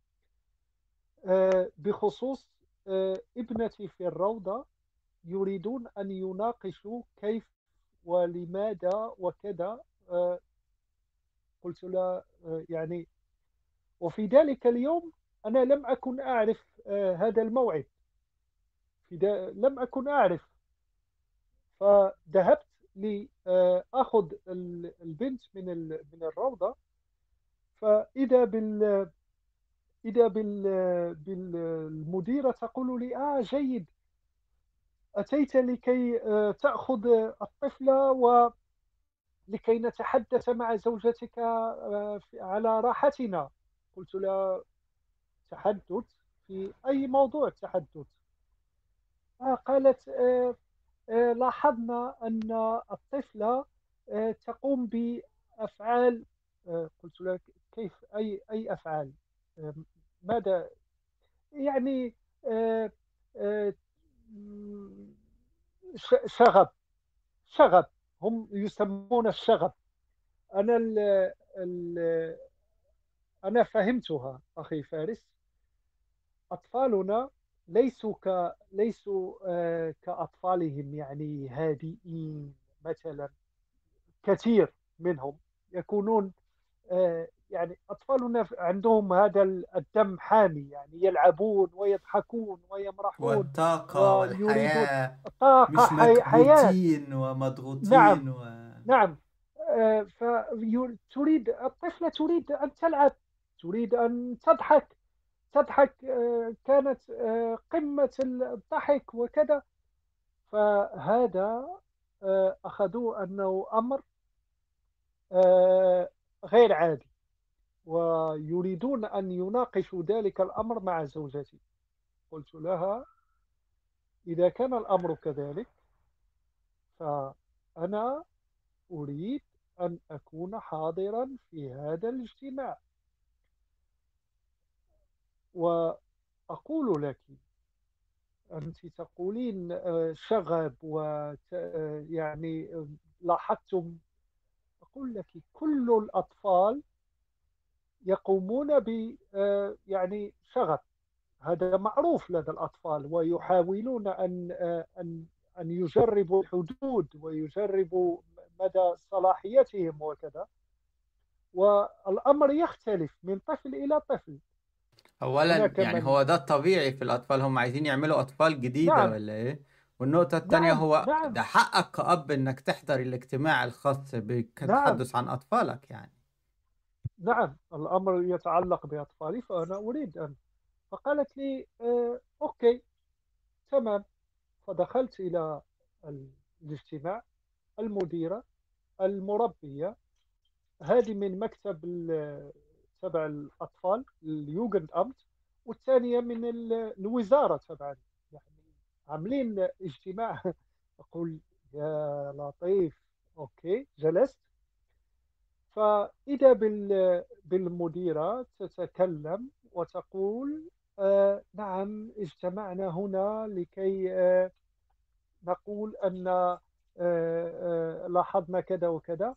آه، بخصوص آه، ابنتي في الروضة، يريدون أن يناقشوا كيف ولماذا وكذا. آه، قلت له آه، يعني، وفي ذلك اليوم أنا لم أكن أعرف آه، هذا الموعد، في دا لم أكن أعرف. فذهبت لأخذ البنت من ال- من الروضة، فإذا بال إذا بال بالمديرة تقول لي: آه جيد، أتيت لكي آه، تأخذ الطفلة ولكي نتحدث مع زوجتك آه، في- على راحتنا. قلت لها: تحدث في أي موضوع تحدث؟ آه، قالت: آه، آه، لاحظنا أن الطفلة آه، تقوم بأفعال. آه، قلت لها: كيف أي أي أفعال؟ آه، ماذا يعني؟ آه، آه، ش- شغب شغب، هم يسمون الشغب. أنا ال ال أنا فهمتها أخي فارس. أطفالنا ليسوا ك ليسوا آه، كأطفالهم يعني هادئين مثلا. كثير منهم يكونون آه، يعني أطفالنا عندهم هذا الدم حامي يعني، يلعبون ويضحكون ويمرحون والطاقة ويريدون والحياة، طاقة، مش حي... حياة. مكبوتين نعم. ومضغوطين و... نعم. فتريد الطفلة تريد أن تلعب، تريد أن تضحك. تضحك آه، كانت آه، قمة الضحك وكذا. فهذا آه، أخذوه أنه أمر آه، غير عادي، ويريدون أن يناقشوا ذلك الأمر مع زوجتي. قلت لها: إذا كان الأمر كذلك، فأنا أريد أن أكون حاضرا في هذا الاجتماع. وأقول لك، أنت تقولين آه، شغب ويعني لاحظتم. أقول لك كل الأطفال يقومون ب آه، يعني شغب، هذا معروف لدى الأطفال، ويحاولون أن آه، أن أن يجربوا الحدود ويجربوا مدى صلاحيتهم وكذا. والأمر يختلف من طفل إلى طفل. أولا هناك يعني من هو ده الطبيعي في الأطفال، هم عايزين يعملوا أطفال جديدة نعم ولا إيه؟ والنقطة التانية، نعم هو نعم ده حقك كأب إنك تحضر الاجتماع الخاص نعم بالتحدث عن أطفالك يعني. نعم الأمر يتعلق بأطفالي فأنا أريد أن. فقالت لي آه، أوكي تمام. فدخلت إلى ال- الاجتماع. المديرة، المربية، هذه من مكتب ال- تبع الأطفال اليوجند أمت، والثانية من ال- الوزارة تبعا، يعني عاملين اجتماع. أقول يا لطيف. أوكي جلست. فإذا بال- بالمديرة تتكلم وتقول آه نعم اجتمعنا هنا لكي آه نقول أن آه آه لاحظنا كذا وكذا.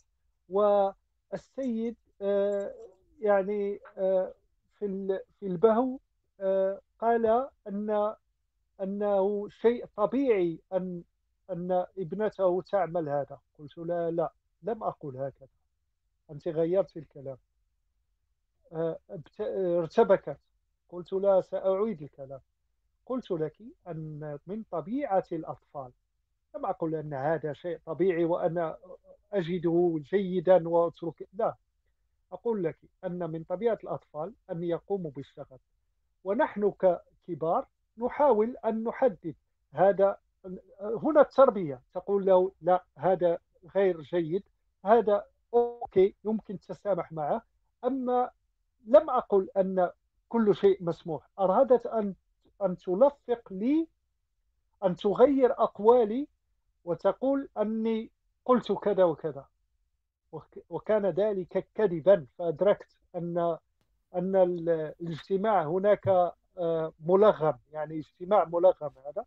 والسيد آه يعني آه في ال- في البهو آه قال أن أنه شيء طبيعي أن أن ابنته تعمل هذا. قلت لا لا، لم أقل هكذا، أنت غيرت الكلام. آه، ابت- ارتبكت. قلت لا، سأعيد الكلام. قلت لك أن من طبيعة الأطفال، لم أقل أن هذا شيء طبيعي وأنا أجده جيدا وأترك، لا. أقول لك أن من طبيعة الأطفال أن يقوموا بالشغل، ونحن ككبار نحاول أن نحدد هذا. هنا التربية تقول له لا هذا غير جيد، هذا أوكي يمكن تسامح معه. أما لم أقل أن كل شيء مسموح. أرادت أن أن تلفق لي، أن تغير أقوالي وتقول أني قلت كذا وكذا، وك- وكان ذلك كذبا. فأدركت أن أن ال- الاجتماع هناك آه، ملغم، يعني اجتماع ملغم هذا.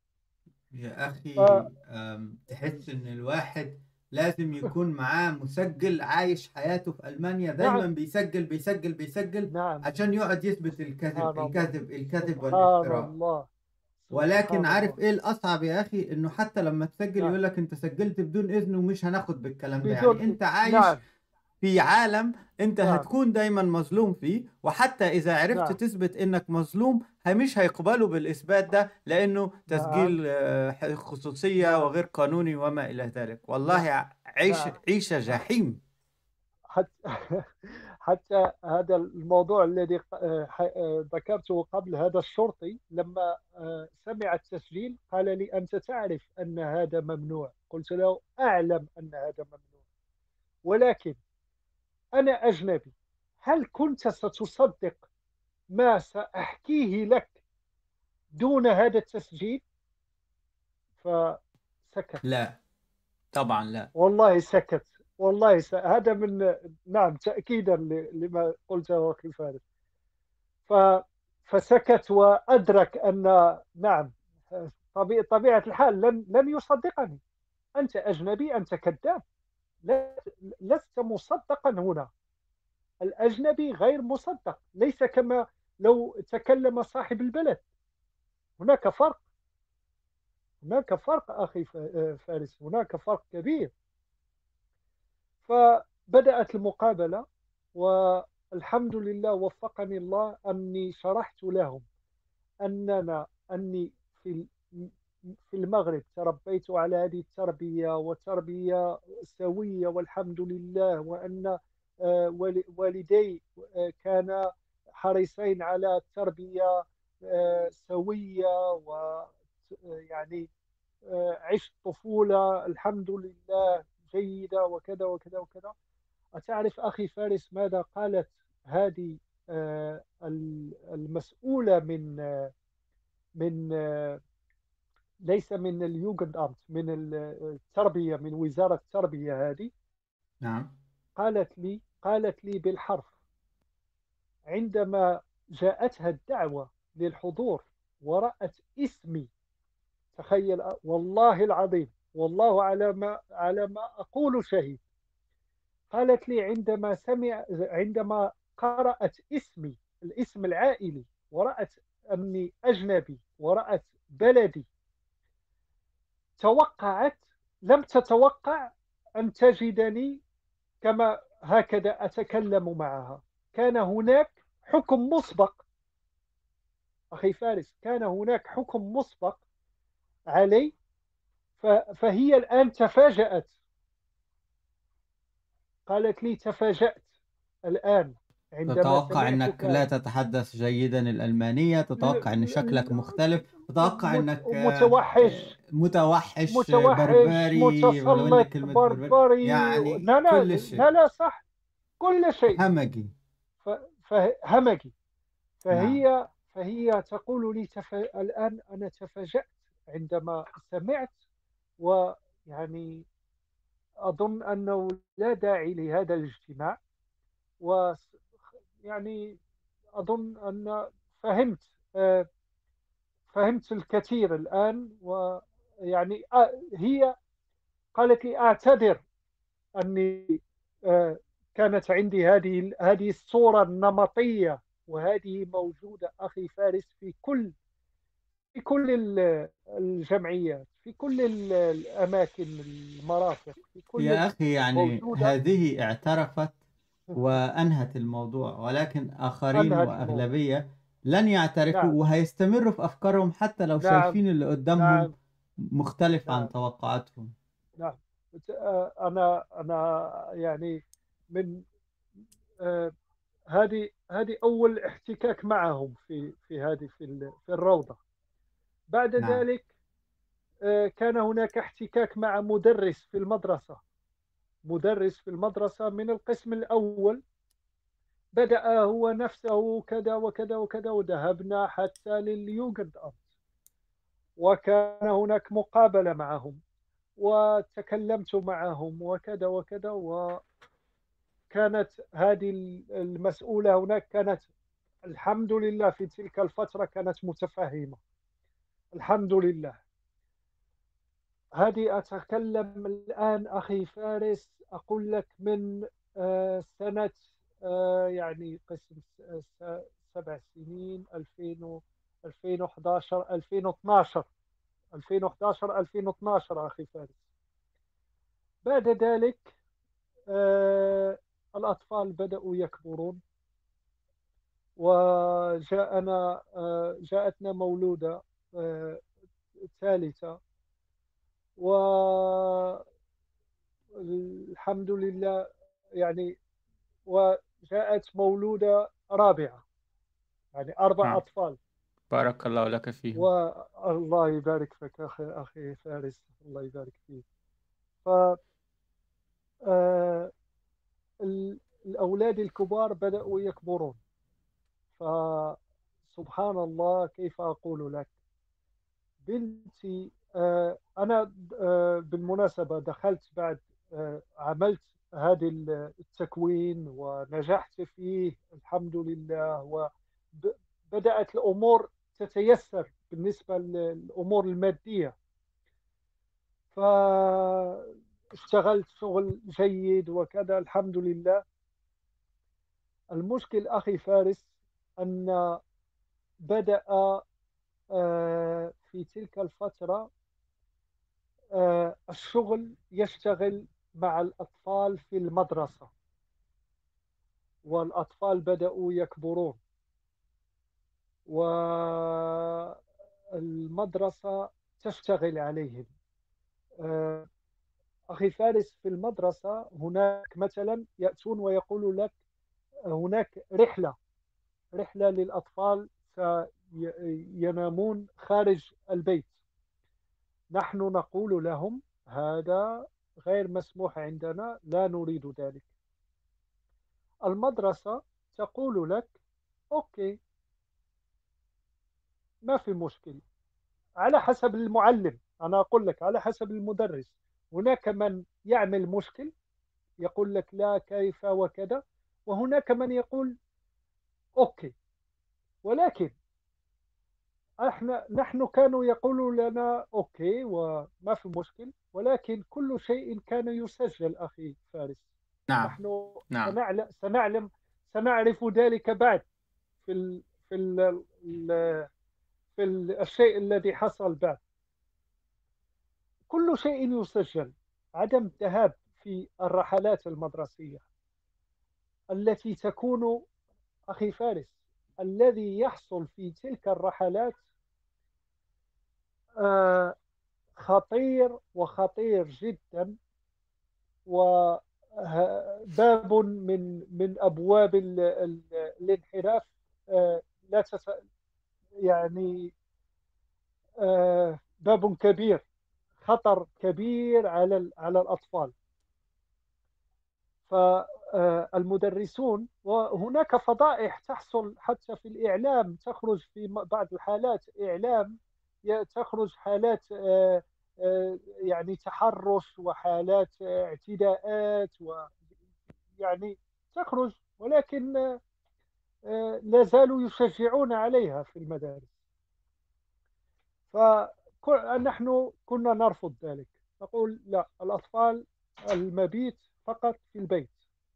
يا ف أخي، أم، تحس إن الواحد لازم يكون معاه مسجل عايش حياته في ألمانيا، دايما نعم بيسجل بيسجل بيسجل نعم. عشان يقعد يثبت الكذب سبحان الله. الكذب الكذب سبحان والافتراء. الله. ولكن سبحان عارف الله. إيه الأصعب يا أخي؟ إنه حتى لما تسجل نعم. يقولك أنت سجلت بدون إذن ومش هناخد بالكلام ده. يعني بدون. أنت عايش نعم في عالم انت نعم هتكون دايما مظلوم فيه، وحتى اذا عرفت نعم تثبت انك مظلوم ه- مش هيقبلوا بالاثبات ده، لانه نعم تسجيل آه، خصوصية نعم وغير قانوني وما الى ذلك. والله نعم ع- عيش نعم. عيشة جحيم. حتى حتى هذا الموضوع الذي آه، ح- آه، ذكرته قبل، هذا الشرطي لما آه، سمع التسجيل قال لي أنت تعرف أن هذا ممنوع. قلت له أعلم أن هذا ممنوع، ولكن أنا أجنبي. هل كنت ستصدق ما سأحكيه لك دون هذا التسجيل؟ فسكت. لا، طبعا لا. والله سكت. والله س... هذا من، نعم، تأكيدا ل- لما قلته أخي فارس. ف... فسكت وأدرك أن، نعم، طبيعة, طبيعة الحال لن لن يصدقني. أنت أجنبي، أنت كذاب. لا- لست مصدقا هنا. الأجنبي غير مصدق، ليس كما لو تكلم صاحب البلد. هناك فرق. هناك فرق أخي ف- فارس، هناك فرق كبير. فبدأت المقابلة، والحمد لله وفقني الله أني شرحت لهم أننا أني في في المغرب تربيت على هذه التربية، وتربية سوية والحمد لله، وأن آه، والي- والدي آه، كانا حريصين على التربية آه، سوية، ويعني عشت طفولة الحمد لله جيدة وكذا وكذا وكذا. أتعرف أخي فارس ماذا قالت هذه آه، المسؤولة من آه، من آه، ليس من اليوجند أمت، من التربية، من وزارة التربية هذه؟ نعم. قالت لي قالت لي بالحرف عندما جاءتها الدعوة للحضور ورأت اسمي. تخيل، والله العظيم، والله على ما على ما أقول شهيد. قالت لي عندما سمع عندما قرأت اسمي، الاسم العائلي، ورأت أني أجنبي، ورأت بلدي، توقعت، لم تتوقع أن تجدني كما هكذا أتكلم معها. كان هناك حكم مسبق أخي فارس، كان هناك حكم مسبق علي، ف- فهي الآن تفاجأت. قالت لي تفاجأت الآن عندما تتوقع أنك لا سمعتك. تتحدث جيدا الألمانية، ل- تتوقع أن ل- شكلك مختلف، تتوقع مت- أنك آه، آه، متوحش، متوحش، آه، متوحش بربري، ولو أن متسلط كلمة بربري بربري. يعني لا لا كل لا شيء لا، صح، كل شيء. همجي. ف- فهمجي. نعم. فهي فهي تقول لي تف... الآن أنا تفاجأت عندما سمعت، ويعني أظن أنه لا داعي لهذا الاجتماع. ويعني أظن أن فهمت آه، فهمت الكثير الآن. ويعني آه، هي قالت لي أعتذر أني آه، كانت عندي هذه هذه الصورة النمطية، وهذه موجودة أخي فارس في كل في كل ال- الجمعيات، في كل ال- الأماكن، المرافق، في كل يا أخي يعني موجودة. هذه اعترفت وأنهت الموضوع، ولكن آخرين أنهت الموضوع. وأغلبية لن يعترفوا نعم، وهيستمروا في أفكارهم حتى لو نعم، شايفين اللي قدامهم نعم، مختلف عن نعم، توقعاتهم. نعم. آه، أنا أنا يعني من آه، هذه هذه أول احتكاك معهم في في هذه في ال- في الروضة. بعد نعم. ذلك آه، كان هناك احتكاك مع مدرس في المدرسة. مدرس في المدرسة من القسم الأول، بدأ هو نفسه كذا وكذا وكذا، وذهبنا حتى لليوجند أمت، وكان هناك مقابلة معهم، وتكلمت معهم وكذا وكذا. وكانت هذه المسؤولة هناك كانت، الحمد لله، في تلك الفترة كانت متفهمة، الحمد لله. هذه أتكلم الآن أخي فارس، أقول لك من آه، سنة آه، يعني قسم س- س- سبع سنين، ألفين و- ألفين وأحد عشر ألفين واثناشر ألفين وأحد عشر ألفين واثناشر أخي فارس. بعد ذلك آه، الأطفال بدأوا يكبرون، وجاءنا آه، جاءتنا مولودة آه، ثالثة، والحمد لله يعني. وجاءت مولودة رابعة، يعني أربع نعم. أطفال. بارك الله لك فيهم. والله يبارك فيك أخي أخي فارس، الله يبارك فيك. ف آه، ال- الأولاد الكبار بدأوا يكبرون. فسبحان الله، كيف أقول لك، بنتي آه، أنا آه، بالمناسبة دخلت بعد آه، عملت هذا التكوين ونجحت فيه الحمد لله، وبدأت الأمور تتيسر بالنسبة للأمور المادية. فاشتغلت شغل جيد وكذا الحمد لله. المشكل أخي فارس أن بدأ آه، في تلك الفترة آه، الشغل يشتغل مع الأطفال في المدرسة، والأطفال بدأوا يكبرون، والمدرسة تشتغل عليهم. آه، أخي فارس، في المدرسة هناك مثلا يأتون ويقولوا لك هناك رحلة رحلة للأطفال سينامون خارج البيت. نحن نقول لهم هذا غير مسموح عندنا، لا نريد ذلك. المدرسة تقول لك أوكي، ما في مشكل، على حسب المعلم. أنا أقول لك على حسب المدرس. هناك من يعمل مشكل، يقول لك لا كيف وكذا، وهناك من يقول أوكي. ولكن احنا نحن كانوا يقولوا لنا اوكي وما في مشكل، ولكن كل شيء كان يسجل اخي فارس. نعم. نحن نعم. سنعلم سنعلم سنعرف ذلك بعد، في ال في ال ال في ال الشيء الذي حصل بعد. كل شيء يسجل. عدم الذهاب في الرحلات المدرسية التي تكون، أخي فارس، الذي يحصل في تلك الرحلات آه، خطير وخطير جدا، وباب من من أبواب ال- ال- الانحراف. آه، لا تس يعني آه، باب كبير، خطر كبير على ال- على الأطفال. فالمدرسون، وهناك فضائح تحصل حتى في الإعلام، تخرج في م- بعض الحالات إعلام، ي- تخرج حالات آه، آه، يعني تحرش وحالات آه، اعتداءات، ويعني تخرج، ولكن آه، لا زالوا يشجعون عليها في المدارس. فنحن كنا نرفض ذلك، نقول لا، الأطفال المبيت فقط في البيت.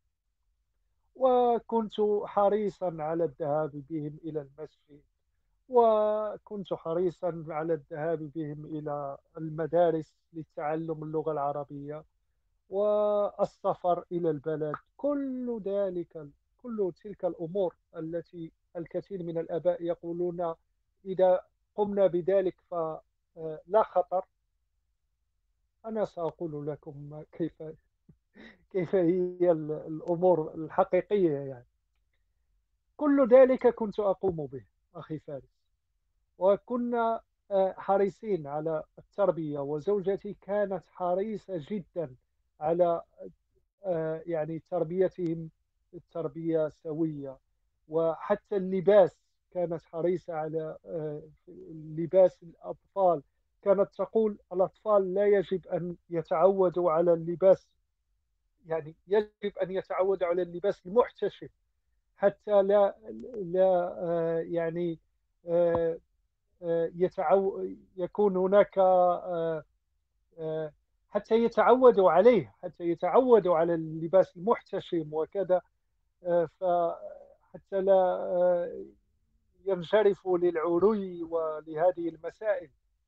وكنت حريصا على الذهاب بهم إلى المسجد، وكنت حريصا على الذهاب بهم إلى المدارس لتعلم اللغة العربية، والسفر إلى البلد. كل ذلك، كل تلك الأمور التي الكثير من الآباء يقولون إذا قمنا بذلك فلا خطر. أنا سأقول لكم كيف كيف هي الأمور الحقيقية يعني. كل ذلك كنت أقوم به أخي فارس، وكنا آه، حريصين على التربية، وزوجتي كانت حريصة جدا على آه، يعني تربيتهم تربية سوية. وحتى اللباس كانت حريصة على آه، لباس الأطفال. كانت تقول الأطفال لا يجب أن يتعودوا على اللباس، يعني يجب أن يتعودوا على اللباس المحتشم، حتى لا لا آه، يعني آه، آه، يتعو يكون هناك آه، آه، حتى يتعودوا عليه، حتى يتعودوا على اللباس المحتشم وكذا. آه، فحتى لا آه، ينجرفوا للعري ولهذه المسائل.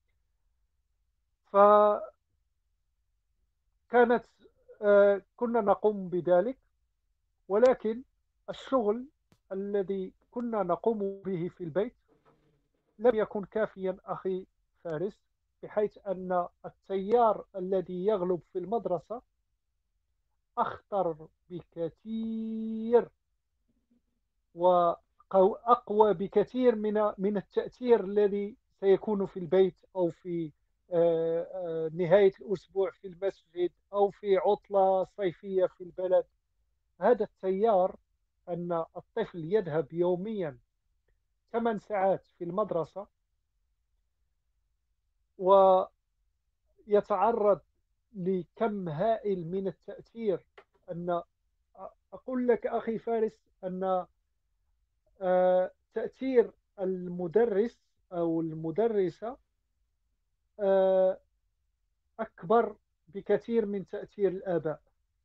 فكانت آه، كنا نقوم بذلك، ولكن الشغل الذي كنا نقوم به في البيت لم يكن كافيا أخي فارس، بحيث أن التيار الذي يغلب في المدرسة أخطر بكثير، وأقوى بكثير من من التأثير الذي سيكون في البيت، أو في آه، آه، نهاية الأسبوع في المسجد، أو في عطلة صيفية في البلد. هذا التيار، أن الطفل يذهب يوميا ثمان ساعات في المدرسة، ويتعرض لكم هائل من التأثير. أن أقول لك أخي فارس أن آه، تأثير المدرس أو المدرسة آه، أكبر بكثير من تأثير الآباء.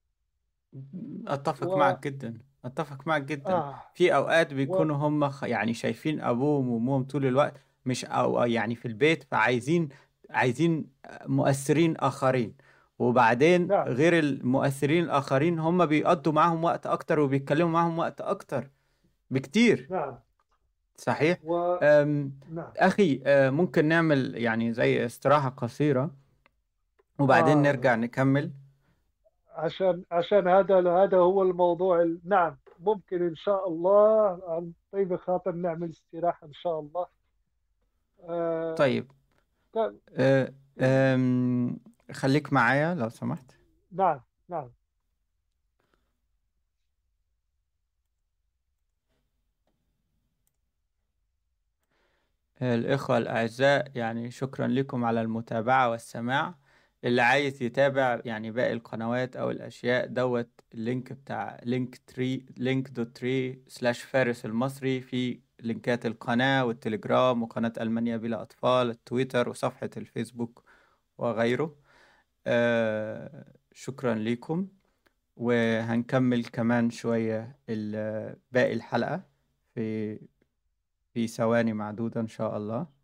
اتفق و معك جدا، اتفق معك جدا. آه في اوقات و بيكونوا هم خ- يعني شايفين ابوهم وامهم طول الوقت، مش او يعني في البيت، فعايزين عايزين مؤثرين اخرين. وبعدين نعم، غير المؤثرين الاخرين هم بيقضوا معاهم وقت اكتر وبيتكلموا معاهم وقت اكتر بكتير. نعم، صحيح. ونعم. أم، اخي، أه، ممكن نعمل يعني زي استراحة قصيرة وبعدين نرجع آه نكمل. عشان عشان هذا هذا هو الموضوع. ال- نعم، ممكن إن شاء الله عن طيب خاطر نعمل استراحة إن شاء الله. آه طيب. ت- أه، أم، خليك معايا لو سمحت. نعم، نعم. الإخوة الأعزاء، يعني شكرا لكم على المتابعة والسماع. اللي عايز يتابع يعني باقي القنوات أو الأشياء دوت، اللينك بتاع لينك تري لينك دوت تري سلاش فارس المصري في لينكات القناة والتليجرام وقناة ألمانيا بلا أطفال، التويتر وصفحة الفيسبوك وغيره. آه شكرا لكم، وهنكمل كمان شوية ال- باقي الحلقة في في ثواني معدودة إن شاء الله.